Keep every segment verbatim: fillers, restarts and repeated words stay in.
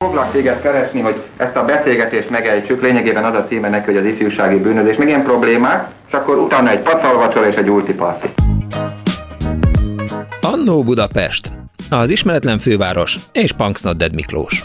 Foglak téged keresni, hogy ezt a beszélgetést megejtsük, lényegében az a címe neki, hogy az ifjúsági bűnözés, még ilyen problémák, és akkor utána egy pacalvacsora és egy ultiparti. Annó Budapest, az ismeretlen főváros és Punksnodded Miklós.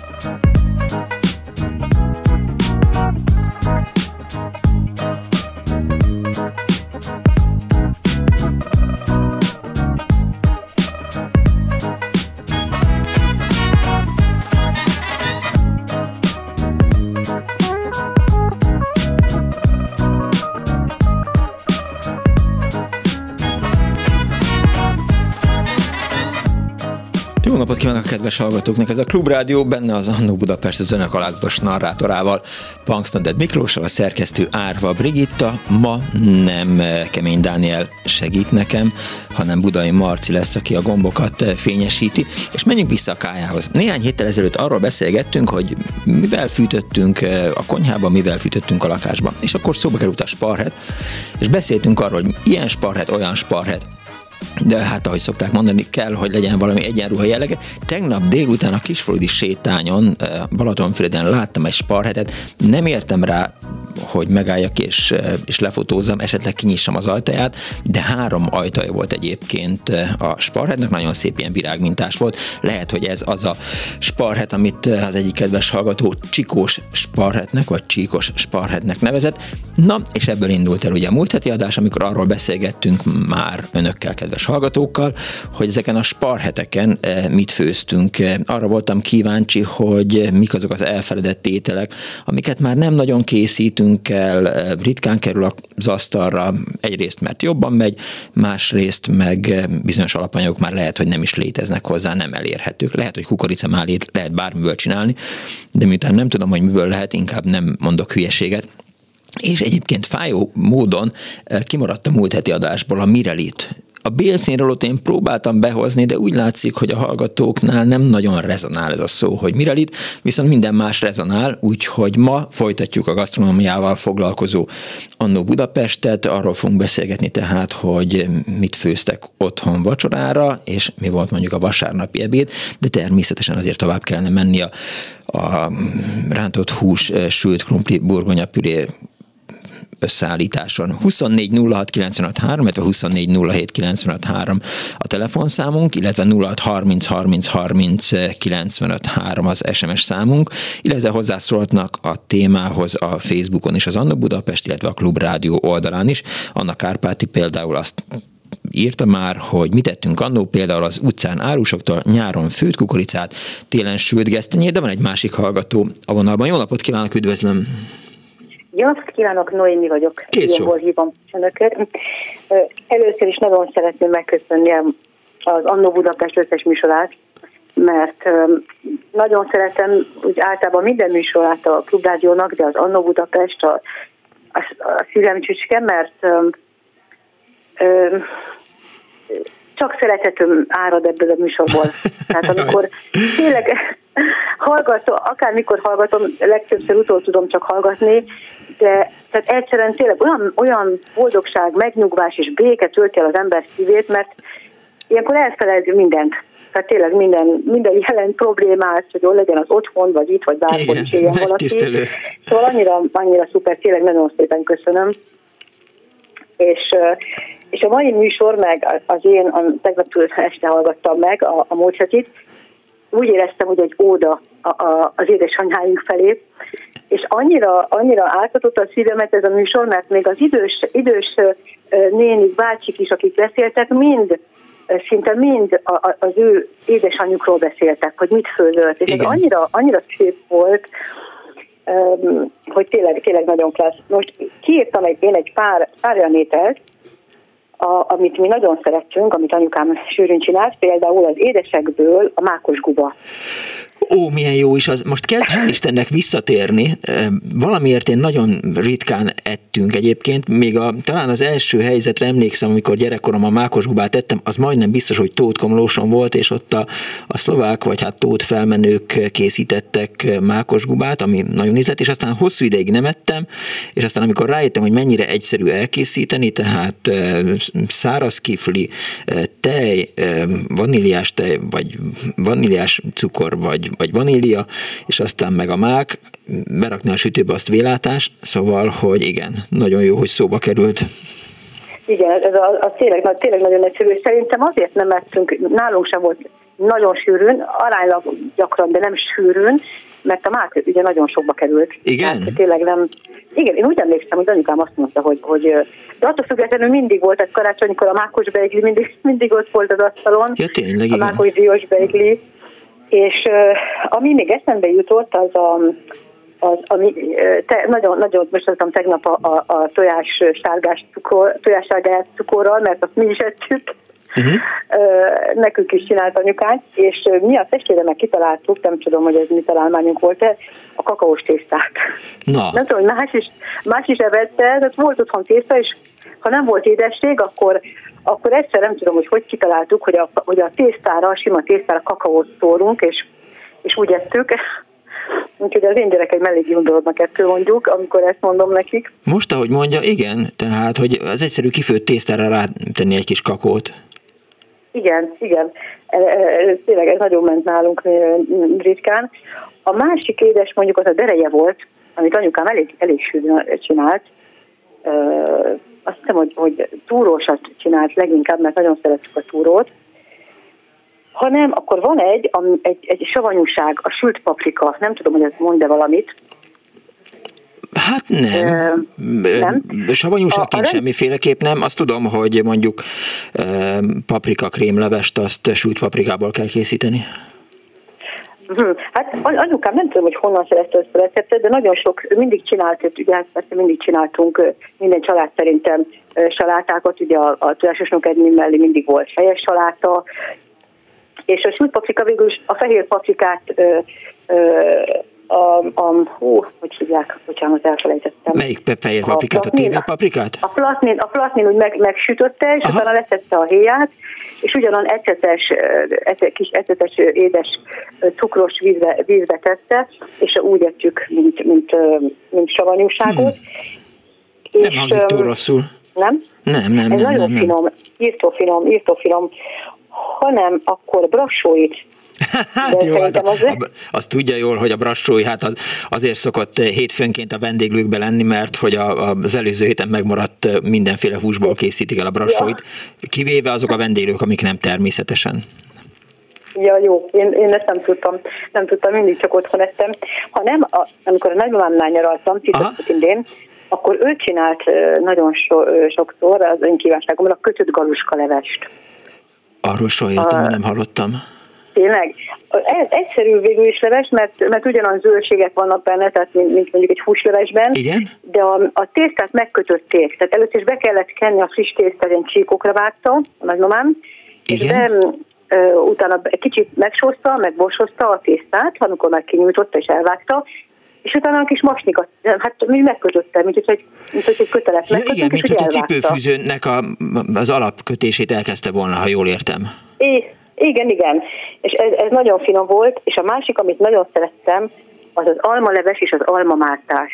Jó napot kívánok a kedves hallgatóknak! Ez a Klubrádió, benne az Annó Budapest az önök alázatos narrátorával, Punksnodded Miklóssal, a szerkesztő Árva Brigitta. Ma nem Kemény Dániel segít nekem, hanem Budai Marci lesz, aki a gombokat fényesíti, és menjünk vissza a kájához. Néhány héttel ezelőtt arról beszélgettünk, hogy mivel fűtöttünk a konyhában, mivel fűtöttünk a lakásban. És akkor szóba került a sparhet, és beszéltünk arról, hogy ilyen sparhet, olyan sparhet. De hát, ahogy szokták mondani, kell, hogy legyen valami egyenruha jellege. Tegnap délután a Kisfaludy sétányon, Balatonfüreden láttam egy sparhetet, nem értem rá, hogy megálljak és, és lefotózzam, esetleg kinyissam az ajtaját, de három ajtaja volt egyébként a sparhetnek, nagyon szép ilyen virágmintás volt. Lehet, hogy ez az a sparhet, amit az egyik kedves hallgató csikós sparhetnek, vagy csíkos sparhetnek nevezett. Na, és ebből indult el ugye a múlt heti adás, amikor arról beszélgettünk már önökkel, kedves hallgatókkal, hogy ezeken a sparheteken mit főztünk. Arra voltam kíváncsi, hogy mik azok az elfeledett ételek, amiket már nem nagyon készítünk el, ritkán kerül az asztalra, egyrészt mert jobban megy, másrészt meg bizonyos alapanyagok már lehet, hogy nem is léteznek hozzá, nem elérhetők. Lehet, hogy kukoricamálét lehet bármiből csinálni, de miután nem tudom, hogy miből lehet, inkább nem mondok hülyeséget. És egyébként fájó módon kimaradt a múlt heti adásból a mirelit. A bélszínrólót én próbáltam behozni, de úgy látszik, hogy a hallgatóknál nem nagyon rezonál ez a szó, hogy mirelit, viszont minden más rezonál, úgyhogy ma folytatjuk a gasztronómiával foglalkozó Annó Budapestet, arról fogunk beszélgetni tehát, hogy mit főztek otthon vacsorára, és mi volt mondjuk a vasárnapi ebéd, de természetesen azért tovább kellene menni a, a rántott hús, sült krumpli, burgonyapüré összeállításon. huszonnégy nulla hat kilencvenöt három, illetve huszonnégy nulla hét kilencvenöt három a telefonszámunk, illetve nulla hat harminc harminc harminc kilencvenöt három az es em es számunk, illetve hozzászólhatnak a témához a Facebookon is az Annó Budapest, illetve a Klubrádió oldalán is. Anna Kárpáti például azt írta már, hogy mit tettünk annó, például az utcán árusoktól nyáron főtt kukoricát, télen sült gesztenyét, de van egy másik hallgató a vonalban. Jó napot kívánok, üdvözlöm! Jó napot kívánok, Noémi vagyok. Készsor. Hívom önöket. Először is nagyon szeretném megköszönni az Annó Budapest összes műsorát, mert nagyon szeretem úgy általában minden műsorát a Klubrádiónak, de az Annó Budapest a, a, a szívem csücske, mert ö, ö, csak szeretetőm árad ebből a műsorból. Tehát amikor tényleg hallgatom, akármikor hallgatom, legtöbbször utól tudom csak hallgatni, de tehát egyszerűen tényleg olyan, olyan boldogság, megnyugvás és béke tölti el az ember szívét, mert ilyenkor elfeled mindent. Tehát tényleg minden, minden jelen problémát, hogy jól legyen az otthon, vagy itt, vagy bárhol is éljen valaki. Szóval annyira, annyira szuper, tényleg nagyon szépen köszönöm. És, és a mai műsor, meg az én tegnap este hallgattam meg a, a múlt hetit, úgy éreztem, hogy egy óda a, a, az édesanyáink felé, és annyira, annyira átadott a szívemet ez a műsor, mert még az idős, idős nénik, bácsik is, akik beszéltek, mind, szinte mind a, a, az ő édesanyjukról beszéltek, hogy mit főzött, és ez annyira, annyira szép volt, hogy tényleg, tényleg nagyon klassz. Most kiírtam egy, én egy pár, pár olyan ételt, A, amit mi nagyon szerettünk, amit anyukám sűrűn csinált, például az édesekből a mákos guba. Ó, milyen jó is az. Most kezd hál' Istennek visszatérni. Valamiért én nagyon ritkán ettünk egyébként. Még a, talán az első helyzetre emlékszem, amikor gyerekkorom a mákosgubát ettem, az majdnem biztos, hogy Tóth Komlóson volt, és ott a, a szlovák, vagy hát Tóth felmenők készítettek mákosgubát, ami nagyon ízlett, és aztán hosszú ideig nem ettem, és aztán amikor rájöttem, hogy mennyire egyszerű elkészíteni, tehát száraz kifli, tej, vaníliás tej, vagy vaníliás cukor, vagy vagy, vagy vanília, és aztán meg a mák, berakni a sütőbe, azt vélátás, szóval, hogy igen, nagyon jó, hogy szóba került. Igen, ez a, a tényleg, tényleg nagyon egyszerű, és szerintem azért nem ettünk, nálunk sem volt nagyon sűrűn, aránylag gyakran, de nem sűrűn, mert a mák ugye nagyon sokba került. Igen? Hát, tényleg nem. Igen, én úgy emlékszem, hogy anyukám azt mondta, hogy, hogy de attól függetlenül mindig volt, egy karácsonykor a mákos beigli mindig, mindig ott volt az asztalon. Ja, tényleg, a mákos diós beigli. És uh, ami még eszembe jutott, az a az, ami te, nagyon, nagyon most mondtam tegnap a, a, a tojás sárgás cukor, tojás sárgás cukorral, mert azt mi is ettük. Uh-huh. Nekünk is csinált anyukánk, és mi a testvére meg kitaláltuk, nem tudom, hogy ez mi találmányunk volt-e, a kakaós tésztát. Na. Nem tudom, hogy más is, más is evette, tehát volt otthon tészta, és ha nem volt édesség, akkor, akkor egyszer nem tudom, hogy hogy kitaláltuk, hogy a, hogy a tésztára, a sima tésztára kakaót szórunk, és, és úgy ettük. Úgyhogy az én gyerekeim elég gondolodnak ettől, mondjuk, amikor ezt mondom nekik. Most, ahogy mondja, igen, tehát, hogy az egyszerű kifőtt tésztára rátenni egy kis kakót. Igen, igen. Tényleg ez nagyon ment nálunk ritkán. A másik édes mondjuk az a dereje volt, amit anyukám elég, elég sűrűn csinált. Azt hiszem, hogy, hogy túrósat csinált leginkább, mert nagyon szeretjük a túrót. Ha nem, akkor van egy, egy, egy savanyúság, a sült paprika. Nem tudom, hogy ez mond-e valamit. Hát nem. Uh, nem? Savanyúságként semmiféleképp nem. Azt tudom, hogy mondjuk uh, paprika krémlevest, azt sült paprikából kell készíteni. Hmm. Hát anyukám nem tudom, hogy honnan szerezte ezt a receptet, de nagyon sok, mindig csinált, ugye persze mindig csináltunk minden család szerintem salátákat, ugye a, a tojásos nokedni mellé mindig volt fejes saláta, és a sült paprika végül is a fehér paprikát ö, ö, a, a hú, hogy hívják, bocsánat, elfelejtettem. Melyik fehér paprikát? A, a tévé paprikát? A platnin, a platnin úgy meg, megsütötte, és aha, utána letette a héját, és ugyanan ecetes, kis ecetes édes cukros vízbe, vízbe tette, és úgy ettük, mint, mint, mint savanyúságot. Hmm. Nem hangzik túl rosszul. Nem? Nem, nem, Ez nem. nagyon nem, finom, írtó finom, írtó finom. Hanem akkor brassóit. Hát jó, hát a, a, azt tudja jól, hogy a brassói, hát az, azért szokott hétfőnként a vendéglőkbe lenni, mert hogy a, az előző héten megmaradt mindenféle húsból készítik el a brassóit, ja, kivéve azok a vendéglők, amik nem természetesen. Ja, jó, én, én ezt nem tudtam, nem tudtam, mindig csak otthon ettem. Ha nem, a, amikor a nagymamámnál nyaraltam, tisztán, akkor ő csinált nagyon so, sokszor az önkívánságomra a kötött galuska levest. Arról soha életemben nem hallottam. Tényleg? Ez egyszerű végül is leves, mert, mert ugyanaz zöldségek vannak benne, tehát mint, mint mondjuk egy húslevesben. Igen? De a, a tésztát megkötötték. Tehát először is be kellett kenni a friss tésztát, ilyen csíkokra vágta a nagymamám. Igen? És be, ö, utána egy kicsit megsózta, megbosozta a tésztát, amikor már kinyújtotta és elvágta, és utána a kis masnikat, hát mi megkötötte, mint hogy egy, mint hogy egy kötelet megkötött, igen, és mint hogy a elvágta. cipőfűzőnek a, az alapkötését elkezdte volna, ha jól értem. É, igen, igen. És ez, ez nagyon finom volt, és a másik, amit nagyon szerettem, az az almaleves és az almamártás.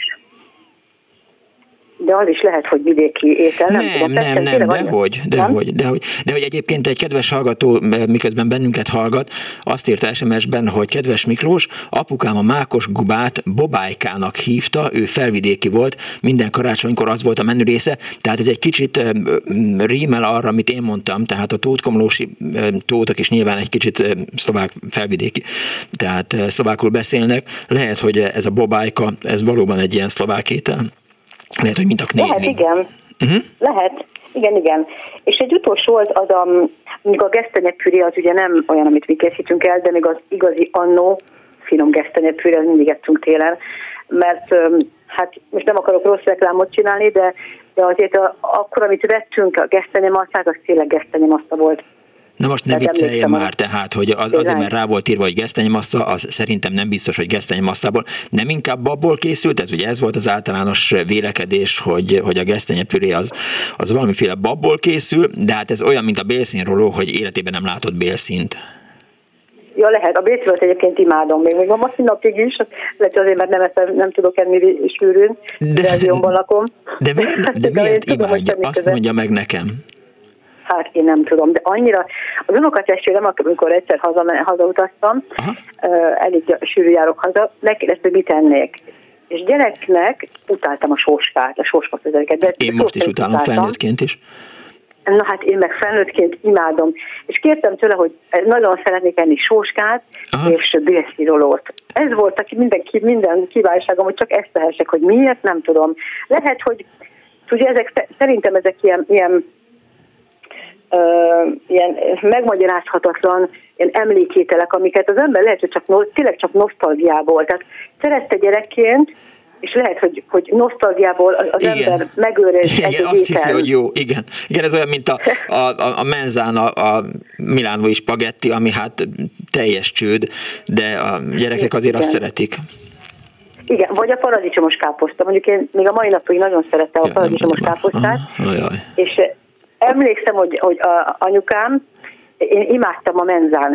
De az is lehet, hogy vidéki étel, nem, nem tudom. Nem, nem, nem, dehogy, dehogy, dehogy. De hogy egyébként egy kedves hallgató, miközben bennünket hallgat, azt írta es em es-ben, hogy kedves Miklós, apukám a mákos gubát bobájkának hívta, ő felvidéki volt, minden karácsonykor az volt a menü része, tehát ez egy kicsit rímel arra, amit én mondtam, tehát a tótkomlósi tótok is nyilván egy kicsit szlovák felvidéki, tehát szlovákul beszélnek, lehet, hogy ez a bobájka, ez valóban egy ilyen szlovák étel. Lehet, hogy mint a knédli. Lehet, igen. Uh-huh. Lehet, igen, igen. És egy utolsó volt az a, mondjuk a gesztenyepüré az ugye nem olyan, amit mi készítünk el, de még az igazi annó finom gesztenyepüré, az mindig ettünk télen, mert hát most nem akarok rossz reklámot csinálni, de, de azért a, akkor, amit vettünk, a gesztenyemasszák, az tényleg gesztenyemassza volt. Na most ne vicceljen már, tehát, hogy az, azért, mert rá volt írva, hogy gesztenyemassa, az szerintem nem biztos, hogy gesztenyemasszából. Nem inkább babból készült? Ez ugye ez volt az általános vélekedés, hogy, hogy a gesztenyepüré az, az valamiféle babból készül, de hát ez olyan, mint a bélszínróló, hogy életében nem látott bélszínt. Ja, lehet. A bélszínrólót egyébként imádom még. Még a mai napig is, lehet, azért, mert nem, eszem, nem tudok enni sűrűn, de Belgiumban lakom. De miért, de miért imádja? Azt mondja meg nekem. Hát én nem tudom, de annyira, az unokatestvérem, amikor egyszer haza, hazautaztam, uh, elég sűrű járok haza, megkérdezte, hogy mit ennék. És gyereknek utáltam a sóskát, a sóskafőzeléket. Én most is utálom felnőttként is. Na hát én meg felnőttként imádom. És kértem tőle, hogy nagyon szeretnék enni sóskát, aha, és bélszirolót. Ez volt aki minden, minden kívánságom, hogy csak ezt tehessek, hogy miért, nem tudom. Lehet, hogy ugye ezek, szerintem ezek ilyen, ilyen, uh, ilyen megmagyarázhatatlan ilyen emlékételek, amiket az ember lehet, hogy csak, tényleg csak nosztalgiából. Tehát szerette gyerekként, és lehet, hogy, hogy nosztalgiából az igen, ember megőrez egy igen, azt hiszi, hogy jó, igen. Igen, ez olyan, mint a, a, a menzán a, a milánói spagetti, ami hát teljes csőd, de a gyerekek azért igen, azt szeretik. Igen, vagy a paradicsomos káposzta. Mondjuk én még a mai napig nagyon szerettem a ja, paradicsomos nem, káposztát, ah, és emlékszem, hogy, hogy a anyukám, én imádtam a menzán,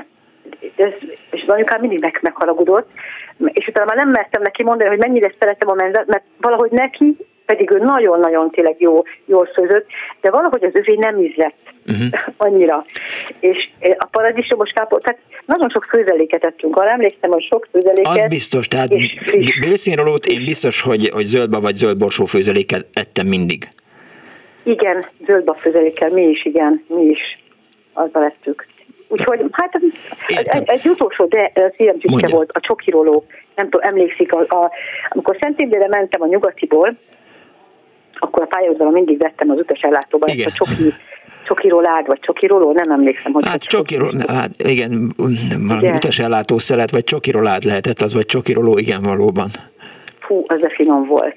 és az anyukám mindig meg, megharagudott, és utána már nem mertem neki mondani, hogy mennyire szeretem a menzát, mert valahogy neki, pedig ő nagyon-nagyon tényleg jó, jól főzött, de valahogy az övé nem ízlett uh-huh. annyira. És a paradicsomos káposztát, tehát nagyon sok főzeléket ettünk arra, emlékszem, hogy sok főzeléket. Az biztos, tehát bélszínrolót én biztos, hogy, hogy zöldba vagy zöldborsó főzeléket ettem mindig. Igen, zöldba főzelékkel, mi is, igen, mi is azzal ettük. Úgyhogy hát egy, egy utolsó, de szívemcsücske volt a csokiroló. Nem tudom, emlékszik, a, a, amikor Szent Imrére mentem a Nyugatiból, akkor a pályaudvaron mindig vettem az utasellátóban ezt a csoki, csokirolád, vagy csokiroló, nem emlékszem, hogy... Hát csokiroló, hát igen, valami utasellátó szelet, vagy csokirolád lehetett az, vagy csokiroló, igen, valóban. Fú, az a finom volt.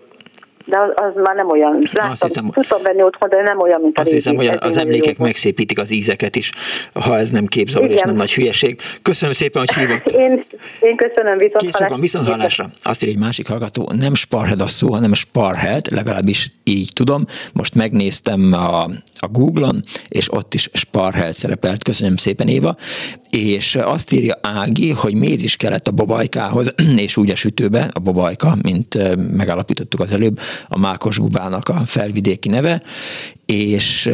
De az, az már nem olyan, láttam, hiszem, tudtam venni otthon, de nem olyan, mint a azt régi. Azt hiszem, hogy az emlékek megszépítik az ízeket is, ha ez nem képzavar és nem nagy hülyeség. Köszönöm szépen, hogy hívott. Én, én köszönöm, viszont hallásra. Viszont hallásra. Azt írja egy másik hallgató, nem Sparhead a szó, hanem Sparhead, legalábbis így tudom. Most megnéztem a, a Google-on, és ott is Sparhead szerepelt. Köszönöm szépen, Éva. És azt írja Ági, hogy méz is kellett a bobajkához, és úgy a sütőbe, a bobajka, mint megállapítottuk az előbb, a mákos bubának a felvidéki neve, és,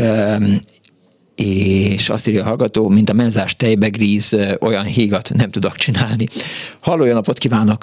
és azt írja a hallgató, mint a menzás tejbegríz, olyan hígat nem tudok csinálni. Halló, jó napot kívánok!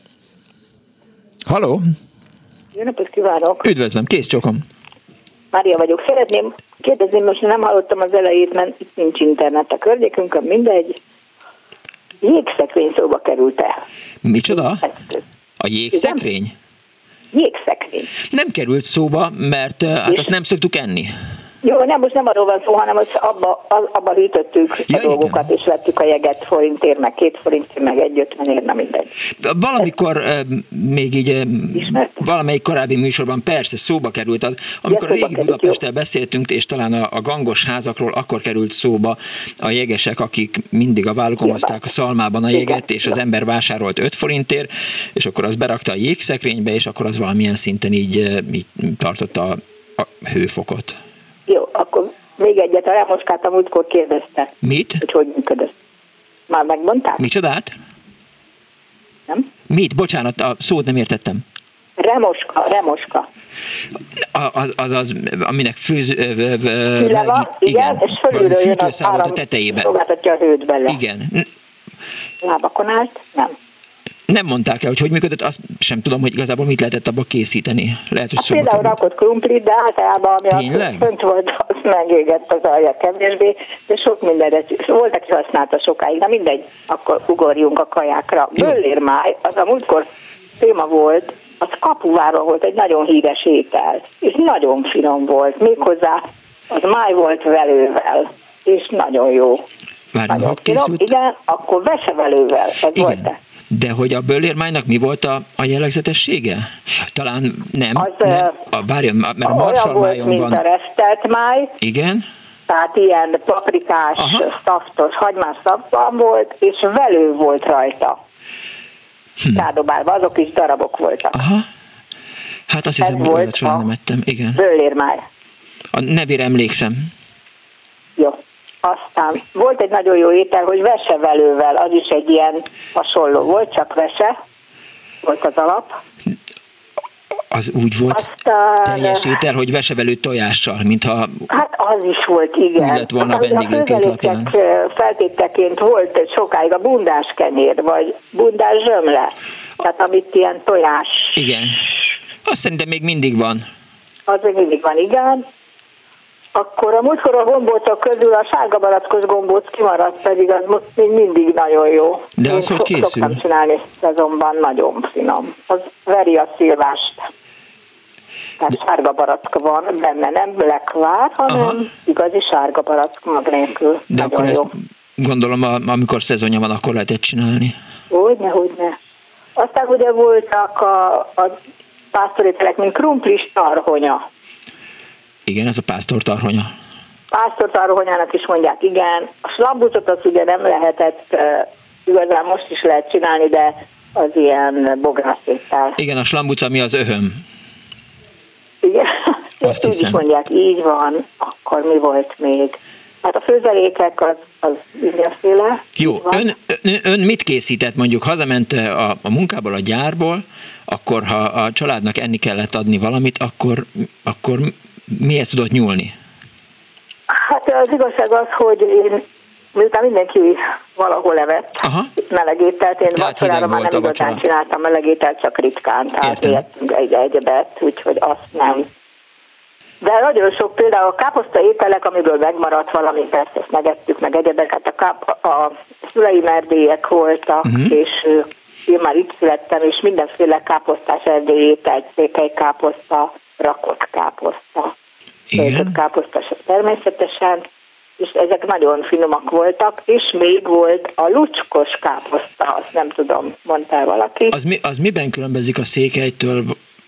Halló! Jó napot kívánok! Üdvözlöm, kész csokom! Mária vagyok. Szeretném kérdezni, most nem hallottam az elejét, mert itt nincs internet a környékünkön, mindegy. Jégszekrény szóba került-e? Micsoda? A jégszekrény? Igen? Jégszekrény. Nem került szóba, mert hát és azt nem szoktuk enni. Jó, nem, most nem arról van szó, hanem az abba, az, abba hűtöttük ja, a dolgokat, igen, és vettük a jeget forintért, meg két forintért, meg egy ötvenért, nem mindegy. Valamikor uh, még így uh, valamelyik korábbi műsorban persze szóba került az, amikor ja, régi Budapesttel beszéltünk, és talán a, a gangos házakról akkor került szóba a jegesek, akik mindig a vállukon hozták a szalmában a jeget, igen, és az ember vásárolt öt forintért, és akkor az berakta a jégszekrénybe, és akkor az valamilyen szinten így, így tartotta a, a hőfokot. Jó, akkor még egyet, a Remoskát a múltkor kérdezte. Mit? Hogy hogy működött. Már megmondtál? Micsodát? Nem? Mit? Bocsánat, a szót nem értettem. Remoska, remoska. Az, az, az aminek főz... Füle van, igen, és fölülről jön az áram, a tetejébe. Szolgáltatja a hőt bele. Igen. Lábakon állt? Nem. Nem mondták el, hogy hogy működött, azt sem tudom, hogy igazából mit lehetett abba készíteni. Lehet, hogy hát például rakott krumplit, de általában ami a fönt volt, az megégett az alja kevésbé, de sok mindenre. Volt, aki használta sokáig, de mindegy, akkor ugorjunk a kajákra. Böllérmáj, az a múltkor téma volt, az Kapuváról volt egy nagyon híres étel, és nagyon finom volt, méghozzá az máj volt velővel, és nagyon jó. Várjunk, hogy készült? Igen, akkor vesevelővel, ez igen. volt-e? De hogy a böllérmájnak mi volt a, a jellegzetessége? Talán nem. Az, nem. A, várjon, mert a marsalmájon van. Mint a resztelt máj. Igen. Tehát ilyen paprikás, szaftos, hagymás szafban volt, és velő volt rajta. Hm. Rádobálva, azok is darabok voltak. Aha. Hát azt hiszem, hogy olyat soha nem ettem. Igen. Böllérmáj. A nevére emlékszem. Jó. Aztán volt egy nagyon jó étel, hogy vesevelővel, az is egy ilyen hasonló volt, csak vese volt az alap. az úgy volt Aztán... teljes étel, hogy vesevelő tojással, mintha... Hát az is volt, igen. Úgy lett volna a vendéglőként lapján. Feltételeként volt sokáig a bundás kenyér, vagy bundás zsömle. Tehát amit ilyen tojás... Igen. Azt szerintem még mindig van. Az még mindig van, igen. Akkor a múltkor a gombócok közül a sárga barackos gombóc kimaradt, pedig az még mindig nagyon jó. De az hogy készül? Szoktam csinálni szezonban, nagyon finom. Az veri a szilvást. Tehát de... sárga barack van benne, nem lekvár, hanem aha. igazi sárga barack mag nélkül. De nagyon akkor jó. Ezt gondolom, amikor szezonja van, akkor lehetett csinálni. Hogyne, hogyne. Aztán ugye voltak a, a pásztorételek, mint krumplis tarhonya. Igen, ez a pásztortarhonya. Pásztortarhonyának is mondják, igen. A slambucot az ugye nem lehetett, igazán most is lehet csinálni, de az ilyen bográszéttel. Igen, a slambuc, ami az öhöm. Igen, azt úgy hiszem. is mondják, így van. Akkor mi volt még? Hát a főzelékek az, az mindenféle. Jó, ön, ön, ön mit készített? Mondjuk hazament a, a munkából, a gyárból, akkor ha a családnak enni kellett adni valamit, akkor, akkor mihez tudott nyúlni? Hát az igazság az, hogy én miután mindenki valahol evett aha. melegételt, én tehát vacsorára már nem igazán csináltam melegételt, csak ritkán, tehát értünk egy egyebet, úgyhogy azt nem. De nagyon sok például a káposzta ételek, amiből megmaradt valami, persze ezt megettük, meg egyebek, hát a, káp, a szüleim erdélyek voltak, uh-huh. és én már itt születtem, és mindenféle káposztás erdélyi ételt, székely káposzta, rakott káposzta, rakott káposzta természetesen, és ezek nagyon finomak voltak, és még volt a lucskos káposzta, azt nem tudom, mondtál valaki. Az, mi, az miben különbözik a székelytől?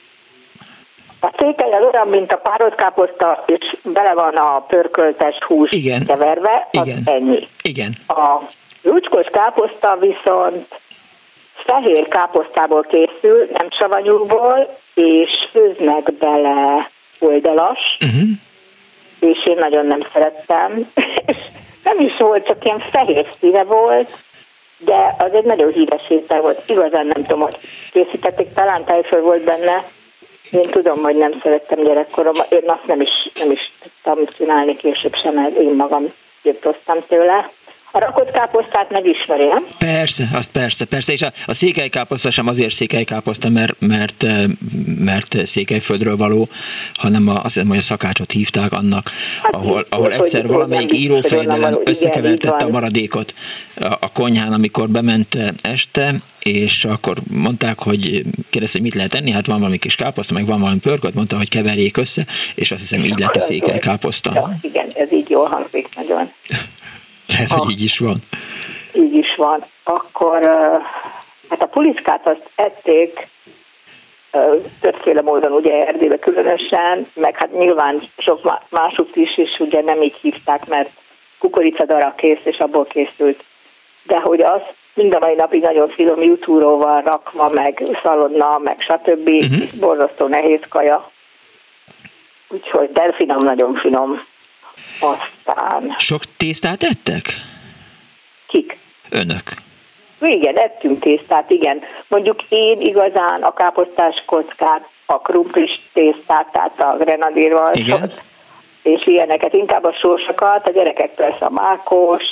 A székely az olyan, mint a párolt káposzta, és bele van a pörköltes hús igen. keverve, az igen. ennyi. Igen. A lucskos káposzta viszont fehér káposztából készül, nem savanyúból, és főznek bele oldalas, uh-huh. és én nagyon nem szerettem, és nem is volt, csak ilyen fehér színe volt, de az egy nagyon híres étel volt, igazán nem tudom, hogy készítették, talán tejföl volt benne, én tudom, hogy nem szerettem gyerekkoromban, én azt nem is, nem is tudtam csinálni később sem, mert én magam írtoztam tőle. A rakott káposztát megismeri, nem? Persze, azt persze, persze, és a, a székelykáposzta sem azért székelykáposzta, mert, mert, mert Székelyföldről való, hanem a, azt hiszem, hogy a szakácsot hívták annak, hát ahol, ahol egyszer valamelyik írófejdelen összekevertette a maradékot a, a konyhán, amikor bement este, és akkor mondták, hogy kérdezte, hogy mit lehet enni, hát van valami kis káposzta, meg van valami pörkölt, mondta, hogy keverjék össze, és azt hiszem, így lett a székelykáposzta. Ja, igen, ez így jól hangzik nagyon. Lehet, hogy így is van. Így is van. Akkor hát a pulickát azt ették többféle módon, ugye Erdélybe különösen, meg hát nyilván sok másút is, és ugye nem így hívták, mert kukoricadarak kész, és abból készült. De hogy az mind a mai napig nagyon finom jutúróval rakva, meg szalonna, meg stb. Uh-huh. Borzasztó nehéz kaja. Úgyhogy de finom, nagyon finom. Aztán... Sok tésztát ettek? Kik? Önök. Igen, ettünk tésztát, igen. Mondjuk én igazán a káposztás kockát, a krumplis tésztát, tehát a grenadírvalsot, és ilyeneket, inkább a sósokat, a gyerekek persze a mákost,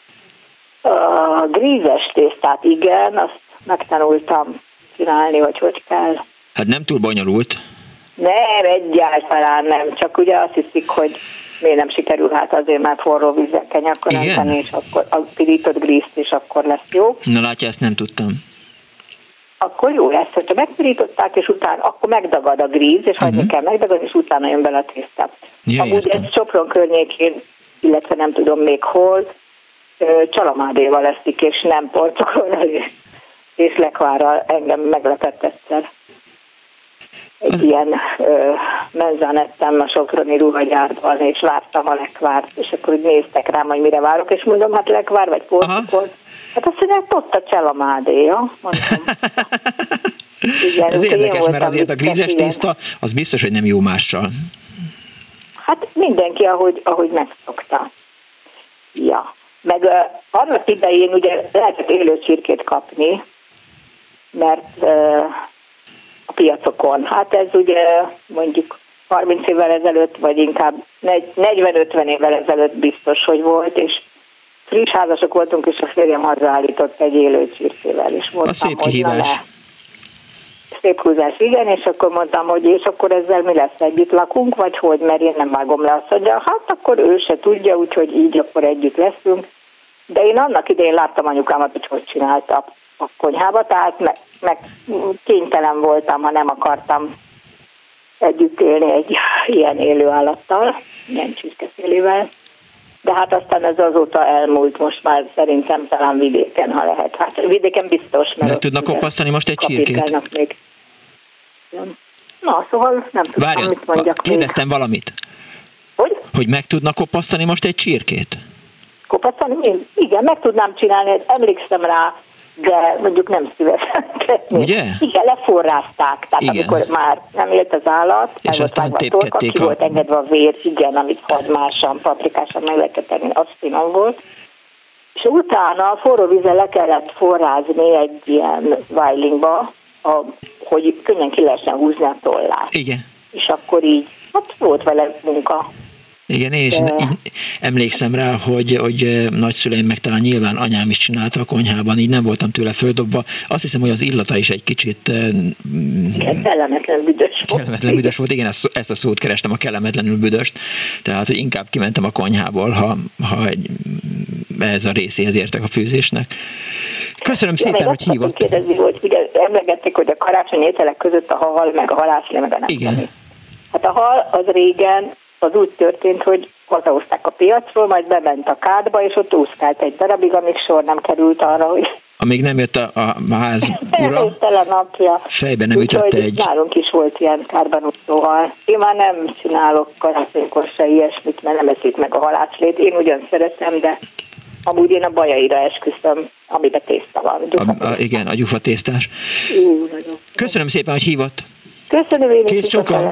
a grízes tésztát, igen, azt megtanultam csinálni, hogy hogy kell. Hát nem túl bonyolult. Nem, egyáltalán nem, csak ugye azt hiszik, hogy miért nem sikerül, hát azért már forró vízzel kell nyakon önteni, és akkor a pirított grízt, és akkor lesz jó. Na látja, ezt nem tudtam. Akkor jó lesz, hogyha megpirították, és utána akkor megdagad a gríz, és hagyni uh-huh. kell megdagadni, és utána jön bele a tészta. Ja, amúgy ez Sopron környékén, illetve nem tudom még hol, csalamádéval leszik, és nem portokollal, és lekvárral. Engem meglepett egyszer. Egy az... ilyen ö, menzán ettem a soproni ruhagyárban, és vártam a lekvárt, és akkor úgy néztek rám, hogy mire várok, és mondom, hát lekvár vagy portokol. Hát azt mondja, ott a cselamádéja, mondtam. Igen, ez érdekes, mert azért a grízes tészta, az biztos, hogy nem jó mással. Hát mindenki, ahogy, ahogy megszokta. Ja. Meg uh, annak idején ugye lehetett élő csirkét kapni, mert uh, a piacokon. Hát ez ugye mondjuk harminc évvel ezelőtt, vagy inkább negyven-ötven évvel ezelőtt biztos, hogy volt, és friss házasok voltunk, és a férjem hazaállított egy élő csirkével, és mondtam, a szép kihívás. Szép húzás, igen, és akkor mondtam, hogy és akkor ezzel mi lesz, együtt lakunk, vagy hogy, mert én nem vágom le, azt mondja, hát akkor ő se tudja, úgyhogy így akkor együtt leszünk. De én annak idején láttam anyukámat, hogy hogy csinálta a konyhába, tehát meg, meg kénytelen voltam, ha nem akartam együtt élni egy ilyen élő állattal, ilyen csirkefélével. De hát aztán ez azóta elmúlt, most már szerintem talán vidéken, ha lehet. Hát vidéken biztos. Meg tudnak kopasztani most egy csirkét? Még. Na, szóval nem tudom, Várjon, mit mondjak. Kérdeztem még. Valamit. Hogy? Hogy meg tudnak kopasztani most egy csirkét? Kopasztani? Igen, meg tudnám csinálni, emlékszem rá, de mondjuk nem szívesen. Ugye? Igen, leforrázták, tehát igen. Amikor már nem élt az állat, és aztán tépkedték ki a... volt engedve a vér, igen, amit hagymásan, paprikásan meg lehetett tenni, az finom volt. És utána forró vízzel le kellett forrázni egy ilyen vájlingba, a, hogy könnyen ki lehessen húzni a tollát. Igen. És akkor így, hát volt vele munka. Igen, én is de... emlékszem rá, hogy, hogy nagyszüleim meg talán nyilván anyám is csinálta a konyhában, így nem voltam tőle földobva. Azt hiszem, hogy az illata is egy kicsit... Igen, kellemetlen büdös volt. Kellemetlen büdös volt, igen, ezt a szót kerestem, a kellemetlenül büdöst. Tehát, hogy inkább kimentem a konyhából, ha, ha egy, ez a részéhez értek a főzésnek. Köszönöm ja, szépen, hogy hívott. Kérdezni, hogy ugye emlegették, hogy a karácsonyi ételek között a hal, meg a halászlé, meg a nem igen. Tudom. Hát a hal az régen az úgy történt, hogy hazahozták a piacról, majd bement a kádba, és ott úszkált egy darabig, amíg sor nem került arra, hogy... Amíg nem jött a, a ház ura, napja. Fejben nem ütötte egy... Nálunk is volt ilyen kádban úszó hal. Én már nem csinálok karácsonykor se ilyesmit, mert nem eszik meg a halászlét. Én ugyan szeretem, de amúgy én a bajaira esküszöm, amiben tészta van. A, a, igen, a gyufa tésztás. Ú, Köszönöm szépen, hogy hívott. Köszönöm én is. Kész sokan.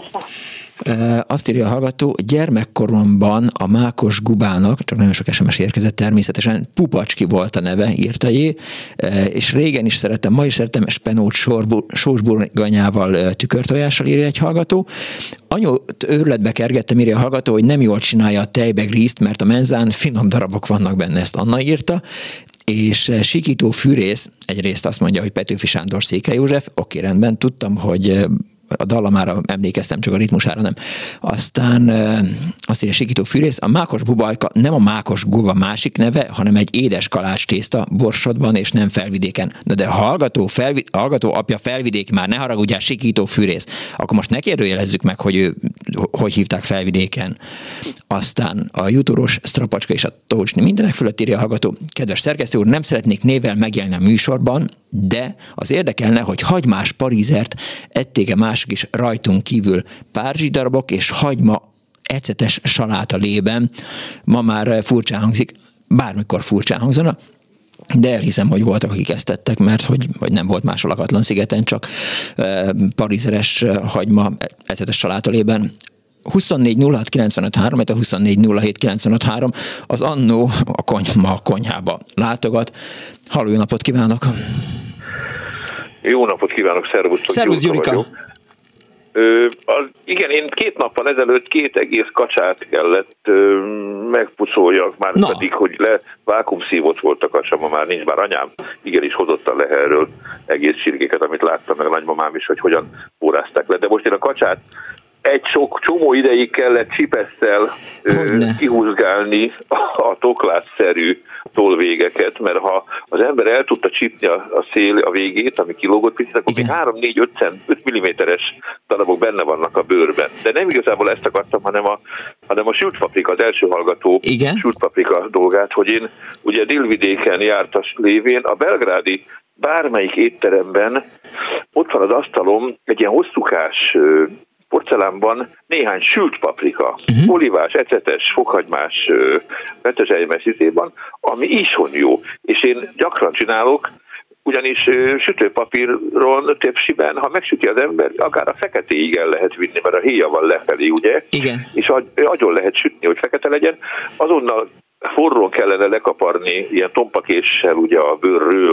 Azt írja a hallgató, gyermekkoromban a mákos gubának, csak nagyon sok es em es érkezett természetesen, Pupacski volt a neve, írta Jé, és régen is szerettem, ma is szerettem, spenót sósburgonyával, tükörtojással, írja egy hallgató. Anyót őrületbe kergettem, írja a hallgató, hogy nem jól csinálja a tejbegrízt, mert a menzán finom darabok vannak benne, ezt Anna írta. És sikító fűrész egyrészt azt mondja, hogy Petőfi Sándor, Székely József, oké, rendben, tudtam, hogy a dallamára emlékeztem, csak a ritmusára nem. Aztán azt írja sikító fűrész, a mákos bubajka nem a mákos guba másik neve, hanem egy édes kalács tészta Borsodban és nem Felvidéken. De, de a hallgató, felvi, hallgató apja Felvidék, már ne haragudjál, sikító fűrész. Akkor most ne kérdőjelezzük meg, hogy ő, hogy hívták Felvidéken. Aztán a jutúros Strapacska és a Tócsni. Mindenek fölött írja a hallgató. Kedves szerkesztő úr, nem szeretnék névvel megjelenni a műsorban, de az érdekelne, hogy hagymás parizert ették-e mások is rajtunk kívül párzsidarabok és hagyma ecetes saláta lében. Ma már furcsán hangzik, bármikor furcsán hangzana, de elhiszem, hogy voltak, akik ezt tettek, mert hogy, hogy nem volt más a Lakatlan szigeten, csak e, parizeres hagyma ecetes saláta lében. huszonnégy nulla hat kilencvenöt három, a huszonnégy nulla hét kilencvenöt három az annó a, kony, ma a konyhába látogat. Halló, jó napot kívánok! Jó napot kívánok, szervusztok! Szervusz, Gyurika! Ö, az, igen, én két nappal ezelőtt két egész kacsát kellett ö, megpucoljak, már Na. pedig, hogy le vákumszívott volt a kacsa, ma már nincs, bár anyám igenis hozott a leherről egész csirkéket, amit láttam, meg a nagymamám is, hogy hogyan órázták le. De most én a kacsát egy sok csomó ideig kellett csipesszel ö, kihúzgálni a, a toklátszerű tollvégeket, mert ha az ember el tudta csípni a, a szél, a végét, ami kilógott picit, akkor még három négy öt milliméteres darabok benne vannak a bőrben. De nem igazából ezt akartam, hanem a, hanem a sült paprika, az első hallgató Igen? sült paprika dolgát, hogy én ugye délvidéken jártas lévén a belgrádi bármelyik étteremben ott van az asztalom egy ilyen hosszúkás porcelánban néhány sült paprika, uh-huh. olivás, ecetes, fokhagymás, petezselymes izében, ami ison jó. És én gyakran csinálok, ugyanis sütőpapíron tepsiben, ha megsüti az ember, akár a feketéig el lehet vinni, mert a héja van lefelé, ugye? Igen. És agyon lehet sütni, hogy fekete legyen. Azonnal forrón kellene lekaparni ilyen tompakéssel ugye a bőrről,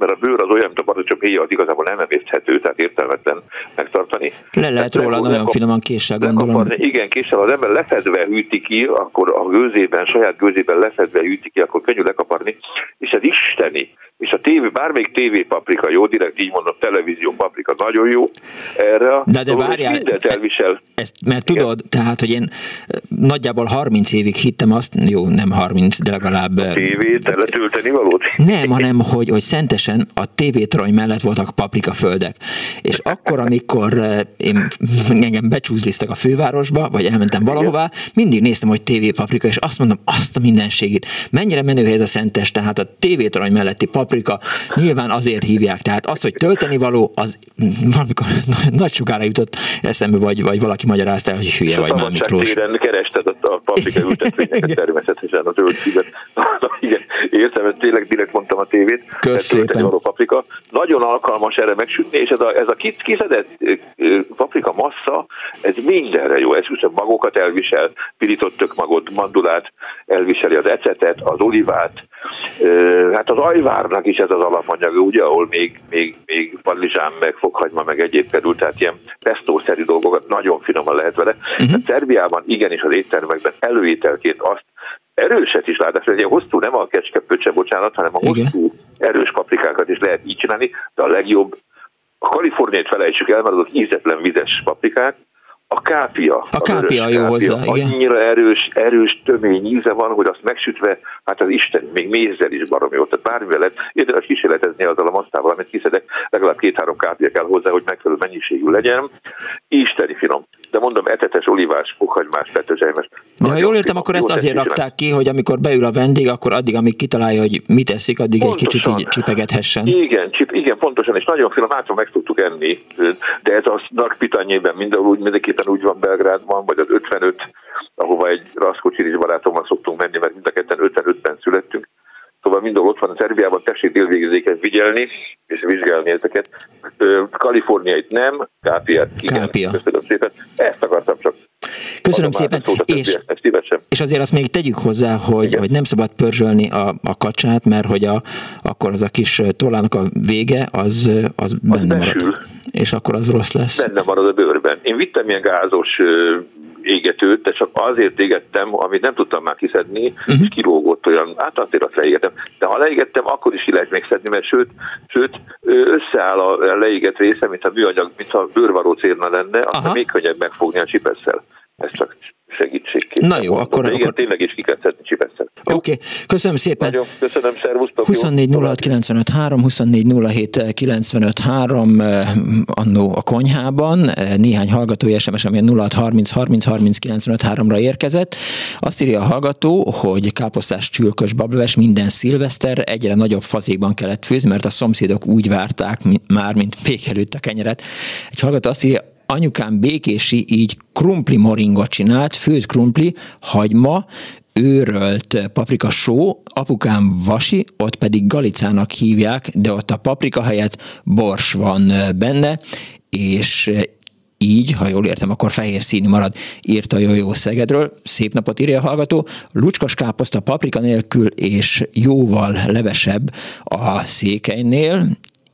mert a bőr az olyan, mint a paradicsom héja, az igazából nem emészthető, tehát értelmetlen megtartani. Le lehet róla nagyon lekap, finoman késsel, gondolom. Lekaparni, igen, késsel, az ember lefedve hűti ki, akkor a gőzében, saját gőzében lefedve hűti ki, akkor könnyű lekaparni, és ez isteni. És a tévé, bármelyik tévépaprika jó, direkt így mondom, televízió paprika nagyon jó erre. De, de várjál, mindent elvisel. Ezt, mert igen. Tudod, tehát, hogy én nagyjából harminc évig hittem azt, jó, nem harminc, de legalább... A tévét letölteni valót? Nem, hanem, hogy, hogy Szentesen a tévétorony mellett voltak paprikaföldek. És akkor, amikor én, engem becsúzlisztak a fővárosba, vagy elmentem valahová, mindig néztem, hogy tévépaprika, és azt mondom, azt a mindenségét. Mennyire menő ez a Szentes, tehát a tévétorony melletti paprika, nyilván azért hívják. Tehát az, hogy tölteni való, az valamikor nagy sokára jutott eszembe, vagy, vagy valaki magyarázta el, hogy hülye vagy már, Miklós. A kerested a paprika ültetvényeket természetesen a zöld szívet. Igen, értem, tényleg direkt mondtam a tévét. Tölteni való paprika. Nagyon alkalmas erre megsütni, és ez a, ez a kiszedett paprika massza, ez mindenre jó. Ez úgyhogy magokat elvisel, pirított tökmagot, mandulát, elviseli az ecetet, az olivát, hát az ajvárnak is ez az alapanyaga, ugye, ahol még, még, még padlizsán, meg fokhagyma, meg egyéb kerül, tehát ilyen pestószerű dolgokat nagyon finoman lehet vele. Uh-huh. Szerbiában igenis az éttermekben előételként azt erőset is látás, hogy ilyen hosszú, nem a kecskepöccse, bocsánat, hanem a hosszú, igen, erős paprikákat is lehet így csinálni, de a legjobb, a Kaliforniát felejtsük el, mert azok ízetlen vizes paprikák, a kápia. A, a kápia jó hozzá, igen. Annyira erős, erős, tömény íze van, hogy azt megsütve, hát az Isten, még mézzel is baromi jó. Tehát bármivel lehet, érdemes kísérletezni azzal a masszával, amit kiszedek, legalább két-három kápia kell hozzá, hogy megfelelő mennyiségű legyen. Isteni finom. De mondom, etetes, olivás, fokhagymás, petrezselymes. De ha jól értem, akkor ezt azért rakták ki, hogy amikor beül a vendég, akkor addig, amíg kitalálja, hogy mit eszik, addig pontosan egy kicsit így csipegethessen. Igen, csip, igen, pontosan, és nagyon finom, hátra meg tudtuk enni. De ez a Nagy-Pitanyében mindenhol úgy, mindenképpen úgy van Belgrádban, vagy az ötvenöt, ahova egy Raszkocsiris barátommal szoktunk menni, mert mind a ketten ötvenötben születtünk. Szóval mindenhol ott van a Szerbiában, tessék délvégzéket figyelni, és vizsgálni ezeket. Kaliforniait nem, kápiát igen. Kápia. Köszönöm szépen. Ezt akartam csak. Köszönöm szépen, és, és azért azt még tegyük hozzá, hogy, hogy nem szabad pörzsölni a, a kacsát, mert hogy a, akkor az a kis tollának a vége, az, az benne marad. Besül. És akkor az rossz lesz. Benne marad a bőrben. Én vittem ilyen gázos égetőt, de csak azért égettem, amit nem tudtam már kiszedni, uh-huh. és kilógott olyan, hát azért azt leégettem. De ha leégettem, akkor is ki lehet még szedni, mert sőt, sőt összeáll a leégett része, mint a műanyag, mint a bőrvaró cérna lenne, akkor még könnyebb megfogni a csipesszel. Ez csak segítségként. Na jó, akkor... Igen, akkor... tényleg is ki kell szedni csipesszel. Oké, okay. Köszönöm szépen. Nagyon köszönöm, szervusztok. huszonnégy nulla hat kilencvenöt három, huszonnégy nulla hét kilencvenöt három annó a konyhában. Néhány hallgatói es em es, amilyen nulla hat harminc harminc harminc kilencvenöt háromra érkezett. Azt írja a hallgató, hogy káposztás csülkös bableves minden szilveszter egyre nagyobb fazékban kellett főzni, mert a szomszédok úgy várták már, mint pék előtt a kenyeret. Egy hallgató azt írja, anyukám Békési így krumpli moringot csinált, főtt krumpli, hagyma, őrölt paprika só, apukám Vasi, ott pedig galicának hívják, de ott a paprika helyett bors van benne, és így, ha jól értem, akkor fehér színű marad, írta Jó-Jó Szegedről. Szép napot írja a hallgató. Lucskos káposzta paprika nélkül és jóval levesebb a Székelynél,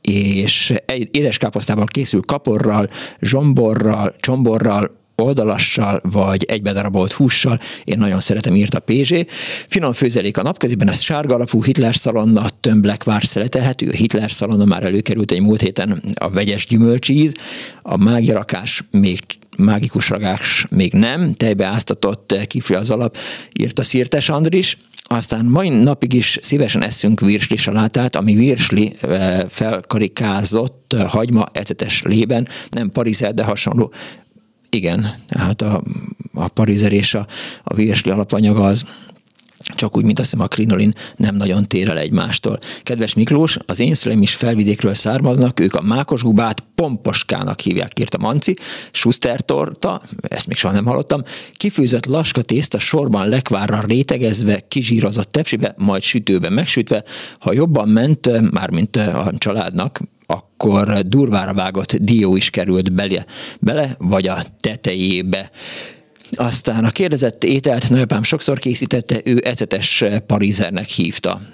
és édeskáposztával készül kaporral, zsomborral, csomborral, oldalassal, vagy egybedarabolt hússal. Én nagyon szeretem, írta pé zé. Finom főzelék a napköziben, ez sárga alapú Hitler szalonna, tömblekvár szeletelhető. A Hitler szalonna már előkerült egy múlt héten, a vegyes gyümölcsíz, a mágiarakás még mágikus ragás még nem, tejbe áztatott kifli az alap, írta Szirtes Andris. Aztán mai napig is szívesen eszünk virsli salátát, ami virsli felkarikázott hagyma ecetes lében, nem parizer, de hasonló. Igen, hát a, a parizer és a, a virsli alapanyaga az csak úgy, mint azt hiszem a krinolin nem nagyon tér el egymástól. Kedves Miklós, az én szüleim is Felvidékről származnak, ők a mákosgubát pomposkának hívják, írta Manci, Schuster torta, ezt még soha nem hallottam, kifőzött laska tészta sorban lekvárra rétegezve, kizsírozott tepsibe, majd sütőben megsütve, ha jobban ment, mármint a családnak, akkor durvára vágott dió is került bele, bele vagy a tetejébe. Aztán a kérdezett ételt nagyapám sokszor készítette, ő ecetes parizernek hívta.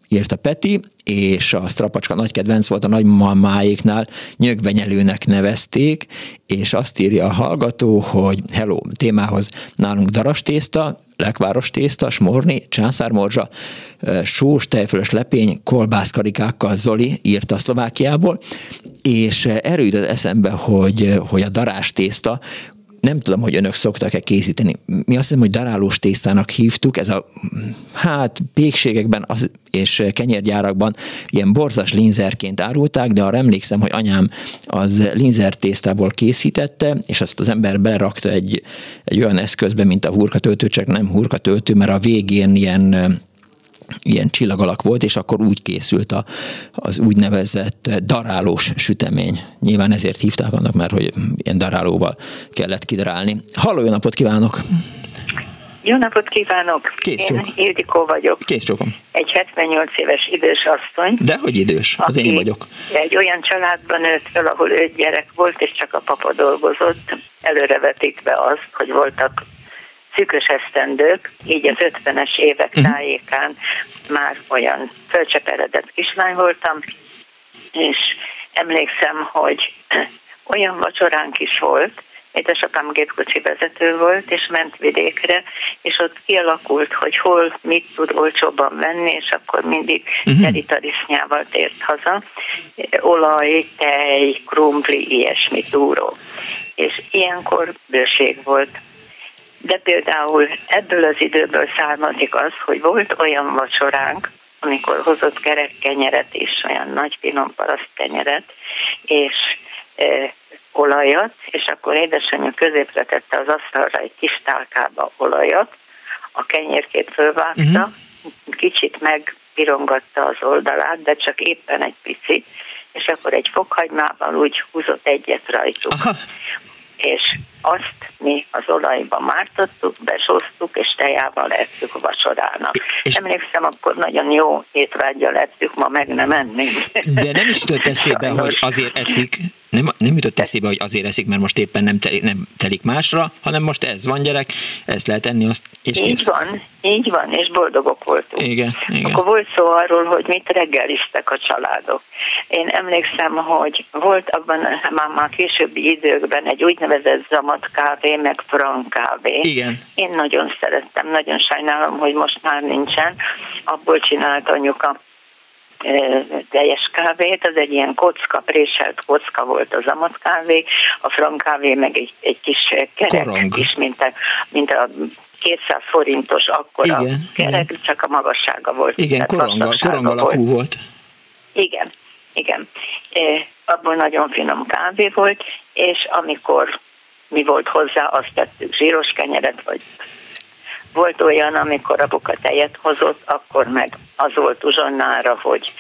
írta Peti, és a strapacska nagy kedvenc volt, a nagymamáéknál nyögvenyelőnek nevezték, és azt írja a hallgató, hogy hello, témához nálunk daras tészta, lekváros tészta, smorni, császármorzsa, sós, tejfölös lepény, kolbászkarikákkal, Zoli írta Szlovákiából, és erről jutott eszembe, hogy, hogy a darás tészta, nem tudom, hogy önök szoktak-e készíteni. Mi azt hiszem, hogy darálós tésztának hívtuk, ez a hát pékségekben az, és kenyérgyárakban ilyen borzas linzerként árulták, de arra emlékszem, hogy anyám az linzer tésztából készítette, és azt az ember belerakta egy, egy olyan eszközbe, mint a hurkatöltő, csak nem hurkatöltő, mert a végén ilyen ilyen csillagalak volt, és akkor úgy készült a, az úgynevezett darálós sütemény. Nyilván ezért hívták annak, mert hogy ilyen darálóval kellett kidarálni. Halló, jó napot kívánok! Jó napot kívánok! Kész Én Ildikó vagyok. Kész csókom. Egy hetvennyolc éves idős asszony. Dehogy idős, az én vagyok. Egy olyan családban nőtt fel, ahol öt gyerek volt, és csak a papa dolgozott, előrevetítve az, hogy voltak szűkös esztendők, így az ötvenes évek tájékán már olyan fölcseperedett kislány voltam, és emlékszem, hogy olyan vacsoránk is volt, édesapám gépkocsi vezető volt, és ment vidékre, és ott kialakult, hogy hol mit tud olcsóbban venni, és akkor mindig uh-huh. teritarisznyával tért haza. Olaj, tej, krumpli, ilyesmi, túró. És ilyenkor bőség volt. De például ebből az időből származik az, hogy volt olyan vacsoránk, amikor hozott kerekkenyeret is, olyan nagy finom parasztkenyeret, és e, olajat, és akkor édesanyja középre tette az asztalra egy kis tálkába olajat, a kenyérkét fölvágta, uh-huh. kicsit megpirongatta az oldalát, de csak éppen egy picit, és akkor egy fokhagymával úgy húzott egyet rajtuk. Aha. És azt mi az olajba mártottuk, besóztuk, és tejával ettük a vacsorának. És emlékszem, akkor nagyon jó étvággyal ettük, ma meg nem ennénk. De nem is jutott eszébe, hogy azért eszik, nem, nem jutott eszébe, hogy azért eszik, mert most éppen nem telik, nem telik másra, hanem most ez van, gyerek, ezt lehet enni, azt, és így kész. van, így van, és boldogok voltunk. Igen, igen. Akkor volt szó arról, hogy mit reggeliztek a családok. Én emlékszem, hogy volt abban már, már későbbi időkben egy úgynevezett zamat kávé, meg frank kávé. Igen. Én nagyon szerettem, nagyon sajnálom, hogy most már nincsen. Abból csinált anyuka teljes kávét, az egy ilyen kocka, préselt kocka volt az zamat kávé, a frank kávé meg egy, egy kis kerek Korong. is, mint a, mint a kétszáz forintos akkora igen, kerek, igen. csak a magassága volt. Igen, korong, korong alakú volt. volt. Igen, igen. E, abból nagyon finom kávé volt, és amikor mi volt hozzá, azt tettük zsíros kenyeret, vagy volt olyan, amikor apuka tejet hozott, akkor meg az volt uzsonnára, hogy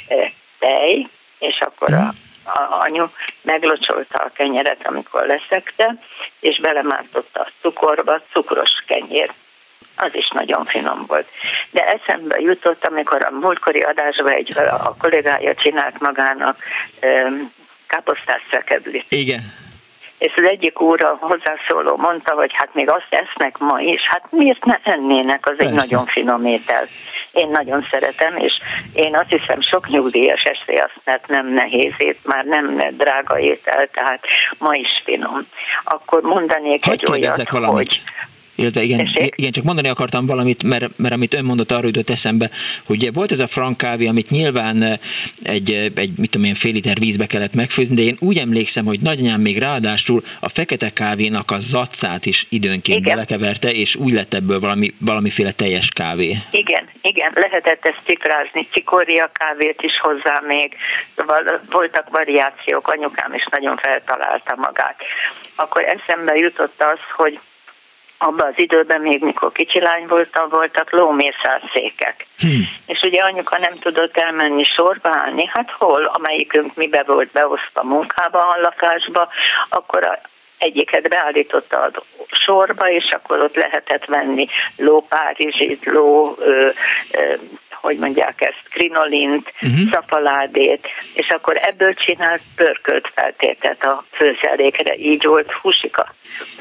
tej, és akkor a, a anyu meglocsolta a kenyeret, amikor leszekte, és belemártotta a cukorba, cukros kenyér. Az is nagyon finom volt. De eszembe jutott, amikor a múltkori adásban egy, a kollégája csinált magának um, káposztás szekedlit. Igen. És az egyik úr, a hozzászóló mondta, hogy hát még azt esznek ma is, hát miért ne ennének, az Persze. egy nagyon finom étel. Én nagyon szeretem, és én azt hiszem sok nyugdíjas eszi azt, mert nem nehéz ét, már nem drága étel, tehát ma is finom. Akkor mondanék Hogy egy olyat, valamit? hogy... Illetve igen, igen, csak mondani akartam valamit, mert, mert amit ön mondott, arra jutott eszembe, hogy volt ez a frank kávé, amit nyilván egy, egy mit tudom én, fél liter vízbe kellett megfőzni, de én úgy emlékszem, hogy nagyanyám még ráadásul a fekete kávénak a zacát is időnként igen. belekeverte, és úgy lett ebből valami, valamiféle teljes kávé. Igen, igen, lehetett ezt cikrázni, cikorria kávét is hozzá még, voltak variációk, anyukám is nagyon feltalálta magát. Akkor eszembe jutott az, hogy abban az időben még, mikor kicsi lány voltam, voltak lómészárszékek. Hmm. És ugye anyuka nem tudott elmenni sorba állni, hát hol, amelyikünk mibe volt beosztva munkába, a lakásba, akkor a egyiket beállította a sorba, és akkor ott lehetett venni lópárizsit, ló, ö, ö, hogy mondják ezt, krinolint, uh-huh. szapaládét, és akkor ebből csinált pörkölt feltétet a főzelékre, így volt húsika.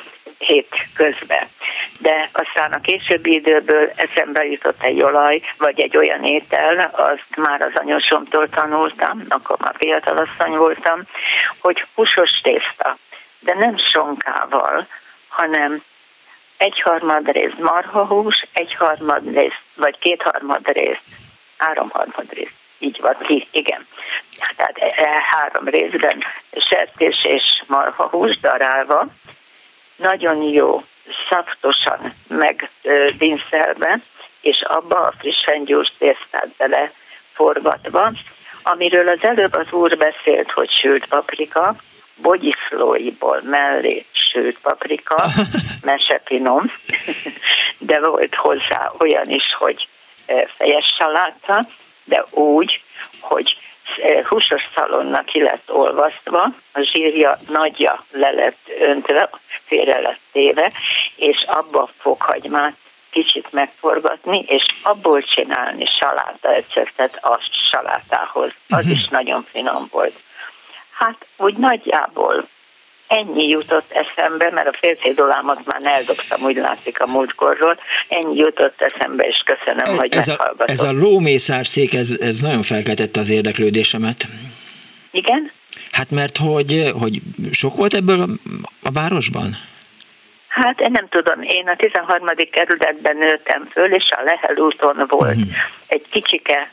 hét közben. De aztán a későbbi időből eszembe jutott egy olaj, vagy egy olyan étel, azt már az anyósomtól tanultam, akkor már fiatalasszony voltam, hogy húsos tészta, de nem sonkával, hanem egyharmad rész marhahús, egyharmad rész, vagy kétharmad rész, háromharmad rész, így van ki, igen. Tehát három részben sertés és marhahús darálva, nagyon jó, szaftosan megdinszelve, és abba a frissen gyúrt tésztát bele forgatva, amiről az előbb az úr beszélt, hogy sült paprika, bogyiszlóiból mellé sült paprika, mesepinom, de volt hozzá olyan is, hogy fejes saláta, de úgy, hogy húsos szalonna ki lett olvasztva, a zsírja nagyja le lett öntve, félre lett téve, és abba fokhagymát kicsit megforgatni, és abból csinálni saláta receptet a salátához. Az uh-huh. is nagyon finom volt. Hát úgy nagyjából ennyi jutott eszembe, mert a félcédulámat már eldobtam, úgy látszik a múltkorról, ennyi jutott eszembe, és köszönöm, ez, hogy ez meghallgatott. A, ez a lómészárszék, ez, ez nagyon felkeltette az érdeklődésemet. Igen? Hát mert hogy, hogy sok volt ebből a, a városban? Hát én nem tudom, én a tizenharmadik kerületben nőttem föl, és a Lehel úton volt uh-huh. egy kicsike,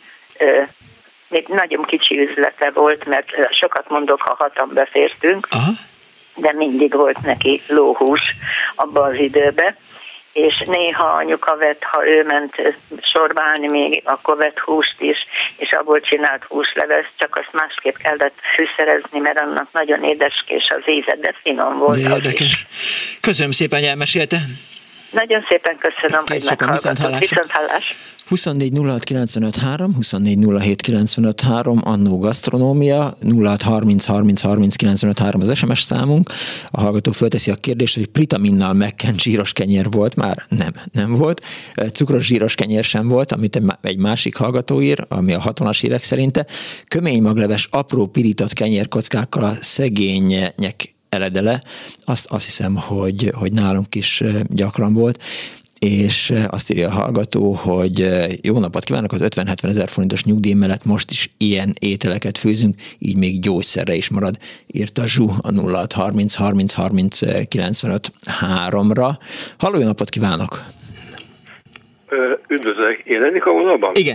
még nagyon kicsi üzlete volt, mert sokat mondok, ha hatan befértünk, aha. de mindig volt neki lóhús abban az időben, és néha anyuka vett, ha ő ment sorba állni, még akkor vett húst is, és abból csinált húsleves, csak azt másképp kellett fűszerezni, mert annak nagyon édeskés az íze, de finom volt. De érdekes. Köszönöm szépen, hogy elmesélte. Nagyon szépen köszönöm, Kész hogy meghallgatott. Viszont hallás. huszonnégy nulla hat kilencvenöt három, huszonnégy nulla hét kilencvenöt három, Annó Gasztronómia, nulla hat harminc harminc harminc kilencvenöt három az es em es számunk. A hallgató fölteszi a kérdést, hogy pritaminnal megkent zsíros kenyér volt már? Nem, nem volt. Cukros zsíros kenyér sem volt, amit egy másik hallgató ír, ami a hatvanas évek szerinte. Kömény magleves, apró pirított kenyérkockákkal a szegények eledele. Azt, azt hiszem, hogy, hogy nálunk is gyakran volt. És azt írja a hallgató, hogy jó napot kívánok, az ötven-hetven ezer forintos nyugdíj mellett most is ilyen ételeket főzünk, így még gyógyszerre is marad, írta Zsú a nulla hat harminc harminc harminc kilencvenöt háromra. Halló, jó napot kívánok! Üdvözlök, én lennék a vonalban? Igen.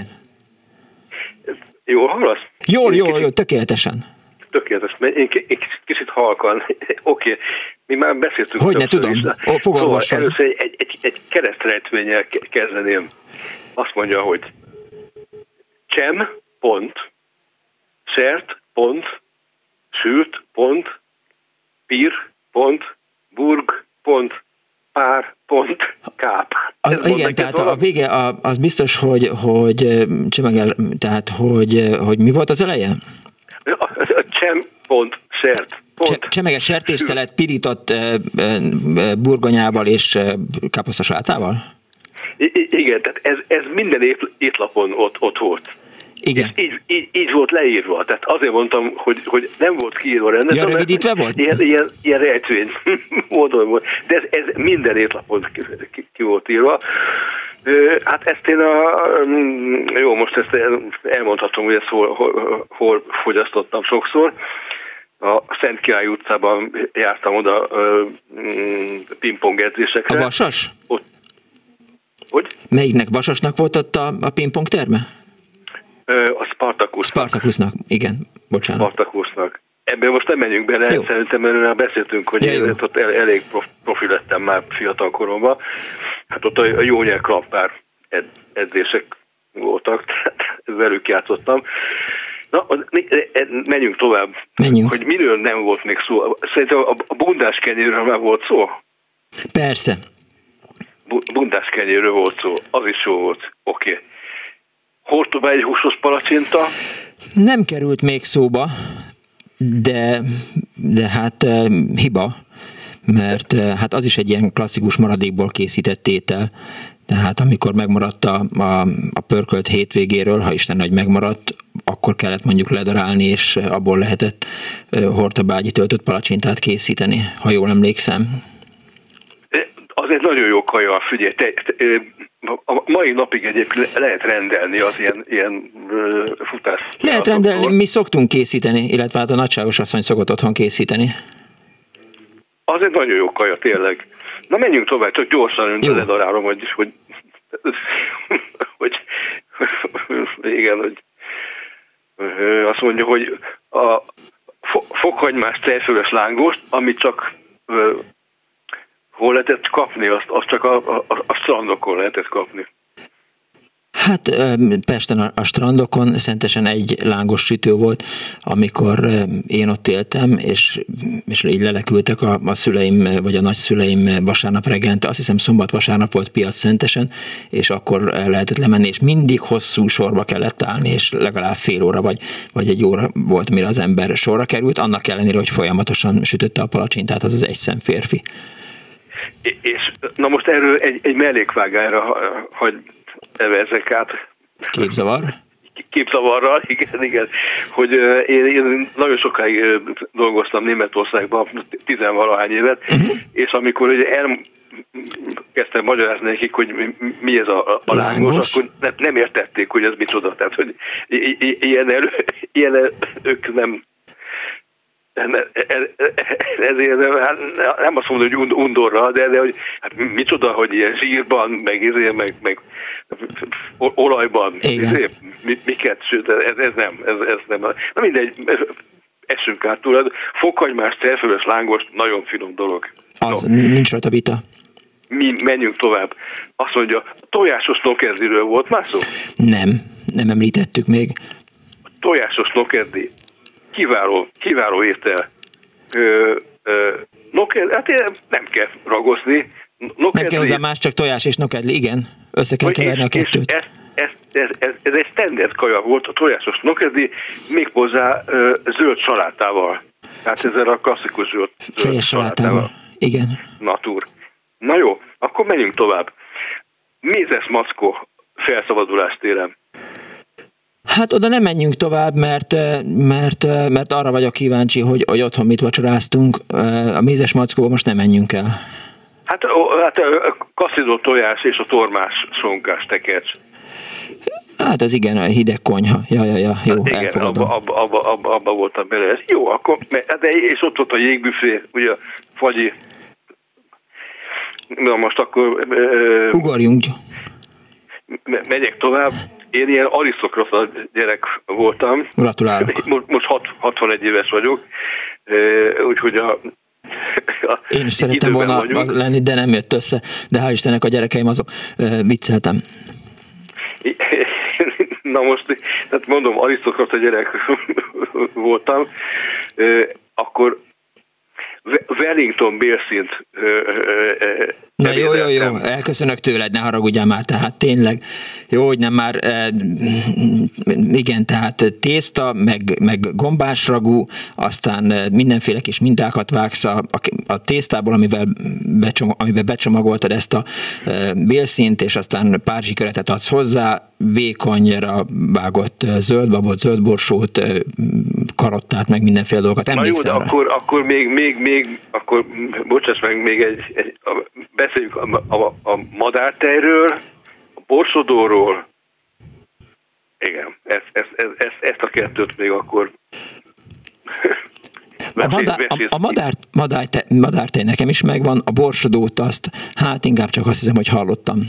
Jól hallasz? Jól, jól, jól, tökéletesen. Tökéletes, mert én kicsit halkan, oké. Okay. Mi már beszéltünk. Hogy ne tudom, fogalmas szóval először egy, egy, egy, egy keresztrejtvénnyel kezdeném. Azt mondja, hogy csem, pont, szert, pont, sült, pont, pír, pont, burg, pont, pár, pont, káp. Az, igen, tehát a vége a, az biztos, hogy, hogy csemegel, tehát hogy, hogy mi volt az eleje? A, a csem, pont, szert, pont. Csemege sertésszelet pirított e, e, burgonyával és e, káposztasalátával? I- igen, tehát ez, ez minden étlapon ott, ott volt. Igen. Így, így, így volt leírva, tehát azért mondtam, hogy, hogy nem volt kiírva rendesen. Ja, rövidítve volt? Ilyen, ilyen, ilyen rejtvény módon volt, de ez, ez minden étlapon ki, ki, ki volt írva. Hát ezt én a, jó, most ezt elmondhatom, hogy ezt hol, hol, hol fogyasztottam sokszor. A Szent Király utcában jártam oda pingpong edzésekre. A Vasas? Ott, hogy? Melyiknek, Vasasnak volt ott a, a pingpong terme? A Spartakusznak. Spartakusznak, igen, bocsánat. Spartakusznak. Ebben most nem menjünk bele, jó. Szerintem erről beszéltünk, hogy ja, ott el, elég profi lettem már fiatal koromban. Hát ott a jó nyelklappár edzések voltak, tehát velük játszottam. Na, az, menjünk tovább. Menjünk. Hogy miről nem volt még szó. Szerintem a bundás kenyérről már volt szó? Persze. Bundás kenyérről volt szó, az is jó volt. Oké. Okay. Hortobá egy húsos palacsinta? Nem került még szóba, de, de hát e, hiba, mert e, hát az is egy ilyen klasszikus maradékból készített étel. Tehát amikor megmaradt a, a, a pörkölt hétvégéről, ha Isten nagy megmaradt, akkor kellett mondjuk ledarálni, és abból lehetett e, hortobágyi töltött palacsintát készíteni, ha jól emlékszem. az egy nagyon jó kaja, figyelj, te, te, a mai napig egyébként lehet rendelni az ilyen, ilyen futás. Lehet rendelni, mi szoktunk készíteni, illetve hát a nagyságos asszony szokott otthon készíteni. Az egy nagyon jó kaja, tényleg. Na menjünk tovább, csak gyorsan ledarálom, hogy, hogy, hogy igen, hogy azt mondja, hogy a fokhagymás tejfölös lángost, amit csak hol lehetett kapni, azt, azt csak a, a, a strandokon lehetett kapni. Hát Pesten a, a strandokon szentesen egy lángos sütő volt, amikor én ott éltem, és, és így lelekültek a, a szüleim, vagy a nagyszüleim vasárnap reggelente, azt hiszem szombat-vasárnap volt piac Szentesen, és akkor lehetett lemenni, és mindig hosszú sorba kellett állni, és legalább fél óra, vagy, vagy egy óra volt, mire az ember sorra került, annak ellenére, hogy folyamatosan sütötte a palacsintát az az egyszem férfi. És na most erről egy, egy mellékvágára, hogy evezzek át. Képzavar? Képzavarral, igen, igen. Hogy én, én nagyon sokáig dolgoztam Németországban, tizenvalahány évet, uh-huh. és amikor ugye elkezdtem magyarázni nekik, hogy mi ez a, a lángos, akkor ne, nem értették, hogy ez micsoda. Tehát, hogy ilyen, elő, ilyen ők nem ezért nem azt mondom, hogy undorra, de, de hogy hát micsoda, hogy ilyen zsírban, meg izé, meg, meg olajban, izé, miket, sőt, ez, ez nem, ez, ez nem. Na mindegy, esünk át túl. Fokhagymás, tejfölös lángos, nagyon finom dolog. Az, no. Nincs rajta vita. Mi menjünk tovább. Azt mondja, tojásos nokerdiről volt már szó? Nem, nem említettük még. Tojásos nokerdi. Kiváló, kiváló étel. Ö, ö, nokedli, hát nem kell ragozni. Nokedli, nem kell hozzá más, csak tojás és nokedli, igen. Össze kell keverni a kettőt. Ez, ez, ez, ez, ez egy standard kaja volt, a tojásos nokedli, méghozzá ö, zöld salátával. Tehát ezzel a klasszikus zöld, zöld salátával. Igen. Natur. Na jó, akkor menjünk tovább. Mézes Mackó felszabadulás téren. Hát oda nem menjünk tovább, mert, mert, mert arra vagyok kíváncsi, hogy, hogy otthon mit vacsoráztunk. A Mézes Mackóba most nem menjünk el. Hát, hát a kaszidó tojás és a tormás sonkás tekercs. Hát ez igen, a hideg konyha. Ja, ja, ja, jó, hát igen, elfogadom. Abba, abba, abba, abba, abba voltam bele. Jó, akkor, de és ott volt a jégbüfé, ugye a fagyi. Na most akkor... Ugorjunk. Megyek tovább. Én ilyen arisztokrata gyerek voltam. Gratulálok. Most hatvanegy éves vagyok, úgyhogy a... a Én is szerettem volna vagyunk. lenni, de nem jött össze. De hál' Istennek a gyerekeim azok. Vicceltem. Na most, tehát mondom, arisztokrata gyerek voltam, akkor Wellington bélszint. Na jó, jó, jó, elköszönök tőled, ne haragudjál már, tehát tényleg, jó, hogy nem már, e, igen, tehát tészta, meg, meg gombásragú, aztán mindenféle kis mintákat vágsz a, a tésztából, amivel, becsomag, amivel becsomagoltad ezt a e, bélszint, és aztán párzsiköretet adsz hozzá, vékonyra vágott zöldbabot, zöldborsót, karottát, meg mindenféle dolgokat. Emlékszem rá. Akkor, akkor még, még, még, akkor bocsáss meg, még egy, egy a, beszéljünk a, a, a madártejről, a borsodóról. Igen, ezt, ezt, ezt, ezt a kettőt még akkor... A, madár, a, a madár, madártej, madártej nekem is megvan, a borsodót azt, hát inkább csak azt hiszem, hogy hallottam.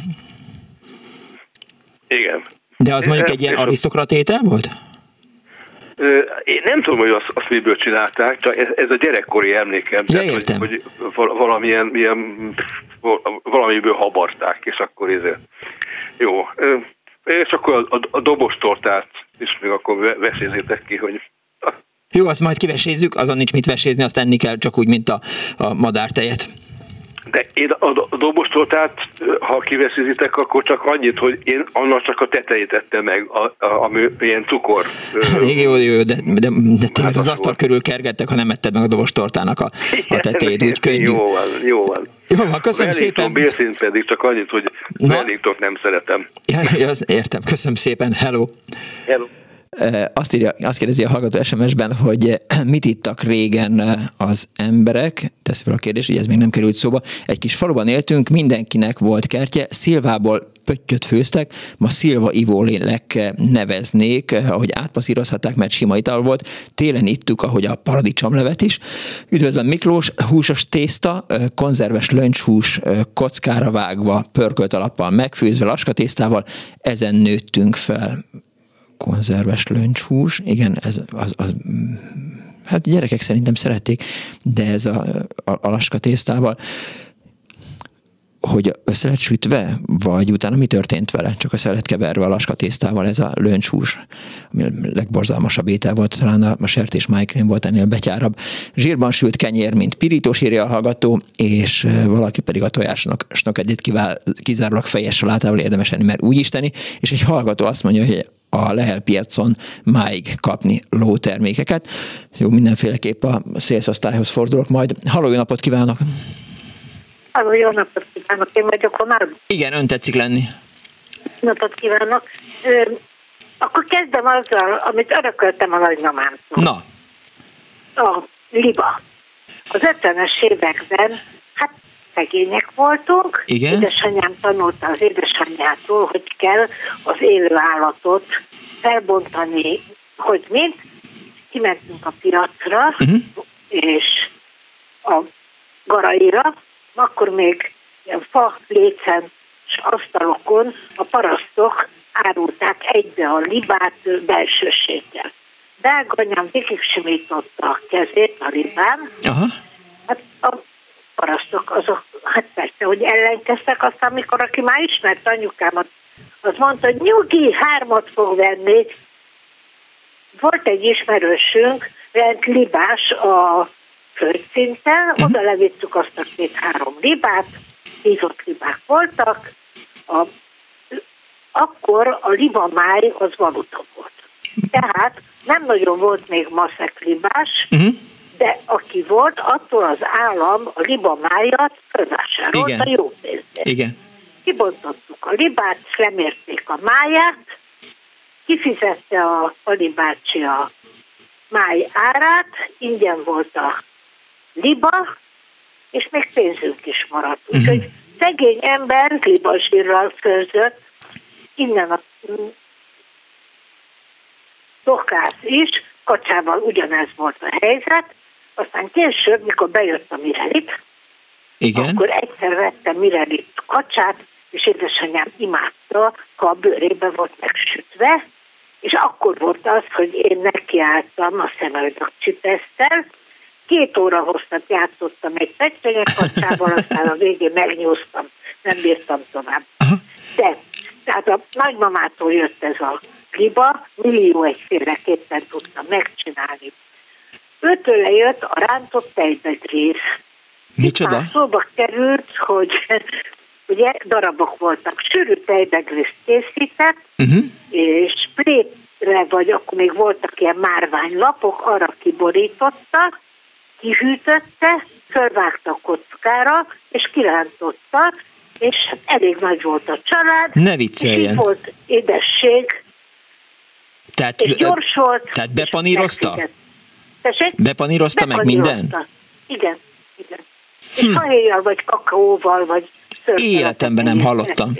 Igen. De az mondjuk egy ilyen arisztokrat étel volt? Én nem tudom, hogy azt, azt miből csinálták, csak ez, ez a gyerekkori emlékem. Ja, tehát, értem. Hogy, hogy valamilyen, ilyen, valamiből habarták, és akkor ez. Jó. És akkor a, a, a dobostortát is még akkor vesézzétek ki, hogy... Jó, azt majd kivesézzük, azon nincs mit vesézni, azt enni kell, csak úgy, mint a, a madártejet. De én a dobostortát, ha kiveszizitek, akkor csak annyit, hogy én annak csak a tetejét ettem meg, a, a, ami ilyen cukor. Jó, jó, de, de, de tényleg az asztal körül kergettek, ha nem etted meg a dobostortának a, a tetejét, úgy könnyű. Jó van, jó van. Jó van, köszönöm Wellington szépen. Bélszint pedig csak annyit, hogy Wellington nem szeretem. Ja, ja, értem, köszönöm szépen, hello. Hello. Azt, írja, azt kérdezi a hallgató es em es-ben, hogy mit ittak régen az emberek, tesz fel a kérdés, ugye ez még nem került szóba. Egy kis faluban éltünk, mindenkinek volt kertje, szilvából pöttyöt főztek, ma szilva ivólélek neveznék, ahogy átpasszírozhatták, mert sima ital volt. Télen ittuk, ahogy a paradicsomlevet is. Üdvözlöm Miklós, húsos tészta, konzerves löncshús kockára vágva, pörkölt alappal megfőzve, laskatésztával, ezen nőttünk fel. Konzerves löncshús, igen, ez az, az, hát gyerekek szerintem szerették, de ez a, a, a laskatésztával, hogy össze lett sütve, vagy utána mi történt vele? Csak össze lett keverve a laskatésztával ez a löncshús, ami a legborzalmasabb étel volt, talán a, a sertés májkrém volt ennél betyárabb. Zsírban sült kenyér, mint pirítós, írja a hallgató, és valaki pedig a tojásnak egyet kizárólag fejes salátával érdemes enni, mert úgy is tenni, és egy hallgató azt mondja, hogy a Lehel piacon máig kapni lótermékeket. Jó, mindenféleképp a szélszosztályhoz fordulok majd. Halló, jó napot kívánok! Halló, jó napot kívánok! Én vagyok Honárban. Igen, ön tetszik lenni. Napot kívánok! Ö, akkor kezdem azzal, amit örököltem a nagymamámtól. Na. A liba. Az ötvenes években, hát szegények voltunk. Igen? Édesanyám tanulta az édesanyjától, hogy kell az élő állatot felbontani, hogy mint. Kimentünk a piacra, uh-huh. és a Garaira, akkor még ilyen fa lécen és asztalokon a parasztok árulták egybe a libát belsőséggel. Belganyám végig simította a kezét a libán. Aha. Hát a parasztok azok, hát persze, hogy ellenkeztek, aztán amikor aki már ismert anyukámat, az mondta, hogy nyugi, hármat fog venni. Volt egy ismerősünk, rend libás a földszinten, uh-huh. oda levittük azt a két-három libát, hízott libák voltak, a, akkor a libamáj az valuta volt. Tehát nem nagyon volt még maszek libás, uh-huh. de aki volt, attól az állam a libamájat fölvásárolta jó pénzért. Igen. Kibontottuk a libát, lemérték a máját, kifizette a, a libácsi a máj árát, ingyen volt a liba, és még pénzünk is maradt. Uh-huh. Úgyhogy szegény ember libazsírral főzött, innen a tokász is, kacsával ugyanez volt a helyzet, aztán később, mikor bejött a mirelit, igen. akkor egyszer vettem mirelit kacsát, és édesanyám imádta, ha a bőrébe volt megsütve, és akkor volt az, hogy én nekiálltam a szemöldökcsitesztel, két óra hosszat játszottam egy pecsenyekacsával, aztán a végén megnyúztam, nem bírtam tovább. De, tehát a nagymamától jött ez a liba, millió egyféleképpen tudtam megcsinálni. Őtől lejött a rántott tejbedrész. Micsoda? Már szóba került, hogy ugye darabok voltak. Sűrű tejbedrészt készített, uh-huh. és plétre, vagy akkor még voltak ilyen márványlapok, arra kiborította, kihűtötte, fölvágta kockára, és kirántotta, és elég nagy volt a család. Ne vicceljen. És volt édesség, tehát, és gyors volt. Tehát bepanírozta? Tessék? Bepanírozta meg minden? Igen, igen. És hm. hahéjjal, vagy kakaóval, vagy életemben nem hallottam.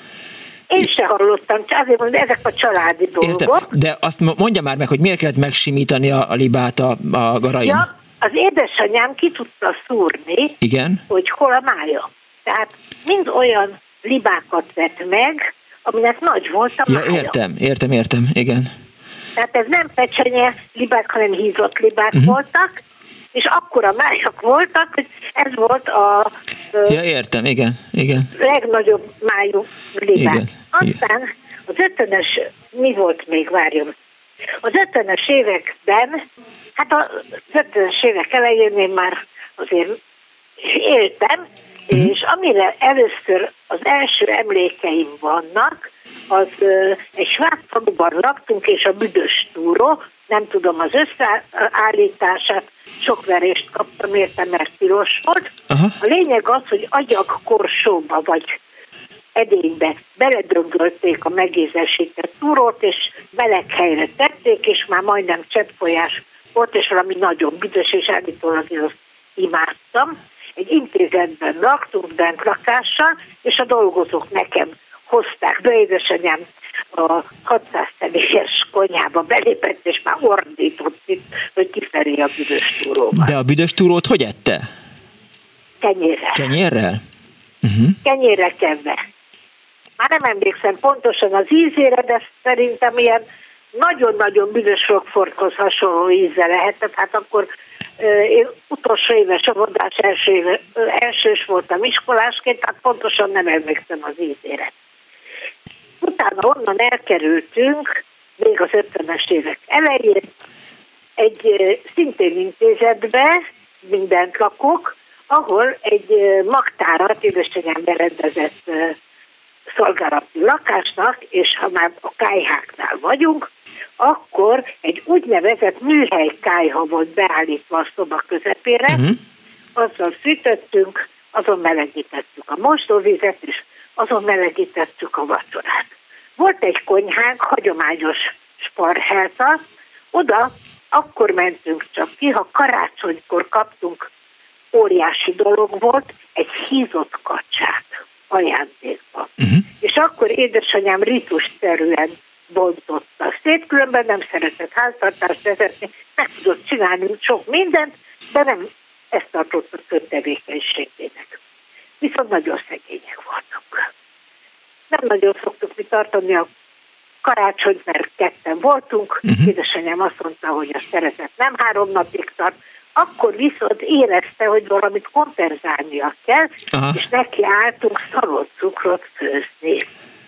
Én se hallottam, azért mondom, ezek a családi dolgok. Értem. De azt mondja már meg, hogy miért kellett megsimítani a, a libát a, a Garain? Ja, az édesanyám ki tudta szúrni, igen? hogy hol a mája. Tehát mind olyan libákat vett meg, aminek nagy volt a mája. Ja, értem, értem, értem, igen. Tehát ez nem pecsenye libák, hanem hízott libák uh-huh. voltak, és akkora májak voltak, hogy ez volt a ja, értem, igen, igen. legnagyobb májú libák. Igen, aztán igen. az ötvenes, mi volt még, várjon, az ötvenes években, hát az ötvenes évek elején én már azért éltem, uh-huh. és amire először az első emlékeim vannak, az egy sváb faluban laktunk, és a Büdös túró, nem tudom az összeállítását, sok verést kaptam érte, mert piros volt. Aha. A lényeg az, hogy agyag korsóba, vagy edénybe beledöngölték a megízesített túrót, és meleg helyre tették, és már majdnem cseppfolyás volt, és valami nagyon büdös, és állítólag én azt imádtam. Egy intézetben laktunk bent lakással, és a dolgozók nekem hozták be, édesanyám a hatszáz személyes konyhába belépett, és már ordított itt, hogy kifelé a büdös túróval. De a büdös túrót hogy ette? Kenyérrel. Kenyérrel? Uh-huh. Kenyérre kevve. Már nem emlékszem pontosan az ízére, de szerintem ilyen nagyon-nagyon büdös Roqueforthoz hasonló íze lehetett. Hát akkor euh, én utolsó éves óvodás első éve, elsős voltam iskolásként, tehát pontosan nem emlékszem az ízére. Utána onnan elkerültünk, még az ötvenes évek elején, egy szintén intézetbe, mindent lakok, ahol egy magtárat édesanyám berendezett szolgálati lakásnak, és ha már a kályháknál vagyunk, akkor egy úgynevezett műhely kályha volt beállítva a szoba közepére, uh-huh. azzal fűtöttünk, azon melegítettük a mosdóvizet, és azon melegítettük a vacsorát. Volt egy konyhánk, hagyományos sparhelta, oda akkor mentünk csak ki, ha karácsonykor kaptunk, óriási dolog volt, egy hízott kacsát ajándékba. Uh-huh. És akkor édesanyám ritusszerűen bontotta szét, különben nem szeretett háztartást vezetni, meg tudott csinálni sok mindent, de nem ezt tartott a kötevékenységének. Viszont nagyon szegények voltunk. Nem nagyon szoktuk mi tartani a karácsonyt, mert ketten voltunk, uh-huh. édesanyám azt mondta, hogy a szeretet nem három napig tart, akkor viszont érezte, hogy valamit kompenzálnia kell, aha. és neki álltunk szalott cukrot főzni.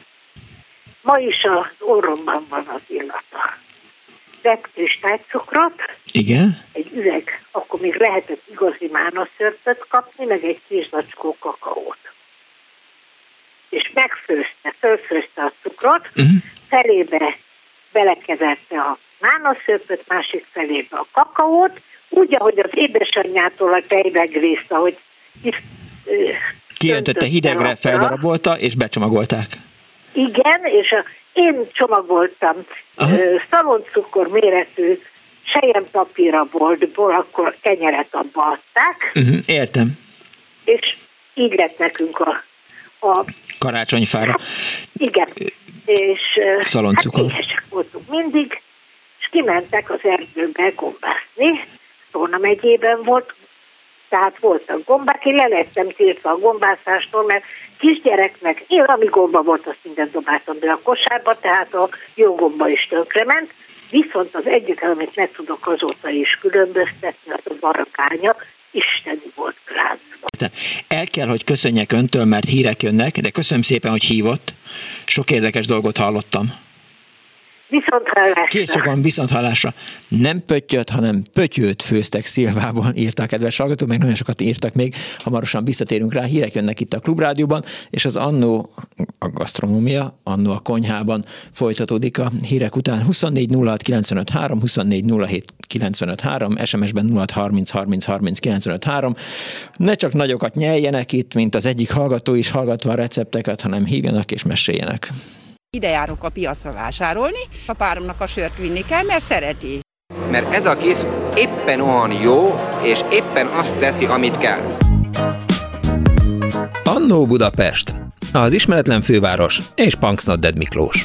Ma is az orromban van az illata. Vett kristálycukrot, igen. egy üveg, akkor még lehetett igazi mánaszörpöt kapni, meg egy kis zacskó kakaót. És megfőzte, fölfőzte a cukrot, uh-huh. felébe belekeverte a mánaszörpöt, másik felébe a kakaót, úgy, ahogy az édesanyjától a tejmegrészt, ahogy kiöntötte hidegre, feldarabolta, és becsomagolták. Igen, és a, én csomagoltam szaloncukor méretű selyempapír a boltból, akkor kenyeret abba adták. Uh-huh, értem. És így lett nekünk a... a karácsonyfára. Hát, igen, és szaloncukor. Hát éhesek voltunk mindig, és kimentek az erdőbe gombászni. Tolna megyében volt, tehát voltak gombák, én le lettem tiltva a gombászástól, mert kisgyereknek, én ami gomba volt, azt mindent dobáltam be a kosárba, tehát a jó gomba is tönkrement, viszont az egyetlen, amit meg tudok azóta is különböztetni, az a barakánya, isteni volt kláncban. El kell, hogy köszönjek öntől, mert hírek jönnek, de köszönöm szépen, hogy hívott. Sok érdekes dolgot hallottam. Viszonthallásra. Kész sokan, viszonthallásra. Nem pöttyöt, hanem pötyőt főztek Szilvában, írták kedves hallgatók, meg nagyon sokat írtak még. Hamarosan visszatérünk rá, hírek jönnek itt a Klubrádióban, és az annó a gasztronómia, annó a konyhában folytatódik a hírek után. huszonnégy nulla hat kilencvenöt három, huszonnégy nulla hét kilencvenöt három, es em es-ben nulla hat harminc harminc harminc kilencvenöt három. Ne csak nagyokat nyeljenek itt, mint az egyik hallgató is hallgatva a recepteket, hanem hívjanak és meséljenek. Ide járok a piacra vásárolni, a páromnak a sört vinni kell, mert szereti. Mert ez a kis éppen olyan jó, és éppen azt teszi, amit kell. Annó Budapest, az ismeretlen főváros és Punks Not Dead Miklós.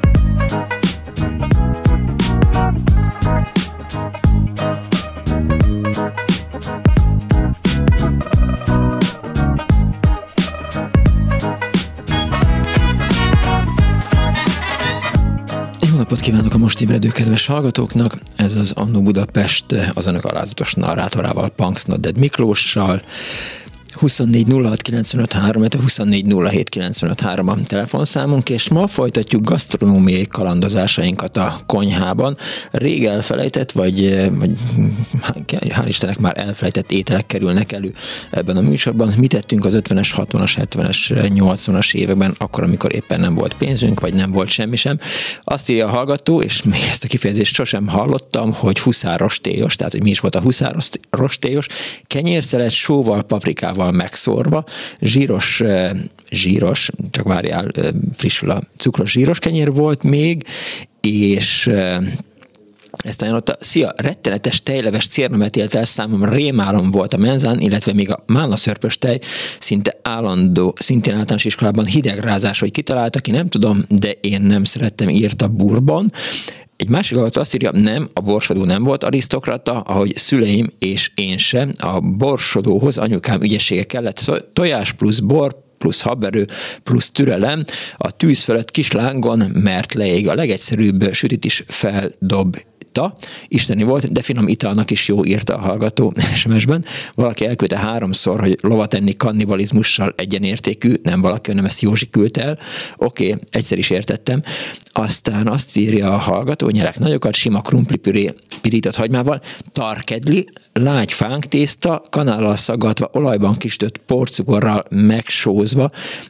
Napot kívánok a most ébredő kedves hallgatóknak, ez az Annó Budapest az önök alázatos narrátorával, Punks Not Dead Miklóssal. huszonnégy nulla hat kilencvenöt három, huszonnégy nulla hét kilencvenöt három a telefonszámunk, és ma folytatjuk gasztronómiai kalandozásainkat a konyhában. Rég elfelejtett, vagy, vagy hál' Istennek már elfelejtett ételek kerülnek elő ebben a műsorban. Mit tettünk az ötvenes, hatvanas, hetvenes, nyolcvanas években, akkor, amikor éppen nem volt pénzünk, vagy nem volt semmi sem. Azt írja a hallgató, és még ezt a kifejezést sosem hallottam, hogy huszárostélyos, tehát hogy mi is volt a huszárostélyos, kenyérszelet sóval, paprikával megszórva, zsíros zsíros, csak várjál, frissül a cukros zsíros kenyér volt még, és ezt ajánlotta. Szia, rettenetes tejleves cérnemet élt el, számomra rémálom volt a menzán, illetve még a málnaszörpös tej szinte állandó, szintén általános iskolában hidegrázás, hogy kitalálta ki, nem tudom, de én nem szerettem, írta Burban. Egy másik alatt azt írja, nem, a borsodó nem volt arisztokrata, ahogy szüleim és én sem. A borsodóhoz anyukám ügyessége kellett, tojás plusz bor, plusz habverő, plusz türelem, a tűz fölött kis lángon, mert leég, a legegyszerűbb sütit is feldob. Isteni volt, de finom italnak is jó, írta a hallgató es em es-ben. Valaki elküldte háromszor, hogy lovat enni kannibalizmussal egyenértékű, nem valaki, hanem ezt Józsi küldte el. Oké, okay, egyszer is értettem. Aztán azt írja a hallgató, nyelek nagyokat, sima krumplipüré pirított hagymával, tarkedli, lágy fánktészta, kanállal szaggatva, olajban kisütött porcukorral megsózva.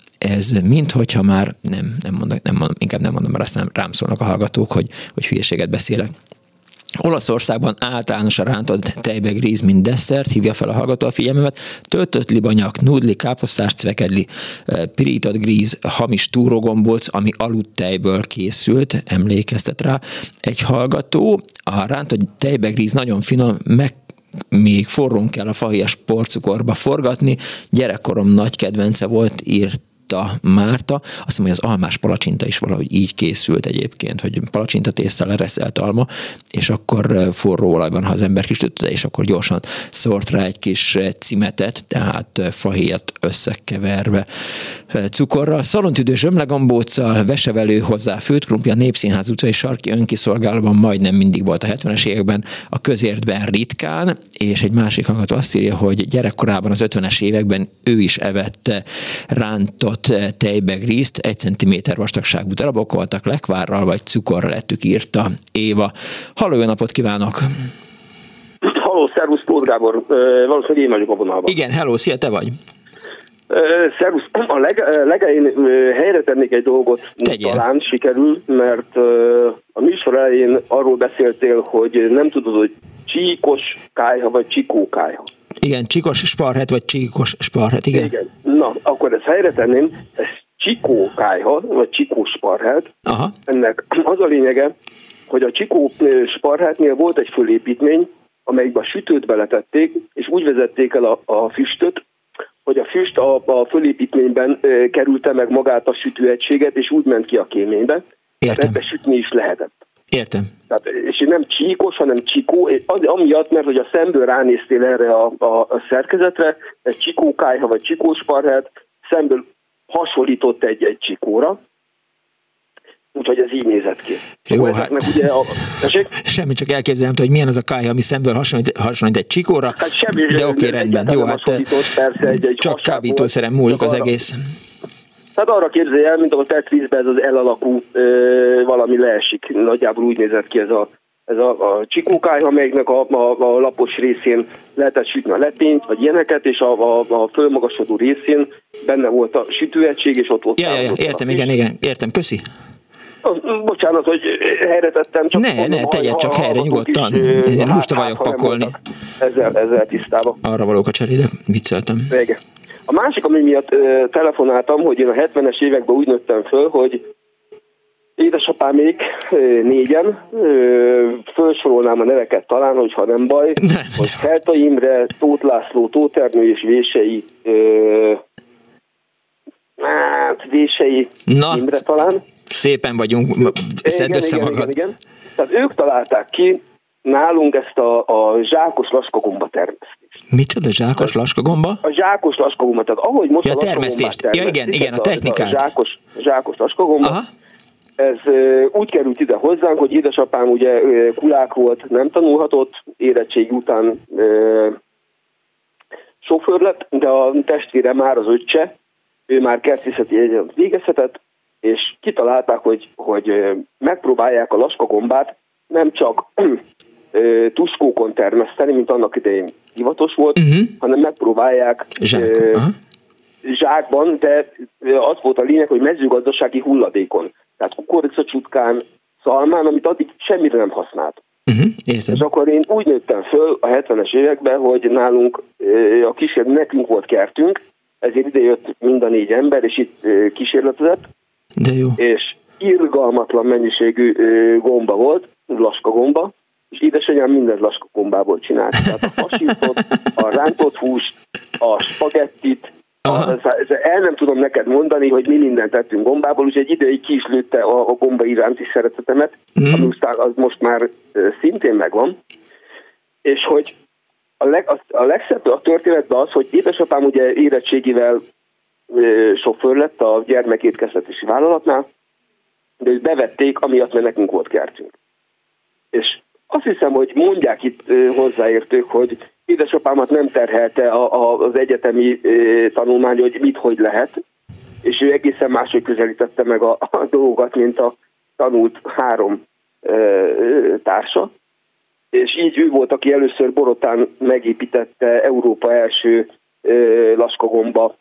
Ez minthogyha már, nem, nem mondom, nem mondom, inkább nem mondom, mert aztán rám szólnak a hallgatók, hogy, hogy hülyeséget beszélek. Olaszországban általános a rántott tejbe gríz, mint desszert, hívja fel a hallgató a figyelmemet, töltött libanyak, nudli, káposztás, cvekedli, pirított gríz, hamis túrógombóc, ami aludtejből készült, emlékeztet rá egy hallgató. A rántott tejbe gríz nagyon finom, meg még forrón kell a fahéjas porcukorba forgatni, gyerekkorom nagy kedvence volt, írt Márta. Azt hiszem, hogy az almás palacsinta is valahogy így készült egyébként, hogy palacsinta tészta, lereszelt alma, és akkor forró olajban, ha az ember kisütötte, és akkor gyorsan szórt rá egy kis cimetet, tehát fahéjat összekeverve cukorral. Szalontüdő zsömlegambóccal, vesevelő hozzá főtt krumpli, a Népszínház utcai sarki önkiszolgálóban majdnem mindig volt a hetvenes években, a közértben ritkán, és egy másik hallgató azt írja, hogy gyerekkorában az ötvenes években ő is evett rántott tejbegrízt, egy centiméter vastagságú darabok voltak, lekvárral vagy cukorral ettük, írta Éva. Halló, jó napot kívánok! Halló, szervusz, Tóth Gábor, valószínűleg én vagyok a vonalban. Igen, hello, szia, te vagy. Szervusz, a leg, legelején helyre tennék egy dolgot, Tegyél. Talán sikerül, mert a műsor elején arról beszéltél, hogy nem tudod, hogy csíkos kályha vagy csikó kályha. Igen, csíkos sparhet vagy csíkos sparhet, igen. Igen. Na, akkor ezt helyre tenném, ez csikó kályha, vagy csikó sparhet. Aha. Ennek az a lényege, hogy a csikó sparhetnél volt egy fölépítmény, amelyikben a sütőt beletették, és úgy vezették el a, a füstöt, hogy a füst a, a fölépítményben e, kerülte meg magát a sütőegységet, és úgy ment ki a kéménybe. Értem. Ebbe sütni is lehetett. Értem. Tehát, és nem csíkos, hanem csikó, az, amiatt, mert hogy a szemből ránéztél erre a, a, a szerkezetre, ez csikókályha vagy csikósparhet, szemből hasonlított egy-egy csikóra, úgyhogy ez így nézett ki. Jó, hát... ugye a... Semmi, csak elképzelem, hogy milyen az a kályha, ami szemből hasonlít, hasonlít egy csikóra, hát semmi, de oké, rendben. Jó, hát persze, egy, egy csak kábítószeren múlik az egész. Hát arra képzelj el, mint a Tetrisben ez az L alakú ö, valami leesik. Nagyjából úgy nézett ki ez a, ez a, a csikókályha, amelynek a, a, a lapos részén lehetett sütni a lepényt, vagy ilyeneket, és a, a, a fölmagasodó részén benne volt a sütőegység, és ott volt. Ja, ja, ja, értem, igen, igen, értem, köszi. Bocsánat, hogy helyre tettem. Csak ne, mondom, ne, tegyed csak helyre, nyugodtan. Is, Én lusta vagyok pakolni. Ezzel, ezzel tisztában. Arra valókat cserélek, vicceltem. Vége. A másik, ami miatt ö, telefonáltam, hogy én a hetvenes években úgy nőttem föl, hogy édesapámék ö, négyen, ö, felsorolnám a neveket talán, hogyha nem baj, nem, hogy Helta Imre, Tóth László, Tóth Ernő és Vései, ö, hát Vései Na, Imre talán. Szépen vagyunk, szedd össze magad. Igen, igen. Tehát ők találták ki nálunk ezt a, a zsákos laskagomba termesztést. Micsoda zsákos laskagomba? A zsákos laskagomba, tehát ahogy most ja, a termesztést. Ja, igen, igen, a technikát. A zsákos, zsákos laskagomba. Aha. Ez ö, úgy került ide hozzánk, hogy édesapám ugye ö, kulák volt, nem tanulhatott, érettség után ö, sofőr lett, de a testvére már az öccse, ő már kertészeti egyetemet végezhetett, és kitalálták, hogy, hogy megpróbálják a laskagombát nem csak tuskókon termeszteni, mint annak idején hivatos volt, uh-huh. hanem megpróbálják Zsák. ö, zsákban, de az volt a lényeg, hogy mezőgazdasági hulladékon. Tehát kukorica-csutkán, szalmán, amit addig semmire nem használt. Uh-huh. Értem. És akkor én úgy nőttem föl a hetvenes években, hogy nálunk a kísérlet, nekünk volt kertünk, ezért ide jött mind a négy ember, és itt kísérletezett. De jó. És irgalmatlan mennyiségű gomba volt, laska gomba, és édesanyám mindent laska gombából csinált. Tehát a fasírtot, a rántott húst, a spagettit, a, el nem tudom neked mondani, hogy mi mindent tettünk gombából, úgyhogy egy ideig ki is lőtte a, a gomba iránti szeretetemet, mm. ami az most már szintén megvan. És hogy a, leg, a, a legszebb a történetben az, hogy édesapám ugye érettségivel e, sofőr lett a gyermekétkeztetési vállalatnál, de őt bevették, amiatt, mert nekünk volt kertünk. És azt hiszem, hogy mondják itt e, hozzáértők, hogy édesapámat nem terhelte a, a, az egyetemi e, tanulmány, hogy mit, hogy lehet, és ő egészen máshogy közelítette meg a, a dolgokat, mint a tanult három e, társa. És így ő volt, aki először Borotán megépítette Európa első e, laskagomba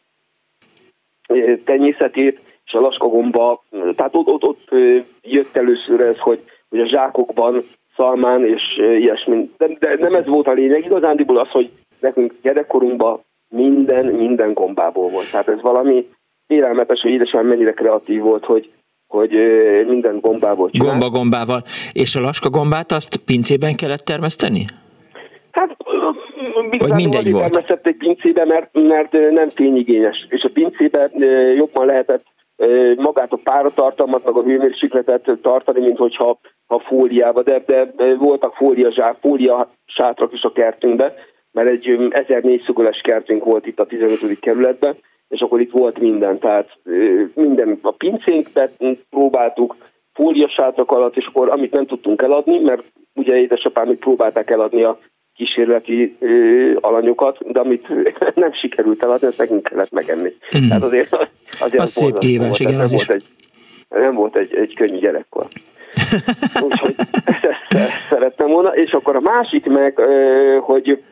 e, tenyészetét, és a laskagomba, tehát ott, ott, ott jött először ez, hogy, hogy a zsákokban szalmán és ilyesmi. De, de nem ez volt a lényeg, igazándiból az, hogy nekünk gyerekkorunkban minden, minden gombából volt. Tehát ez valami félelmetes, hogy édesanyám mennyire kreatív volt, hogy, hogy minden gombából csinált. Gomba gombával. És a laska gombát azt pincében kellett termeszteni? Hát, vagy mindegy volt? Termesztették pincébe, mert, mert nem fényigényes. És a pincébe jobban lehetett magát a páratartalmat, meg a hőmérsékletet tartani, mint hogyha a fóliába, de, de voltak fólia, fólia sátrak is a kertünkben, mert egy ezernégyszögöles kertünk volt itt a tizenötödik kerületben, és akkor itt volt minden, tehát minden a pincénkben próbáltuk fólia sátrak alatt, és akkor amit nem tudtunk eladni, mert ugye édesapám még próbálták eladni a kísérleti ö, alanyokat, de amit nem sikerült eladni, ezt nekünk kellett megenni. Mm. Tehát azért, azért az szép kívás, igen, az nem is. Volt egy, nem volt egy, egy könnyű gyerekkor. Úgyhogy ezt, ezt szerettem volna. És akkor a másik meg, ö, hogy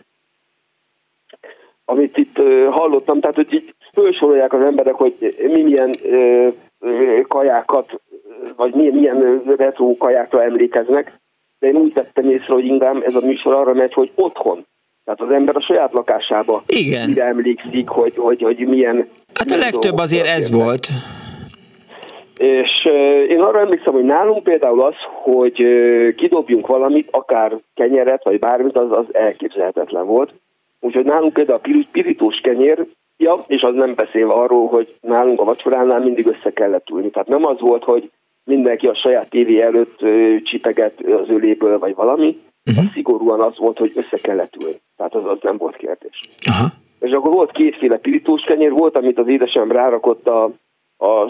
amit itt ö, hallottam, tehát hogy itt fölsorolják az emberek, hogy mi milyen ö, ö, kajákat, vagy milyen, milyen retro kajákra emlékeznek, de én úgy vettem észre, hogy inkább ez a műsor arra megy, hogy otthon. Tehát az ember a saját lakásába igen. Mire emlékszik, hogy, hogy, hogy milyen... Hát a legtöbb azért ez volt. És uh, én arra emlékszem, hogy nálunk például az, hogy uh, kidobjunk valamit, akár kenyeret, vagy bármit, az, az elképzelhetetlen volt. Úgyhogy nálunk például a pirítós kenyér, ja, és az nem beszélve arról, hogy nálunk a vacsoránál mindig össze kellett ülni. Tehát nem az volt, hogy mindenki a saját tévé előtt ö, csipeget az öléből, vagy valami. Uh-huh. Az szigorúan az volt, hogy össze kellett ülni. Tehát az, az nem volt kérdés. Uh-huh. És akkor volt kétféle pirítós kenyér, volt, amit az édesem rárakott a, a,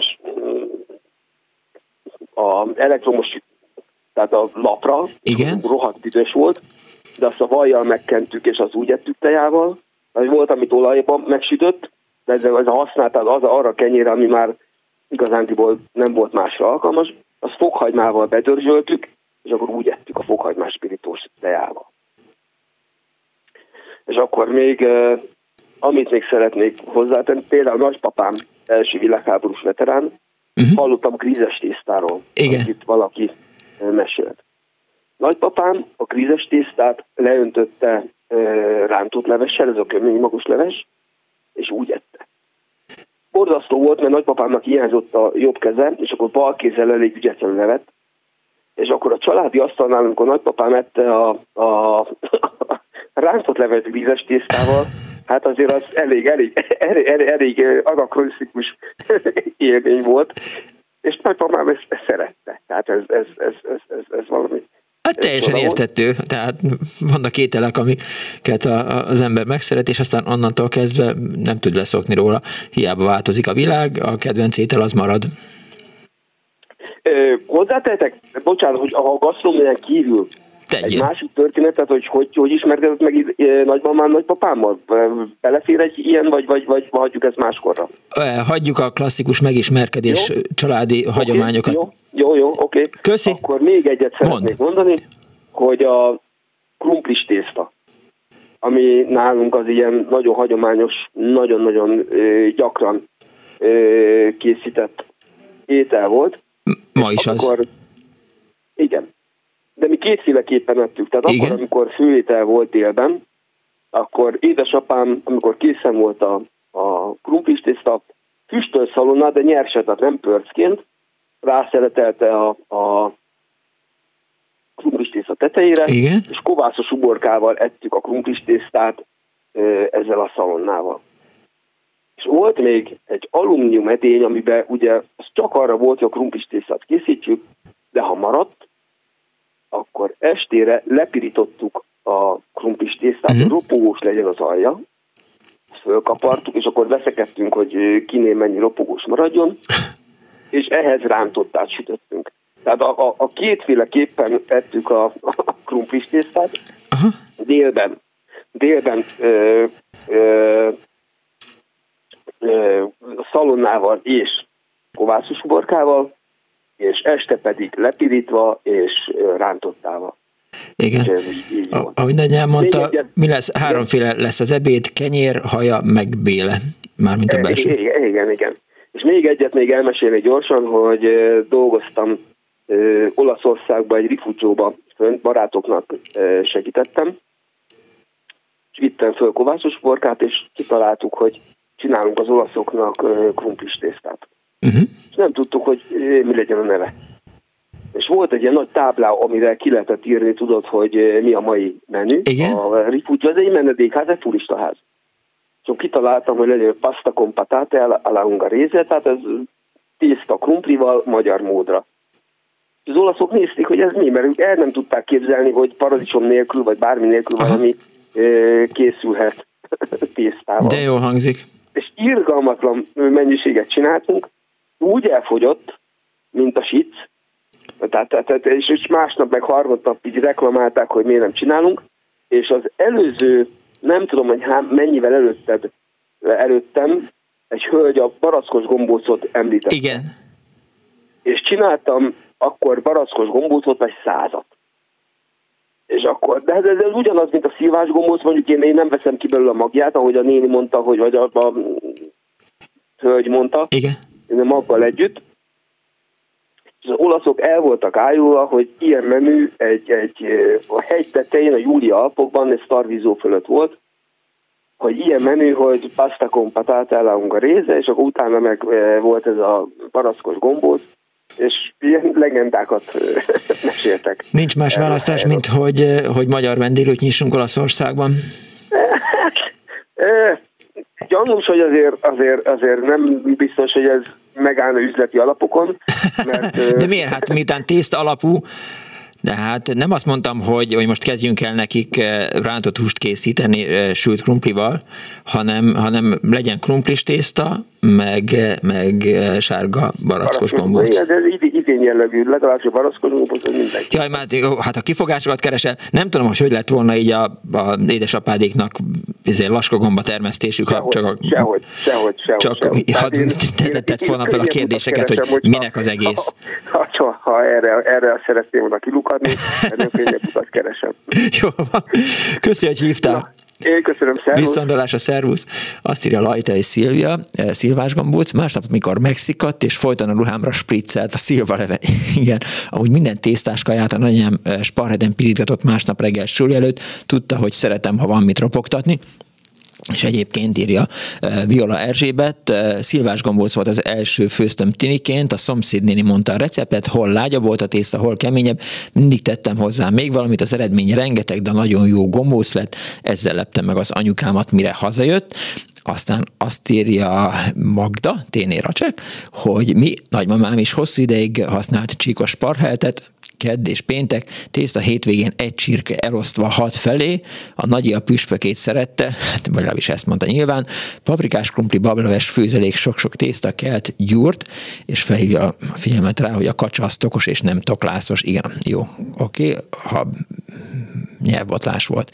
a elektromos, tehát a lapra. Igen. Rohadt büdös volt, de azt a vajjal megkentük, és az úgy ettük tejával. Vagy volt, amit olajban megsütött, de ez, ez a használtál az arra a kenyérre, ami már igazándiból nem volt másra alkalmas, azt fokhagymával bedörzsöltük, és akkor úgy ettük a fokhagymás pirítós tejával. És akkor még, eh, amit még szeretnék hozzátenni, például nagypapám első világháborús veterán, uh-huh. hallottam krízes tésztáról, igen. amit valaki eh, mesélt. Nagypapám a krízes tésztát leöntötte eh, rántott levessel, ez a kömény magos leves, és úgy ette. Borzasztó volt, mert nagypapámnak hiányzott a jobb keze, és akkor bal kézzel elég ügyetlenül evett, és akkor a családi asztalnál, amikor nagypapám ette a, a, a rántott leves vízes tésztával, hát azért az elég, elég, elég, elég, elég anakroniszikus élmény volt, és nagypapám ezt, ezt szerette. Tehát ez, ez, ez, ez, ez, ez valami... Hát teljesen érthető, tehát vannak ételek, amiket az ember megszeret, és aztán onnantól kezdve nem tud leszokni róla. Hiába változik a világ, a kedvenc étel az marad. Hozzátehetek, bocsánat, hogy a gasztronómián kívül Tegyél. Egy másik történetet, hogy hogy, hogy ismerkedett meg nagymamám, nagypapámmal? Belefér egy ilyen, vagy, vagy, vagy hagyjuk ezt máskorra? Hagyjuk a klasszikus megismerkedés jó? Családi okay, hagyományokat. Jó, jó, jó oké. Okay. Köszi. Akkor még egyet szeretnék Mond. mondani, hogy a krumplis tészta, ami nálunk az ilyen nagyon hagyományos, nagyon-nagyon ö, gyakran ö, készített étel volt. Ma is akkor, az. Igen. De mi kétféleképpen ettük. Tehát igen? akkor, amikor főétel volt délben, akkor édesapám, amikor készen volt a, a krumplizstészta füstölt szalonna, de nyerset, tehát nem pörcként, rászeletelte a, a krumplizstészta tetejére, igen? És kovászos uborkával ettük a krumplizstésztát ezzel a szalonnával. És volt még egy alumínium edény, amiben ugye az csak arra volt, hogy a krumplizstésztát készítjük, de ha maradt, akkor estére lepirítottuk a krumplizstésztát, uh-huh. hogy ropogós legyen az alja, ezt fölkapartuk, és akkor veszekedtünk, hogy kinél mennyi ropogós maradjon, és ehhez rántottát sütöttünk. Tehát a, a, a kétféleképpen ettük a, a krumplizstésztát, uh-huh. délben, délben ö, ö, ö, szalonnával és kovászos uborkával, és este pedig lepirítva és rántottával. Igen. A, ahogy nagyján mondta, egyet, mi lesz? Háromféle lesz az ebéd, kenyér, haja, meg béle. Mármint a belső. Igen, igen, igen. És még egyet még elmesélni gyorsan, hogy dolgoztam ö, Olaszországban, egy rifugyóba, barátoknak ö, segítettem, és vittem föl kovászos uborkát, és kitaláltuk, hogy csinálunk az olaszoknak ö, krumplizstésztát. Uh-huh. És nem tudtuk, hogy mi legyen a neve. És volt egy ilyen nagy táblá, amire ki lehetett írni, tudod, hogy mi a mai menü. Igen? A rifugyó, ez egy menedékház, egy turistaház. És kitaláltam, hogy legyen pasta con patate alla ungherese, tehát ez tészta krumplival magyar módra. És az olaszok nézték, hogy ez mi, mert ők el nem tudták képzelni, hogy paradicsom nélkül, vagy bármi nélkül valami készülhet tésztával. De jól hangzik. És irgalmatlan mennyiséget csináltunk, úgy elfogyott, mint a sic, tehát, tehát, és másnap meg harmadnap így reklamálták, hogy miért nem csinálunk, és az előző, nem tudom, hogy há, mennyivel előtted, előttem, egy hölgy a barackos gombócot említett. Igen. És csináltam akkor barackos gombócot, vagy százat. És akkor, de ez, ez, ez ugyanaz, mint a szilvás gombóc, mondjuk én, én nem veszem ki belőle a magját, ahogy a néni mondta, hogy, vagy a, a hölgy mondta. Igen. Én a maggal együtt. És az olaszok el voltak ájulva, hogy ilyen menü egy, egy a hegy tetején, a Júlia Alpokban, ez Starvizó fölött volt, hogy ilyen menü, hogy pasta con patate alla ungherese, és akkor utána meg volt ez a barackos gombóc, és ilyen legendákat meséltek. Nincs más választás, mint hogy, hogy magyar vendéglőt nyissunk Olaszországban? Gyanús, hogy azért, azért, azért nem biztos, hogy ez megállna üzleti alapokon. Mert, de miért? Hát miután tészta alapú, de hát nem azt mondtam, hogy, hogy most kezdjünk el nekik rántott húst készíteni sült krumplival, hanem, hanem legyen krumplis tészta, meg, meg sárga barackos gombóc. Igen, de ez idén jellegű, legalább a barackos gombóc, hogy mindenki. Jaj, már, jó, hát ha kifogásokat keresel, nem tudom, hogy hogy lett volna így a, a édesapádéknak laskagomba termesztésük. Sehogy, csak a, sehogy, sehogy, sehogy. Csak sehogy. ha tett volna fel a kérdéseket, keresem, hogy minek az egész. Ha, ha, ha erre, erre szeretném volna kilukadni, ennél fényekutat keresem. Jó van. Köszi, hogy hívtál. Na. Én köszönöm, szervusz. Visszandolás a szervusz. Azt írja Lajta és Szilvia, szilvás gombóc, másnap, mikor megszikadt, és folyton a ruhámra spriccelt a szilvaleve. Igen, amúgy minden tésztás kaját a nagyanyám sparheden pirítgatott másnap reggel suli előtt, tudta, hogy szeretem, ha van mit ropogtatni. És egyébként írja Viola Erzsébet, szilvás gombóc volt az első főztöm tiniként, a szomszédnéni mondta a receptet, hol lágyabb volt a tészta, hol keményebb, mindig tettem hozzá még valamit, az eredmény rengeteg, de nagyon jó gombóc lett, ezzel leptem meg az anyukámat, mire hazajött. Aztán azt írja Magda, Téné Racsek, hogy mi, nagymamám is hosszú ideig használt csíkos parheltet, kedd és péntek, tészta hétvégén egy csirke elosztva hat felé, a nagyi a püspökét szerette, hát vagy legalábbis ezt mondta nyilván, paprikás, krumpli, bableves főzelék, sok-sok tészta, kelt, gyúrt, és felhívja a figyelmet rá, hogy a kacsa az tokos és nem toklászos. Igen, jó, oké, okay, ha nyelvbotlás volt.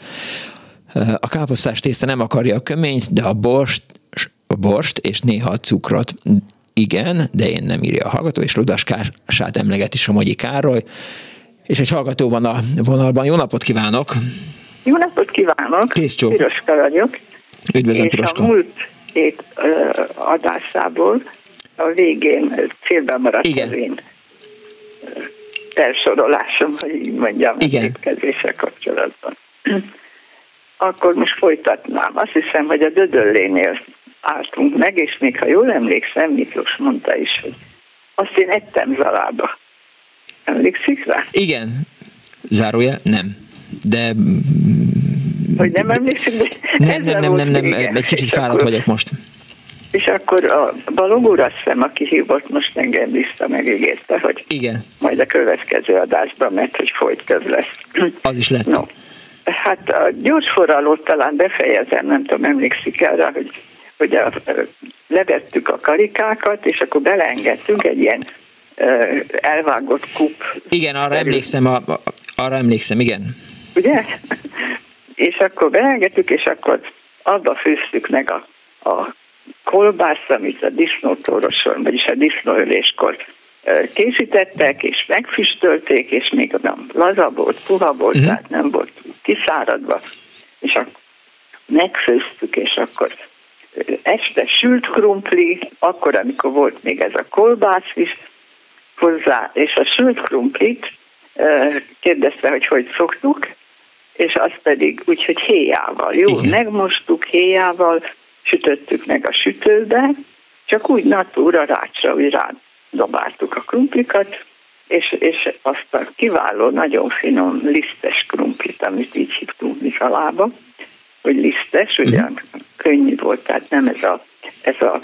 A káposztás tészta nem akarja a köményt, de a borst, a borst és néha a cukrot. Igen, de én nem, írja a hallgató, és Ludaskását emlegeti Somogyi Károly. És egy hallgató van a vonalban. Jó napot kívánok! Jó napot kívánok! Kész csók! Piroska vagyok. Üdvözlöm, Piroska! És a múlt hét uh, adásából a végén félben maradt az én uh, felsorolásom, hogy így mondjam, igen, a étkezéssel kapcsolatban. Akkor most folytatnám. Azt hiszem, hogy a Dödöllénél álltunk meg, és még ha jól emlékszem, Miklós mondta is, hogy azt én ettem Zalába. Emlékszik rá? Igen. Zárójel? Nem. De... Hogy nem emlékszik? Nem, nem, nem, nem, nem. Egy kicsit fáradt vagyok most. És akkor a Balogh úr, azt hiszem, aki hívott, most engem vissza megígérte, hogy igen. Majd a következő adásban, mert hogy folyt köz lesz. Az is lett. No. Hát a gyorsforralót talán befejezem, nem tudom, emlékszik arra, hogy, hogy a, levettük a karikákat, és akkor beleengedtünk egy ilyen uh, elvágott kup. Igen, arra erő. emlékszem, a, a, arra emlékszem, igen. Ugye? És akkor beleengedtük, és akkor abba főztük meg a, a kolbászt, amit a disznótóroson, vagyis a disznóöléskor készítettek, és megfüstölték, és még nem laza volt, puha volt, uh-huh. tehát nem volt kiszáradva, és akkor megfőztük, és akkor este sült krumpli, akkor, amikor volt még ez a kolbász is hozzá, és a sült krumplit kérdezte, hogy hogy szoktuk, és azt pedig úgy, hogy héjával. Jó, igen. Megmostuk héjával, sütöttük meg a sütőbe, csak úgy natúra rácsra, úgy rádobáltuk a krumplikat, és, és azt a kiváló, nagyon finom lisztes krumplit, amit így hívtunk mi Zalába, hogy lisztes, ugye uh-huh. könnyű volt, tehát nem ez a, ez a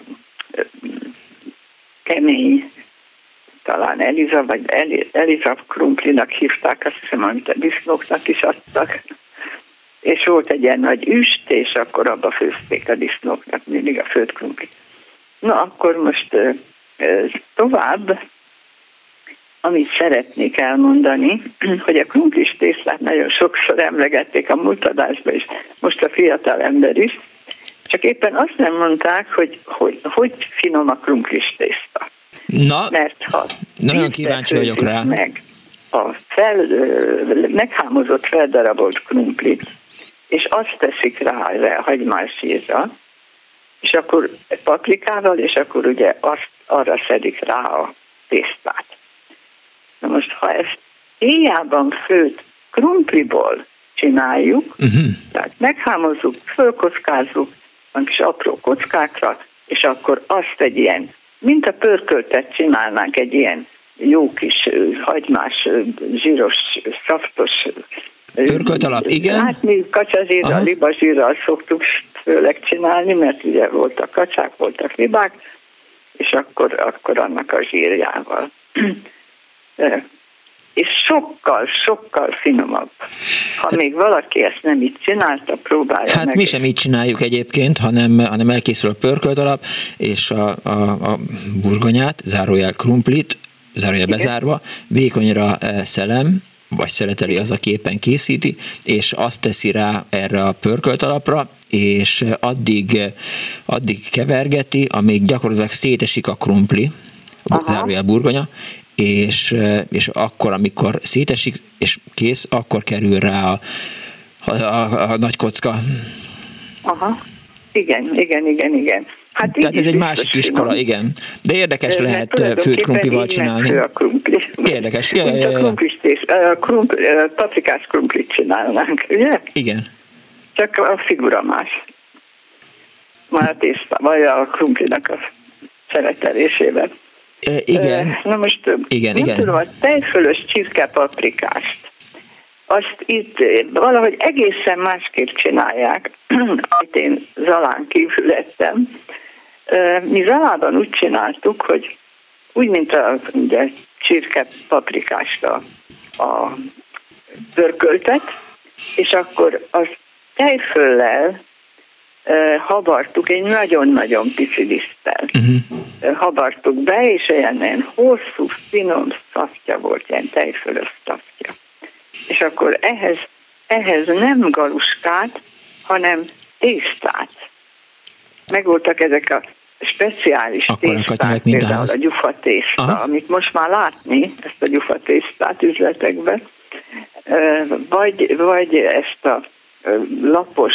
kemény, talán Eliza, vagy Eliza krumplinak hívták, azt hiszem, amit a disznóknak is adtak. És volt egy ilyen nagy üst, és akkor abba főzték a disznóknak mindig a főtt krumplit. Na, akkor most tovább, amit szeretnék elmondani, hogy a krumplis tésztát nagyon sokszor emlegették a múlt adásban is, most a fiatal ember is, csak éppen azt nem mondták, hogy hogy, hogy finom a krumplis tészta. Na, mert ha nagyon kíváncsi vagyok rá. Meg a fel, meghámozott feldarabolt krumplit, és azt teszik rá a hagymás zsírra, és akkor paprikával, és akkor ugye azt, arra szedik rá a tésztát. Na most, ha ezt éjjában főtt krumpliból csináljuk, uh-huh. tehát meghámozzuk, fölkockázzuk, van kis apró kockákra, és akkor azt egy ilyen, mint a pörköltet csinálnánk, egy ilyen jó kis hagymás, zsíros, szaftos pörkölt alap, igen. Hát mi kacsazsírral, libazsírral szoktuk főleg csinálni, mert ugye voltak kacsák, voltak libák, és akkor, akkor annak a zsírjával. És sokkal, sokkal finomabb. Ha Te... még valaki ezt nem így csinálta, próbálja hát meg. mi sem így csináljuk egyébként, hanem, hanem elkészül a pörkölt alap, és a, a, a burgonyát, zárójel krumplit, zárójel bezárva, vékonyra szelem, vagy szereteli az, aki éppen készíti, és azt teszi rá erre a pörkölt alapra, és addig, addig kevergeti, amíg gyakorlatilag szétesik a krumpli, zárójel burgonya, és, és akkor, amikor szétesik, és kész, akkor kerül rá a, a, a, a nagy kocka. Aha, igen, igen, igen, igen. Hát tehát ez egy másik iskola, igen. De érdekes de lehet főtt krumplival csinálni. A krumpli. Érdekes. Ja, ja, ja, ja. A krumplis, krumpli, paprikás krumplit csinálnánk, ugye? Igen. Csak a figura más. Már a tészta, vagy a krumplinak a szeretelésében. E, igen. Na most, igen, nem igen. tudom, a tejfölös csirke paprikást, azt itt valahogy egészen másképp csinálják, amit én Zalán kívül ettem. Mi Zalában úgy csináltuk, hogy úgy, mint a ugye, csirke paprikást a, a pörköltet, és akkor azt tejföllel habartuk egy nagyon-nagyon pici liszttel. Uh-huh. Habartuk be, és olyan, olyan hosszú, finom szafja volt, ilyen tejfölös szafja. És akkor ehhez, ehhez nem galuskát, hanem tésztát. Megvoltak ezek a speciális akkor tészták, például a gyufatészta, aha. amit most már látni, ezt a gyufatésztát üzletekben, vagy, vagy ezt a lapos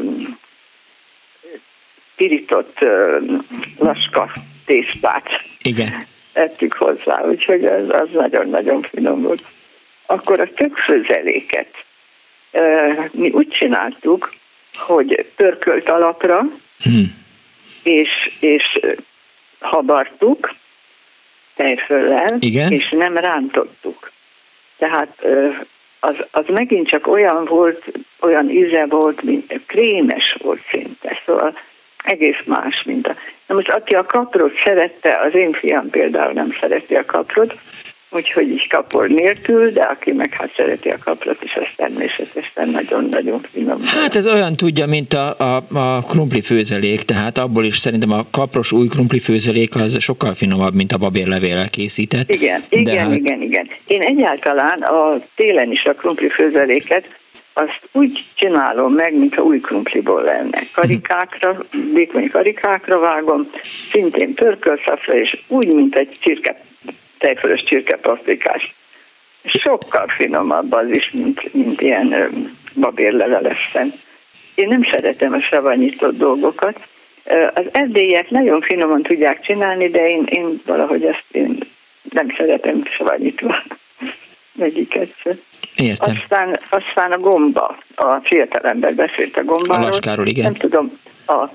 pirított laska tésztát igen. ettük hozzá, úgyhogy az, az nagyon-nagyon finom volt. Akkor a többfőzeléket mi úgy csináltuk, hogy pörkölt alapra, hmm. és, és habartuk tejföllel, igen? És nem rántottuk. Tehát az, az megint csak olyan volt, olyan íze volt, mint krémes volt szinte, szóval egész más, mint a... Na most aki a kaprot szerette, az én fiam például nem szereti a kaprot, úgyhogy így kapor nélkül, de aki meg hát szereti a kaprot, és az természetesen nagyon-nagyon finom. Hát ez olyan tudja, mint a, a, a krumpli főzelék, tehát abból is szerintem a kapros új krumpli főzelék az sokkal finomabb, mint a babérlevéllel készített. Igen, igen, hát... igen, igen. Én egyáltalán a télen is a krumpli főzeléket azt úgy csinálom meg, mintha új krumpliból lenne. Karikákra, vékony karikákra vágom, szintén pörkölszafra, és úgy, mint egy csirke, tejfölös csirkepaprikás. Sokkal finomabb az is, mint, mint ilyen babérlevelesen. Én nem szeretem a savanyított dolgokat. Az erdélyiek nagyon finoman tudják csinálni, de én, én valahogy ezt én nem szeretem savanyítva. Egyiket sem. Értem. Aztán, aztán a gomba. A fiatalember beszélt a gombáról. A laskáról, igen. Nem tudom, a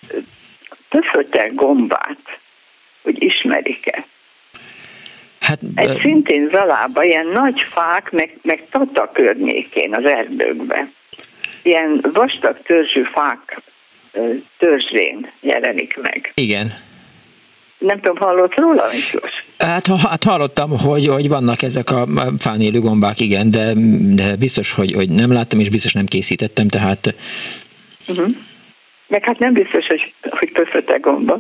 töfötek gombát, hogy ismerik-e? Hát, egy szintén Zalában ilyen nagy fák, meg, meg Tata környékén az erdőkben. Ilyen vastag törzsű fák törzsén jelenik meg. Igen. Nem tudom, hallott róla, Miklós? Hát, hát hallottam, hogy, hogy vannak ezek a fán élő gombák, igen, de, de biztos, hogy, hogy nem láttam, és biztos nem készítettem, tehát... Uh-huh. Meg hát nem biztos, hogy, hogy töfötek gomba.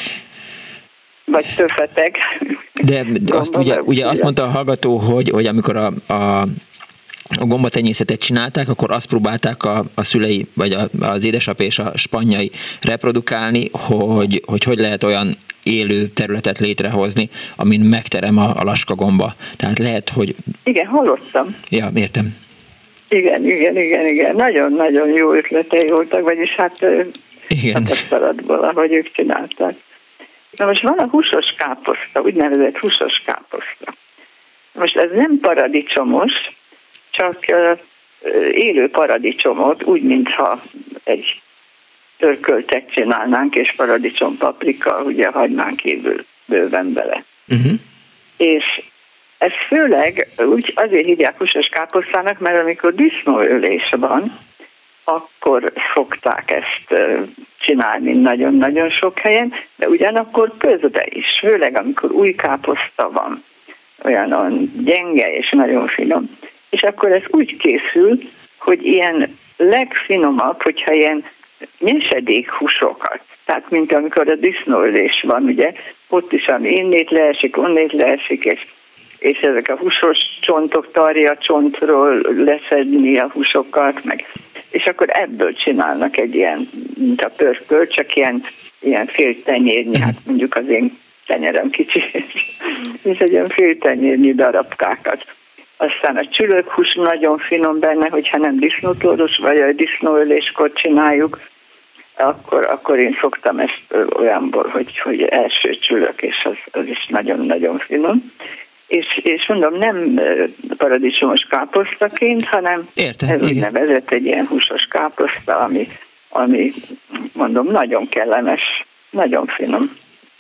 Vagy töfetek. De azt, ugye, ugye azt mondta a hallgató, hogy, hogy amikor a, a, a gombatenyészetet csinálták, akkor azt próbálták a, a szülei, vagy a, az édesapja és a spanyai reprodukálni, hogy, hogy hogy lehet olyan élő területet létrehozni, amin megterem a, a laskagomba. Tehát lehet, hogy... Igen, hallottam. Ja, értem. Igen, igen, igen, igen. Nagyon-nagyon jó ötletei voltak, vagyis hát tapasztalatból, ahogy ők csinálták. Na most van a húsos káposzta, úgynevezett húsos káposzta. Most ez nem paradicsomos, csak uh, élő paradicsomot, úgy, mintha egy törköltet csinálnánk, és paradicsom paprika, ugye hagymán kívül bőven bele. Uh-huh. És ez főleg úgy azért hívják húsos káposztának, mert amikor disznóölés van, akkor szokták ezt csinálni nagyon-nagyon sok helyen, de ugyanakkor közben is, főleg amikor új káposzta van, olyan gyenge és nagyon finom, és akkor ez úgy készül, hogy ilyen legfinomabb, hogyha ilyen nyesedék húsokat, tehát mint amikor a disznóölés van, ugye, ott is ami innét leesik, onnét leesik, és, és ezek a húsos csontok, tarja csontról leszedni a húsokat, meg és akkor ebből csinálnak egy ilyen, mint a pörköl, csak ilyen, ilyen fél tenyérnyi, hát mondjuk az én tenyerem kicsi, és egy ilyen fél tenyérnyi darabkákat. Aztán a csülökhús nagyon finom benne, hogyha nem disznótoros, vagy a disznóöléskor csináljuk, akkor, akkor én szoktam ezt olyanból, hogy, hogy első csülök, és az, az is nagyon-nagyon finom. És, és mondom, nem paradicsomos káposztaként, hanem Értem, ez úgynevezett egy ilyen húsos káposzta, ami, ami, mondom, nagyon kellemes, nagyon finom.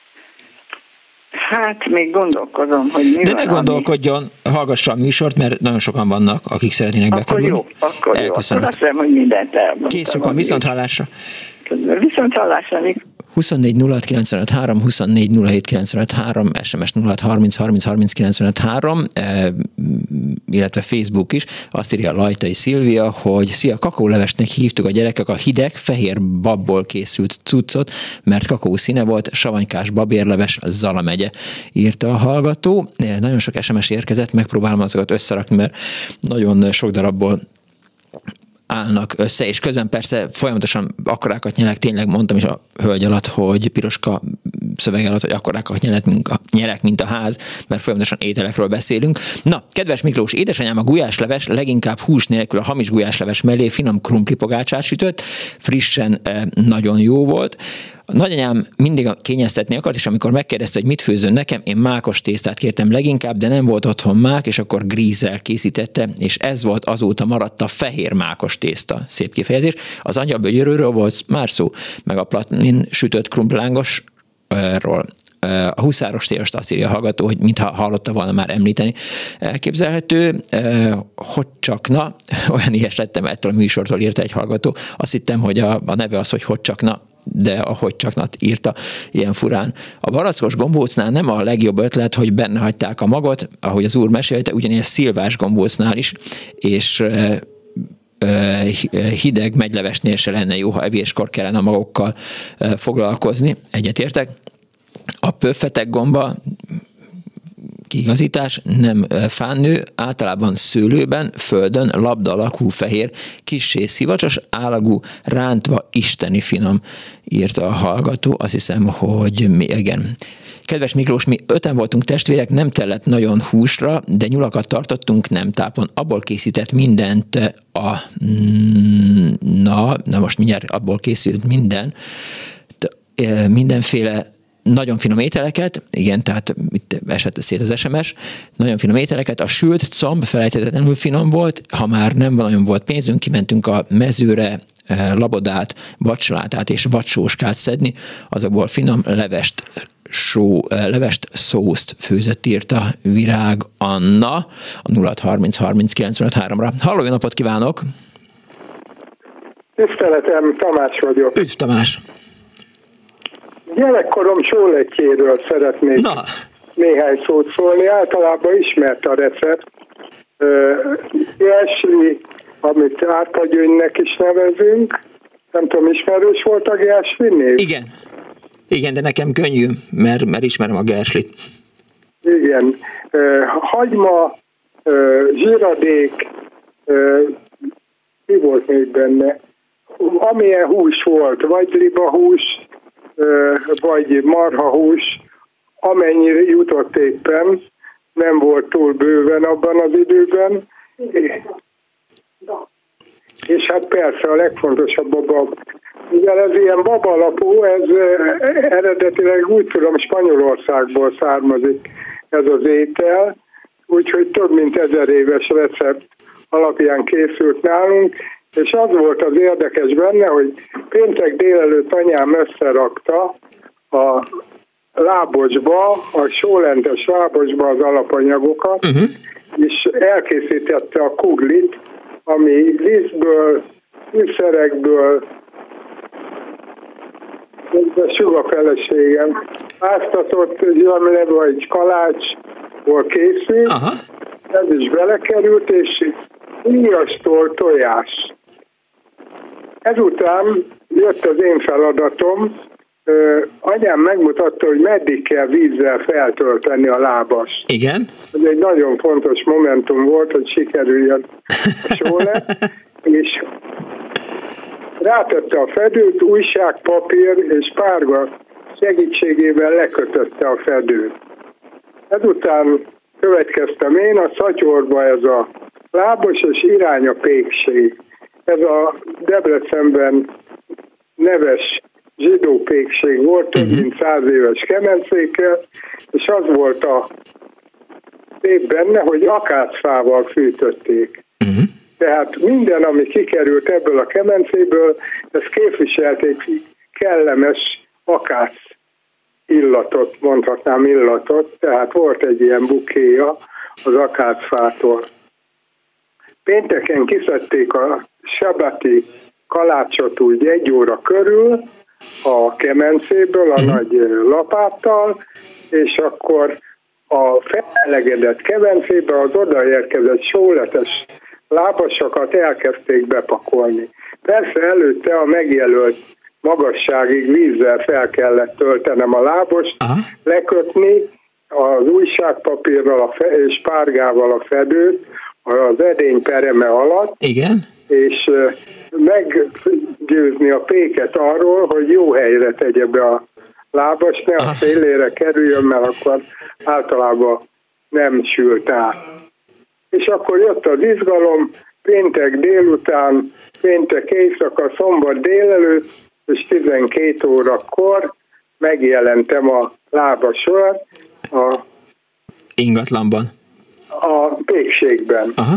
Hát még gondolkozom, hogy mi De van, ne gondolkodjon, ami... hallgassa a műsort, mert nagyon sokan vannak, akik szeretnének akkor bekerülni. Jó, akkor jó, akkor azt hiszem, hogy mindent elmondtam. Kész, van, viszont hallásra. Viszont hallásra, Mik. huszonnégy nulla hat kilencvenöt három, huszonnégy nulla hét kilencvenöt három, es em es nulla hat harminc harminc harminc kilencvenöt három, eh, illetve Facebook is. Azt írja Lajtai Szilvia, hogy szia, kakaólevesnek hívtuk a gyerekek a hideg, fehér babból készült cuccot, mert kakaó színe volt, savanykás babérleves, Zala megye, írta a hallgató. Eh, nagyon sok es em es érkezett, megpróbálom azokat összerakni, mert nagyon sok darabból állnak össze, és közben persze folyamatosan akkorákat nyelek, tényleg mondtam is a hölgy alatt, hogy Piroska szöveg alatt, hogy akkorákat nyelek, mint a, nyelek, mint a ház, mert folyamatosan ételekről beszélünk. Na, kedves Miklós, édesanyám a gulyásleves, leginkább hús nélkül a hamis gulyásleves mellé finom krumplipogácsát sütött, frissen nagyon jó volt. A nagyanyám mindig kényeztetni akart, és amikor megkérdezte, hogy mit főzön nekem, én mákos tésztát kértem leginkább, de nem volt otthon mák, és akkor grízzel készítette, és ez volt azóta maradt a fehér mákos tészta. Szép kifejezés. Az angyalbögyörőről volt már szó, meg a platin sütött krumplángosról. A Huszáros Tévast azt írja a hallgató, hogy mintha hallotta volna már említeni. Elképzelhető, hogy csak na, olyan ilyes lettem ettől a műsortól, írta egy hallgató. Azt hittem, hogy a, a neve az, hogy hogy csak na, de ahogy csak nat írta, ilyen furán. A barackos gombócnál nem a legjobb ötlet, hogy benne hagyták a magot, ahogy az úr mesélte, ugyanilyen szilvás gombócnál is, és hideg megylevesnél se lenne jó, ha evéskor kellene a magokkal foglalkozni. Egyetértek. A pöffetek gomba, kiigazítás, nem fánnő, általában szőlőben, földön, labda alakú fehér, kissé szivacsos, állagú, rántva, isteni finom, írta a hallgató. Azt hiszem, hogy mi, igen. Kedves Miklós, mi öten voltunk testvérek, nem tellett nagyon húsra, de nyulakat tartottunk nem tápon. Abból készített mindent a... Na, na most mindjárt abból készült minden. Mindenféle nagyon finom ételeket, igen, tehát itt esett szét az es em es, nagyon finom ételeket, a sült comb felejthetetlenül finom volt, ha már nem nagyon volt pénzünk, kimentünk a mezőre labodát, vadsalátát és vadsóskát szedni, azokból finom levest, só, levest szószt főzött, írta Virág Anna a nulla harminc harminc kilencvenöt háromra. Halló, jó napot kívánok! Tiszteletem, Tamás vagyok. Üdv, Tamás! Gyerekkorom sóletjéről szeretnék Na. néhány szót szólni. Általában ismert a recept. Jesli, amit árpagyöngynek is nevezünk. Nem tudom, ismerős volt a Gersli-név? Igen. Igen, de nekem könnyű, mert, mert ismerem a Gerslit. Igen. Hagyma, zsíradék, mi volt még benne? Amilyen hús volt, vagy libahús, vagy marhahús, amennyire jutott éppen, nem volt túl bőven abban az időben. És hát persze a legfontosabb baba, mivel ez ilyen babalapú, ez eredetileg úgy tudom Spanyolországból származik ez az étel, úgyhogy több mint ezer éves recept alapján készült nálunk, és az volt az érdekes benne, hogy péntek délelőtt anyám összerakta a lábosba, a sólentes lábosba az alapanyagokat, uh-huh. és elkészítette a kuglit, ami lisztből, fűszerekből, a suga feleségem áztatott zsömle vagy kalácsból készült, uh-huh. ez is belekerült, és íjastól tojás. Ezután jött az én feladatom, Ö, anyám megmutatta, hogy meddig kell vízzel feltölteni a lábast. Igen. Ez egy nagyon fontos momentum volt, hogy sikerüljön a sólet, és rátette a fedőt, újság, papír és párga segítségével lekötötte a fedőt. Ezután következtem én, a szatyorba ez a lábos és irány a pékség. Ez a Debrecenben neves zsidó pékség volt, több uh-huh. mint száz éves kemencékkel, és az volt a szép benne, hogy akácfával fűtötték. Uh-huh. Tehát minden, ami kikerült ebből a kemencéből, ez képviselt egy kellemes akác illatot, mondhatnám illatot, tehát volt egy ilyen bukéja az akácfától. Pénteken kiszedték a sabati kalácsot úgy egy óra körül a kemencéből, a nagy lapáttal, és akkor a felegedett kemencébe az odaérkezett sóletes lábasokat elkezdték bepakolni. Persze előtte a megjelölt magasságig vízzel fel kellett töltenem a lábost, aha. lekötni az újságpapírral a fe- és párgával a fedőt az edény pereme alatt, igen. és meggyőzni a péket arról, hogy jó helyre tegye be a lábas ne a szélére kerüljön, mert akkor általában nem sült át. És akkor jött az izgalom, péntek délután, péntek éjszaka, szombat délelőtt, és tizenkét órakor megjelentem a lábasor a ingatlanban. A pékségben. Aha.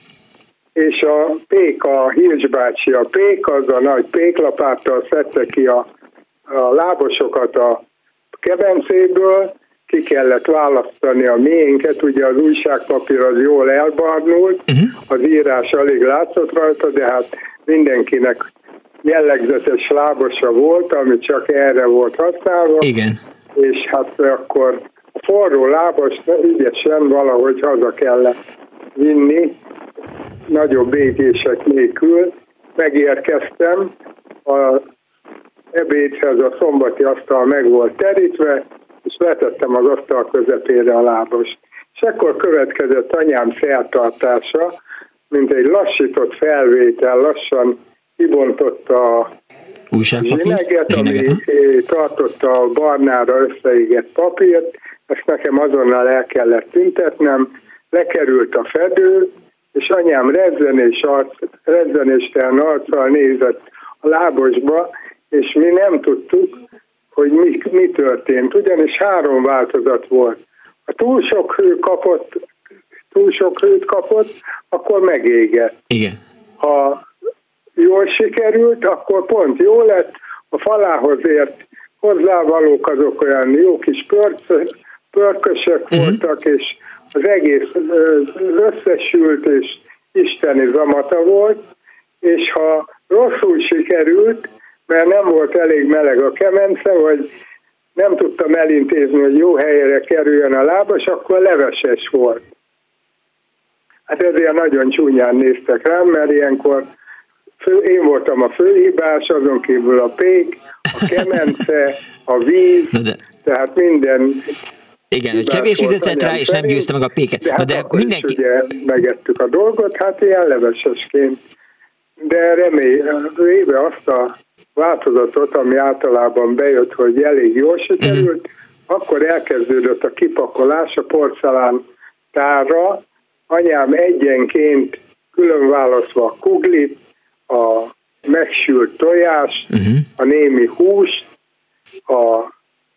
És a pék, a Hirsch bácsi, a pék, az a nagy péklapáttal szedte ki a, a lábasokat a kebencéből, ki kellett választani a miénket, ugye az újságpapír az jól elbarnult, uh-huh. az írás alig látszott rajta, de hát mindenkinek jellegzetes lábasa volt, ami csak erre volt használva. Igen. És hát akkor a forró lábast ügyesen valahogy haza kellett vinni, nagyobb égések nélkül. Megérkeztem, az ebédhez a szombati asztal meg volt terítve, és letettem az asztal közepére a lábast. És akkor következett anyám feltartása, mint egy lassított felvétel, lassan kibontotta a zsineget, ami tartotta a barnára összeégett papírt, ezt nekem azonnal el kellett tüntetnem, lekerült a fedő, és anyám rezzenés arc, rezzenéstelen arccal nézett a lábosba, és mi nem tudtuk, hogy mi, mi történt, ugyanis három változat volt. Ha túl sok hő kapott, túl sok hőt kapott, akkor megégett. Igen. Ha jól sikerült, akkor pont jó lett, a falához ért hozzávalók azok olyan jó kis pörc, pörkösök uh-huh. voltak, és az egész összesült, és isteni zamata volt, és ha rosszul sikerült, mert nem volt elég meleg a kemence, vagy nem tudtam elintézni, hogy jó helyre kerüljön a lábas, akkor leveses volt. Hát ezért nagyon csúnyán néztek rám, mert ilyenkor fő, én voltam a főhibás, azon kívül a pék, a kemence, a víz, de... tehát minden... Igen, hogy kevés vizet tett rá, és nem győzte meg a péket. De, Na hát de akkor mindenki... is ugye megettük a dolgot, hát ilyen levesesként. De remély, véve azt a változatot, ami általában bejött, hogy elég jól sikerült, uh-huh. akkor elkezdődött a kipakolás a porcelán tárra. Anyám egyenként külön választva a kuglit, a megsült tojást, uh-huh. a némi húst, a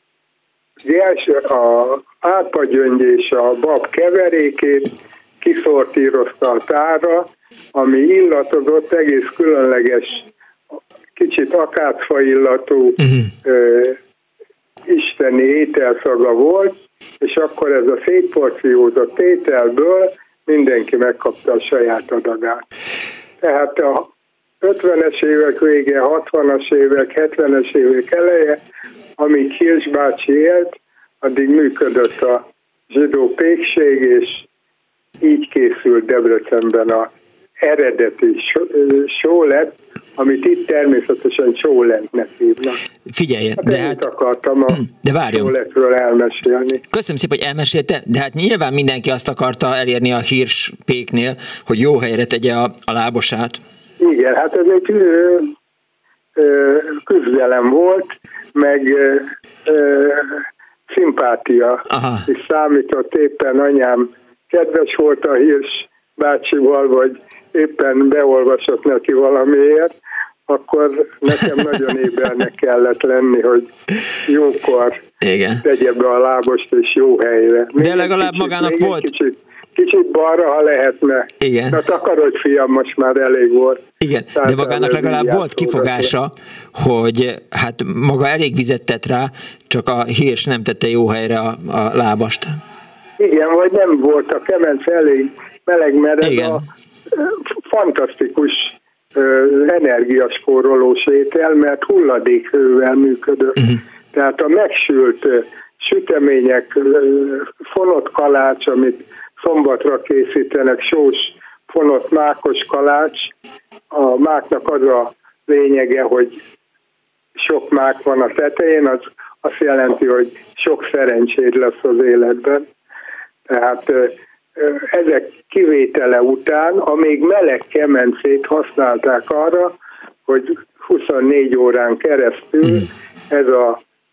a árpagyöngy és a bab keverékét kiszortírozta a tárra, ami illatozott, egész különleges, kicsit akácfa illatú uh-huh. ö, isteni ételszaga volt, és akkor ez a szétporciózott ételből mindenki megkapta a saját adagát. Tehát a ötvenes évek vége, hatvanas évek, hetvenes évek eleje, amíg Hirsch bácsi élt, addig működött a zsidó pékség, és így készült Debrecenben a eredeti sólent, amit itt természetesen sólentnek hívnak. Figyeljen, hát de hát... akartam a de várjunk. sólentről elmesélni. Köszönöm szépen, hogy elmesélte, de hát nyilván mindenki azt akarta elérni a Hirsch péknél, hogy jó helyre tegye a, a lábosát. Igen, hát ez egy ö, ö, küzdelem volt, meg ö, ö, szimpátia Aha. is számított. Éppen anyám kedves volt a Hirsch bácsival, vagy éppen beolvasott neki valamiért, akkor nekem nagyon ébernek kellett lenni, hogy jókor Igen. tegye be a lábost, és jó helyre. Még de legalább kicsit, magának volt... Kicsit, kicsit balra, ha lehetne. Igen. Na takarodj, fiam, most már elég volt. Igen, de magának legalább volt kifogása, hogy hát maga elég vizet tett rá, csak a Hirsch nem tette jó helyre a, a lábast. Igen, vagy nem volt a kemence elég meleg, mert ez a fantasztikus energiaspórolós étel, mert hulladékhővel működött. Uh-huh. Tehát a megsült sütemények, fonott kalács, amit szombatra készítenek, sós, fonott mákos kalács, a máknak az a lényege, hogy sok mák van a tetején, az azt jelenti, hogy sok szerencséd lesz az életben. Tehát ezek kivétele után a még meleg kemencét használták arra, hogy huszonnégy órán keresztül ez a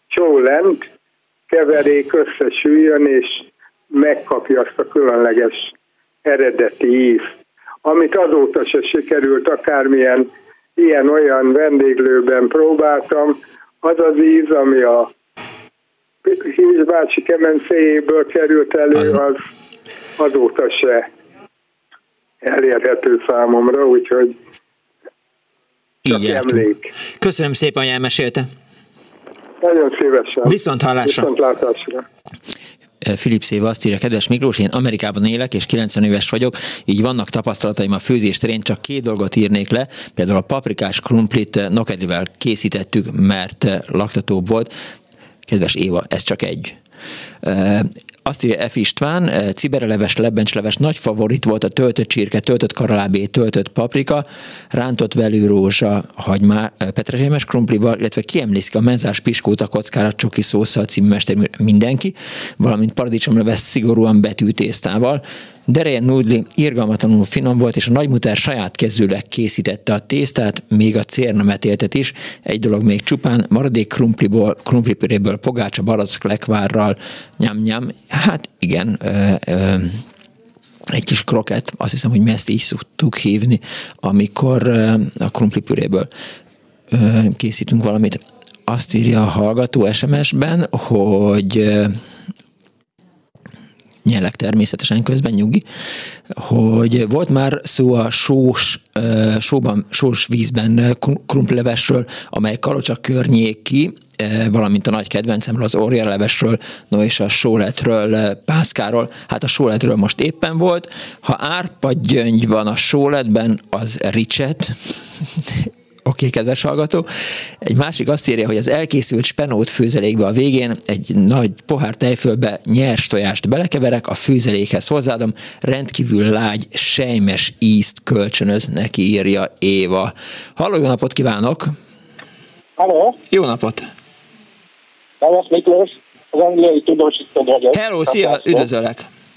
csólent keverék összesüljön, és megkapja azt a különleges eredeti ízt, amit azóta se sikerült, akármilyen ilyen-olyan vendéglőben próbáltam, az az íz, ami a Híz bácsi kemencéjéből került elő, az, az azóta se elérhető számomra, úgyhogy így emlék. Köszönöm szépen, hogy elmesélte. Nagyon szívesen. Viszont hallásra. Viszontlátásra. Filip Széva azt írja, kedves Miklós, én Amerikában élek, és kilencven éves vagyok, így vannak tapasztalataim a főzés terén, csak két dolgot írnék le, például a paprikás krumplit nokedivel készítettük, mert laktatóbb volt. Kedves Éva, ez csak egy. Azt írja F. István, cibereleves, lebbencsleves nagy favorit volt a töltött csirke, töltött karalábé, töltött paprika, rántott velőrózsa, hagymá, petrezselymes krumplival, illetve kiemlékszik a menzás piskóta kockára csoki szósszal című mester mindenki, valamint paradicsomleves szigorúan betűtésztával. Dereje nudli irgalmatlanul finom volt, és a nagymuter saját kezűleg készítette a tésztát, még a cérnametéltet is. Egy dolog még csupán, maradék krumpliból, krumplipüréből pogácsa, barack, lekvárral, nyam-nyam. Hát igen, ö, ö, egy kis krokett, azt hiszem, hogy mi ezt így szoktuk hívni, amikor ö, a krumplipüréből ö, készítünk valamit. Azt írja a hallgató es em es-ben, hogy... Ö, nyelek természetesen közben, nyugi, hogy volt már szó a sós, sóban, sós vízben krumplilevesről, amely Kalocsa környéki, valamint a nagy kedvencemről, az orrjalevesről, no és a sóletről, pászkáról. Hát a sóletről most éppen volt. Ha árpa gyöngy van a sóletben, az ricset. Oké, okay, kedves hallgató. Egy másik azt írja, hogy az elkészült spenót főzelékbe a végén egy nagy pohár tejfölbe nyers tojást belekeverek, a főzelékhez hozzáadom, rendkívül lágy, sejmes ízt kölcsönöz, neki írja Éva. Halló, jó napot kívánok! Halló! Jó napot! Hello, Miklós, az angliai tudósító vagyok. Hello, szia, üdvözöllek!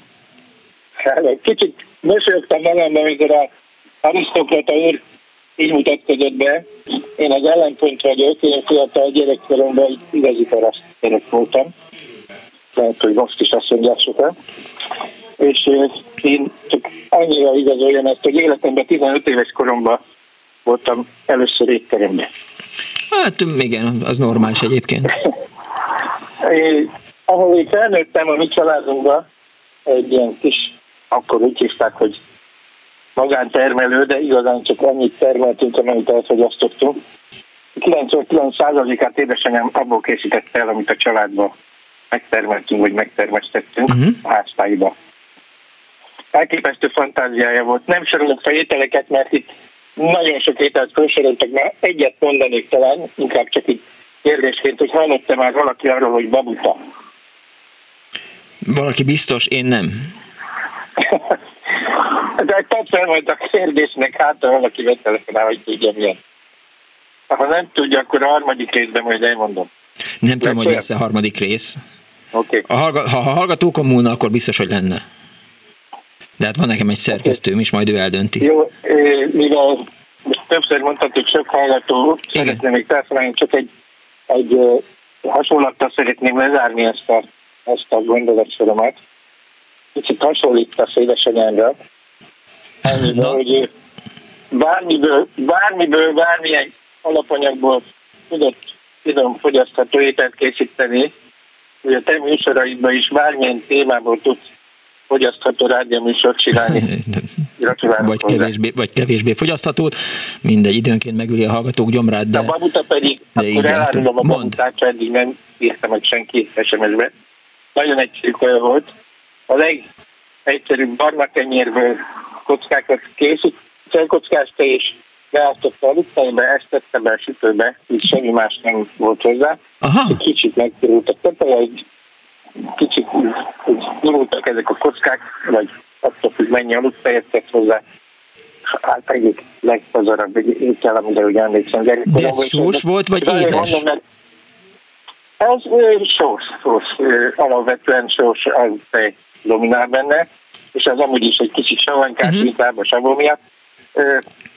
Kicsit mosolyogtam magamban, amikor a Arisztokrata úr így mutatkozott be. Én az ellenpont vagyok, én fiatal gyerekkoromban igazi paraszt gyerek voltam. Lehet, hogy most is azt mondják sokan. És én csak annyira igazoljam ezt, hogy életemben tizenöt éves koromban voltam először étteremben. Hát igen, az normális egyébként. Én, ahol én felnőttem a mi családunkban, egy ilyen kis, akkor úgy hívták, hogy magántermelő, de igazán csak annyit termeltünk, amennyit elfogyasztottunk. kilencvenkilenc százalékát édesanyám abból készítette el, amit a családban megtermeltünk, vagy megtermesztettünk uh-huh. a háztáiba. Elképesztő fantáziája volt. Nem sorolok fel ételeket, mert itt nagyon sok ételt felsoroltak, mert egyet mondanék talán, inkább csak itt kérdésként, hogy hallottam már valaki arról, hogy babuta. Valaki biztos, én nem. De tedd fel majd a kérdésnek, hát ha valaki betelefonál, hogy tudja milyen. Ha nem tudja, akkor a harmadik részben majd elmondom. Nem tudom, hogy lesz a harmadik rész. Okay. Ha, hallga- ha a hallgatókon múlna, akkor biztos, hogy lenne. De hát van nekem egy szerkesztőm is, majd ő eldönti. Jó, mivel többször mondhatjuk, sok hallgató, igen. Szeretném még telefonálni, csak egy, egy hasonlattal szeretném lezárni ezt a, ezt a gondolatsoromat. Kicsit hasonlít a édesanyámra. Annyira, hogy bármiből, bármiből, bármilyen alapanyagból tudott tudom fogyasztható ételt készíteni, hogy a te műsoraidban is bármilyen témából tudsz fogyasztható rádióműsort csinálni. Vagy kevésbé, vagy kevésbé fogyaszthatót, mindegy, időnként megüli a hallgatók gyomrát, de... A babuta pedig, akkor elárulom a babutát, eddig nem írtam meg senki es em es-be. Nagyon egyszerű kaja volt. A legegyszerűbb barnakenyérből kockákat készít, felkockázta és beáztotta a luktájba, ezt tette be a sütőbe, így semmi más nem volt hozzá. Aha. Egy kicsit megkerült a teteje, egy kicsit úgy nyúltak ezek a kockák, vagy attól függ mennyi aludfejet tett hozzá. Hát egyik legpazarabb étel, amire úgy emlékszem. De ez sós volt, vagy édes? Mondom, ez sós, sós, alapvetően sós aludfej dominál benne, és az amúgy is egy kicsit savanykás, uh-huh. inkább a savó miatt.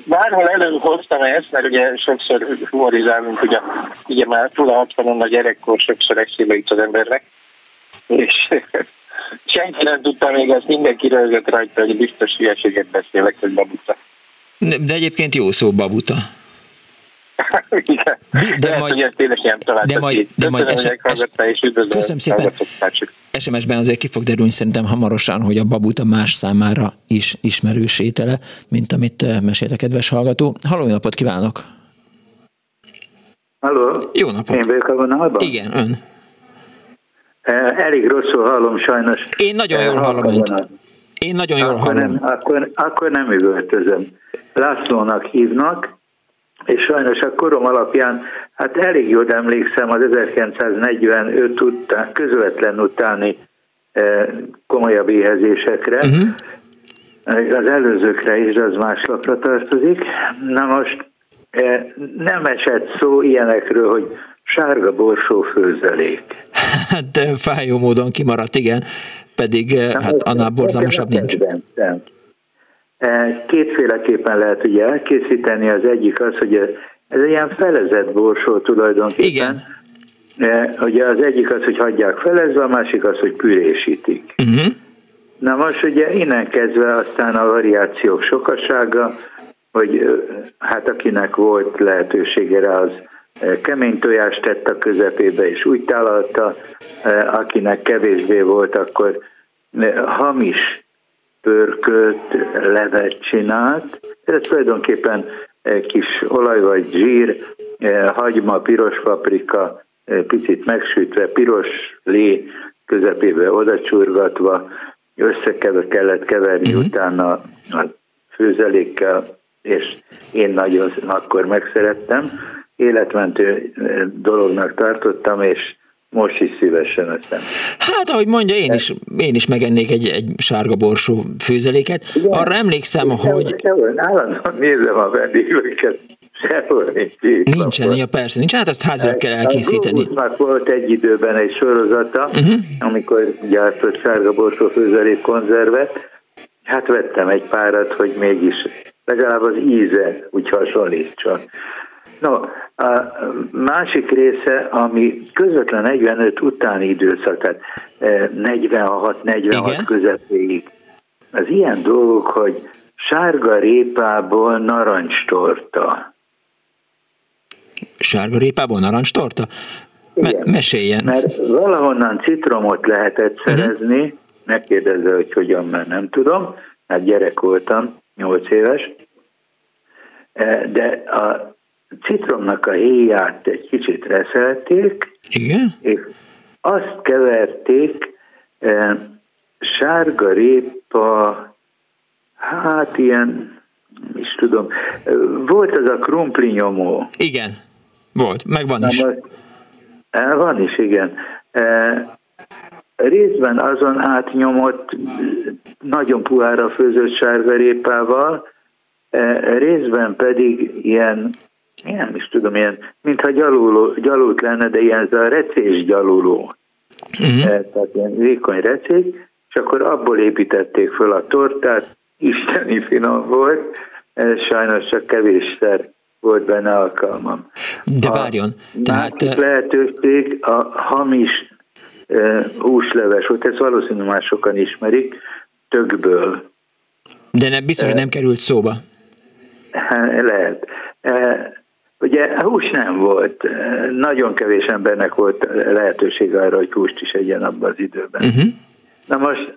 bárhol előbb hoztam ezt, mert ugye sokszor humorizálunk, hogy a, ugye már túl a hatvanon a gyerekkor sokszor eszébe jut az embernek, és senki nem tudta még ezt, mindenki röhögött rajta, hogy biztos hülyeséget beszélek, hogy babuta. De egyébként jó szó, babuta. Igen. De, de majd, hogy de majd, de majd es, es, köszönöm szépen. es em es-ben azért ki fog derülni szerintem hamarosan, hogy a babuta más számára is ismerős étele, mint amit mesélt a kedves hallgató. Halló, jó napot kívánok! Halló! Jó napot! Én vagyok a vonalban? Igen, ön. Elég rosszul hallom sajnos. Én nagyon jól hallom önt. Én nagyon jól akkor hallom. Nem, akkor, akkor nem üvöltözöm. Lászlónak hívnak, és sajnos a korom alapján, hát elég jól emlékszem az ezerkilencszáznegyvenöt után, közvetlen utáni eh, komolyabb éhezésekre, uh-huh. az előzőkre is, az más lapra tartozik. Na most eh, nem esett szó ilyenekről, hogy sárga borsó főzelék. Hát fájó módon kimaradt, igen, pedig Na, hát annál borzalmasabb nincs. Nem. Kétféleképpen lehet ugye elkészíteni, az egyik az, hogy ez egy ilyen felezett borsó tulajdonképpen. Igen. Ugye az egyik az, hogy hagyják felezve, a másik az, hogy pürésítik. Uh-huh. Na most ugye innen kezdve aztán a variációk sokasága, hogy hát akinek volt lehetősége rá, az kemény tojást tett a közepébe és úgy tálalta, akinek kevésbé volt, akkor hamis pörkölt levet csinált. Ez tulajdonképpen kis olaj vagy zsír, hagyma, piros paprika, picit megsütve, piros lé közepébe odacsurgatva, össze kellett keverni uh-huh. utána a főzelékkel, és én nagyon akkor megszerettem. Életmentő dolognak tartottam, és most is szívesen eszem. Hát, ahogy mondja, én is, én is megennék egy, egy sárga borsó főzeléket. Igen. Arra emlékszem, sehol, hogy... Sehol, állandóan nézem a vendégünket, sehol nincs. Nincsen, ja persze, nincs, hát azt házilag kell elkészíteni. A volt egy időben egy sorozata, uh-huh. amikor gyártott sárga borsó főzelék konzervet. Hát vettem egy párat, hogy mégis legalább az íze úgy hasonlítson. No, a másik része, ami közvetlen negyvenöt utáni időszak, tehát negyvenhat negyvenhat közepéig, az ilyen dolgok, hogy sárga répából narancstorta. Sárga répából narancstorta? Me- meséljen. Mert valahonnan citromot lehetett szerezni, uh-huh. megkérdezze, hogy hogyan, mert nem tudom, hát gyerek voltam, nyolc éves, de a citromnak a héját egy kicsit reszelték, igen? És azt keverték e, sárga répa, hát ilyen, is tudom, volt az a krumpli nyomó. Igen, volt, megvan is. Most, van is, igen. E, részben azon átnyomott, nagyon puhára főzött sárga répával, e, részben pedig ilyen nem is tudom, ilyen, mintha gyaluló, gyalult lenne, de ilyen ez a recés gyaluló. Uh-huh. Tehát ilyen vékony recés, és akkor abból építették föl a tortát, isteni finom volt, sajnos csak kevésszer volt benne alkalmam. De várjon, tehát... Másik lehetőség a hamis uh, húsleves volt, ezt valószínűleg már sokan ismerik, tökből. De nem, biztos, hogy nem került szóba. Lehet. Ugye hús nem volt, nagyon kevés embernek volt lehetőség arra, hogy húst is egyen abban az időben. Uh-huh. Na most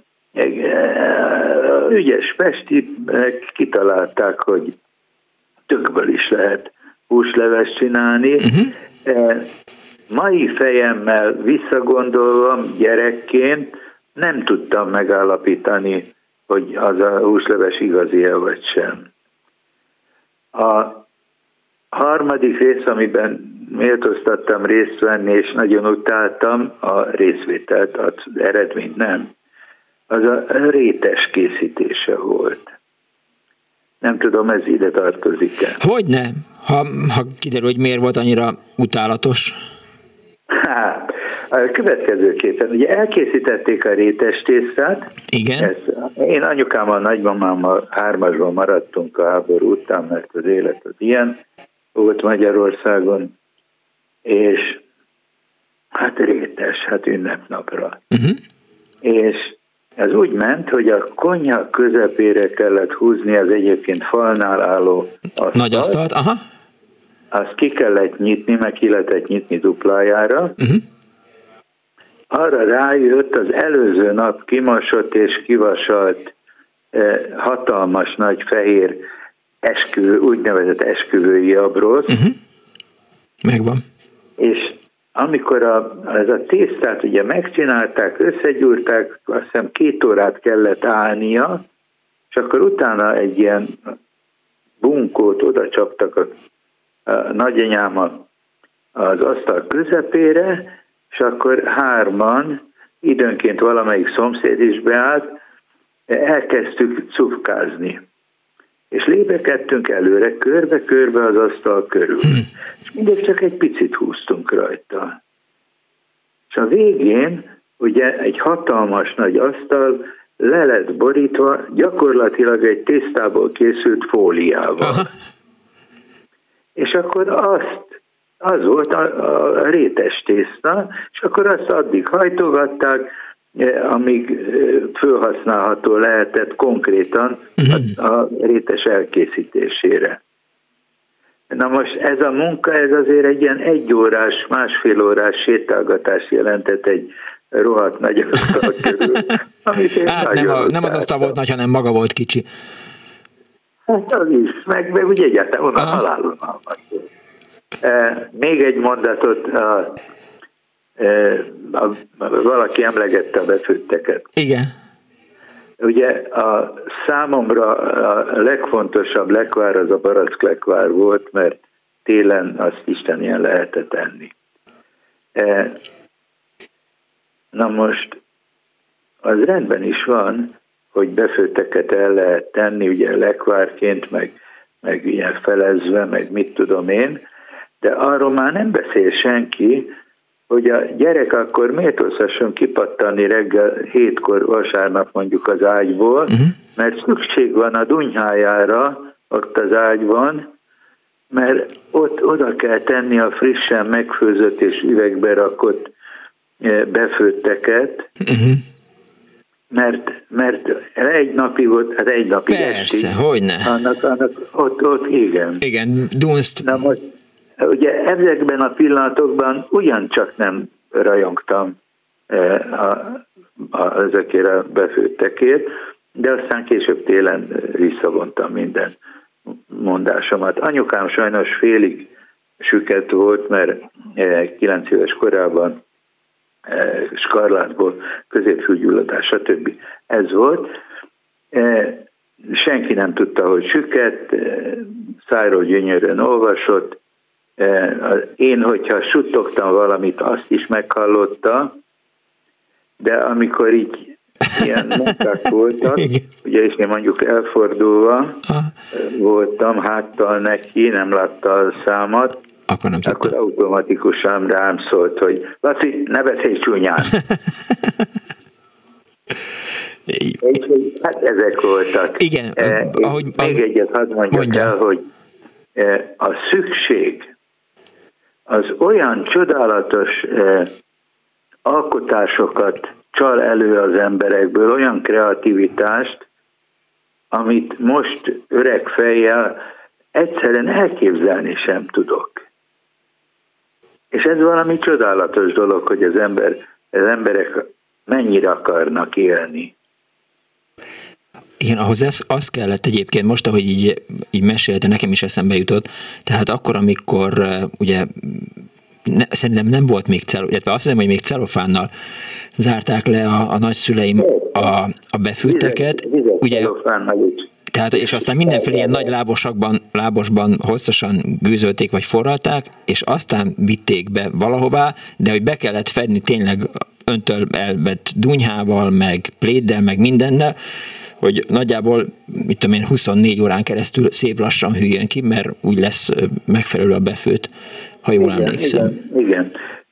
ügyes pesti kitalálták, hogy tökből is lehet húsleves csinálni. Uh-huh. Mai fejemmel visszagondolva gyerekként nem tudtam megállapítani, hogy az a húsleves igazi-e vagy sem. A harmadik rész, amiben méltóztattam részt venni, és nagyon utáltam a részvételt, az eredményt nem, az a rétes készítése volt. Nem tudom, ez ide tartozik-e? Hogyne, ha, ha kiderül, hogy miért volt annyira utálatos? Hát, a következőképpen, ugye elkészítették a rétes tésztát. Igen. Ezt, én anyukámmal, nagymamámmal hármasban maradtunk a háború után, mert az élet az ilyen volt Magyarországon, és hát rétes, hát ünnepnapra. Uh-huh. És ez úgy ment, hogy a konyha közepére kellett húzni az egyébként falnál álló asztalt. Nagy asztalt, aha. Azt ki kellett nyitni, meg ki lehetett nyitni duplájára. Uh-huh. Arra rájött az előző nap kimosott és kivasalt eh, hatalmas nagy fehér esküvő, úgynevezett esküvői abrosz. Uh-huh. Megvan. És amikor a, ez a tésztát ugye megcsinálták, összegyúrták, azt hiszem két órát kellett állnia, és akkor utána egy ilyen bunkót oda csaptak a, a nagyanyám az asztal közepére, és akkor hárman, időnként valamelyik szomszéd is beállt, elkezdtük cufkázni. És lépekedtünk előre, körbe-körbe az asztal körül. Hm. És mindig csak egy picit húztunk rajta. És a végén ugye egy hatalmas nagy asztal le lett borítva, gyakorlatilag egy tésztából készült fóliával. Aha. És akkor azt, az volt a, a rétes tészta, és akkor azt addig hajtogatták, amíg felhasználható lehetett konkrétan a, a rétes elkészítésére. Na most ez a munka, ez azért egy ilyen egyórás, másfél órás sétálgatás jelentett egy rohadt nagy asztal körül. Hát nem, a, nem az asztal volt nagy, hanem maga volt kicsi. Hát az is, meg, meg úgy egyáltalán onnan halálon e, Még egy mondatot, a, e, a, a, valaki emlegette a befőtteket. Igen. Ugye a számomra a legfontosabb lekvár az a baracklekvár volt, mert télen azt Isten ilyen lehetett enni. E, na most az rendben is van, hogy befőtteket el lehet tenni, ugye lekvárként, meg, meg ilyen felezve, meg mit tudom én, de arról már nem beszél senki, hogy a gyerek akkor méltózhasson kipattani reggel hétkor vasárnap mondjuk az ágyból, uh-huh. mert szükség van a dunyhájára ott az ágyban, mert ott oda kell tenni a frissen megfőzött és üvegbe rakott befőtteket, uh-huh. mert, mert egy napig ott, hát egy napig Persze, estig. hogyne. Annak, annak ott, ott igen. Igen, dunst. Na most, ugye ezekben a pillanatokban ugyancsak nem rajongtam a, a, ezekért a befőttekért, de aztán később télen visszavontam minden mondásomat. Anyukám sajnos félig süket volt, mert kilenc éves korában skarlátból, középfülgyulladás, stb. Ez volt. Senki nem tudta, hogy süket, szájról gyönyörűen olvasott. Én, hogyha suttogtam valamit, azt is meghallotta, de amikor így ilyen munkák voltak, ugye és én mondjuk elfordulva voltam háttal neki, nem látta a számat, akkor, nem akkor automatikusan rám szólt, hogy Laci, ne beszélj csúnyán. Hát ezek voltak. Igen. Eh, ahogy, még ahogy, egyet hadd mondjak mondja. el, hogy eh, a szükség az olyan csodálatos eh, alkotásokat csal elő az emberekből, olyan kreativitást, amit most öreg fejjel egyszerűen elképzelni sem tudok. És ez valami csodálatos dolog, hogy az, ember, az emberek mennyire akarnak élni. Igen, ahhoz ez, az kellett egyébként most, ahogy így, így mesélte, nekem is eszembe jutott, tehát akkor, amikor ugye ne, szerintem nem volt még cello, illetve azt hiszem, hogy még celofánnal zárták le a, a nagyszüleim a, a befűteket. Vizet, vizet ugye, tehát, és aztán mindenféle ilyen nagy lábosakban, lábosban hosszasan gőzölték, vagy forralták, és aztán vitték be valahová, de hogy be kellett fedni tényleg öntől elvett dunyhával, meg pléddel, meg mindennel, hogy nagyjából, mit tudom én, huszonnégy órán keresztül szép lassan hűljön ki, mert úgy lesz megfelelő a befőt, ha jól igen, emlékszem. Igen, igen.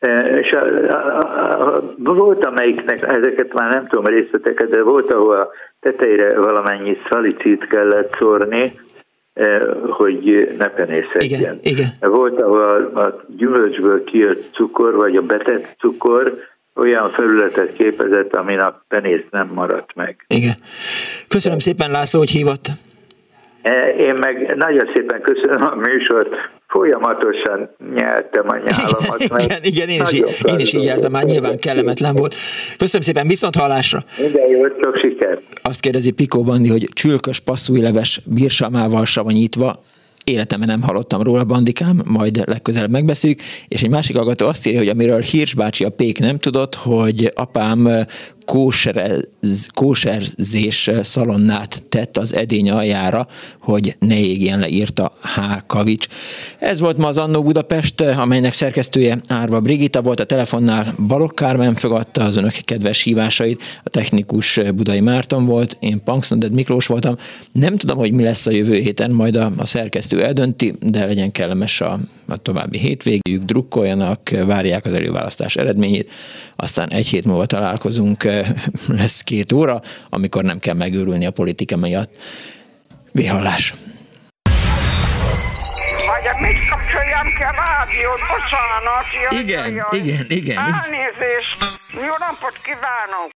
És a, a, a, a, volt amelyiknek, ezeket már nem tudom a részleteket, de volt, ahol a tetejére valamennyi szalicit kellett szórni, hogy ne penészedjen. Igen, igen. Volt, ahol a, a gyümölcsből kijött cukor, vagy a betett cukor olyan felületet képezett, amin a penész nem maradt meg. Igen. Köszönöm szépen, László, hogy hívott. Én meg nagyon szépen köszönöm a műsort, folyamatosan nyeltem a nyálamat. Igen, igen, igen én, is, én is így jártam, már nyilván kellemetlen volt. Köszönöm szépen, viszont hallásra. Minden jót, sok sikert. Azt kérdezi Pikó Bandi, hogy csülkös passzújleves bírsalmával savanyítva, életemben nem hallottam róla, Bandikám, majd legközelebb megbeszéljük, és egy másik hallgató azt írja, hogy amiről Hirsch bácsi a pék nem tudott, hogy apám kóserez, kóserzés szalonnát tett az edény aljára, hogy ne égjen le, írta H. Kavics. Ez volt ma az Annó Budapest, amelynek szerkesztője Árva Brigitta volt, a telefonnál Balogh Kármen fogadta az önök kedves hívásait, a technikus Budai Márton volt, én Punksnodded Miklós voltam. Nem tudom, hogy mi lesz a jövő héten, majd a, a szerkesztő eldönti, de legyen kellemes a, a további hétvégéjük, drukkoljanak, várják az előválasztás eredményét, aztán egy hét múlva találkozunk, lesz két óra, amikor nem kell megőrülni a politika miatt. Vihallás! Vagy mit kapcsoljam ki a rádiót? Bocsánat! Jaj, igen, jaj, igen, igen. Elnézést! Jó napot kívánok!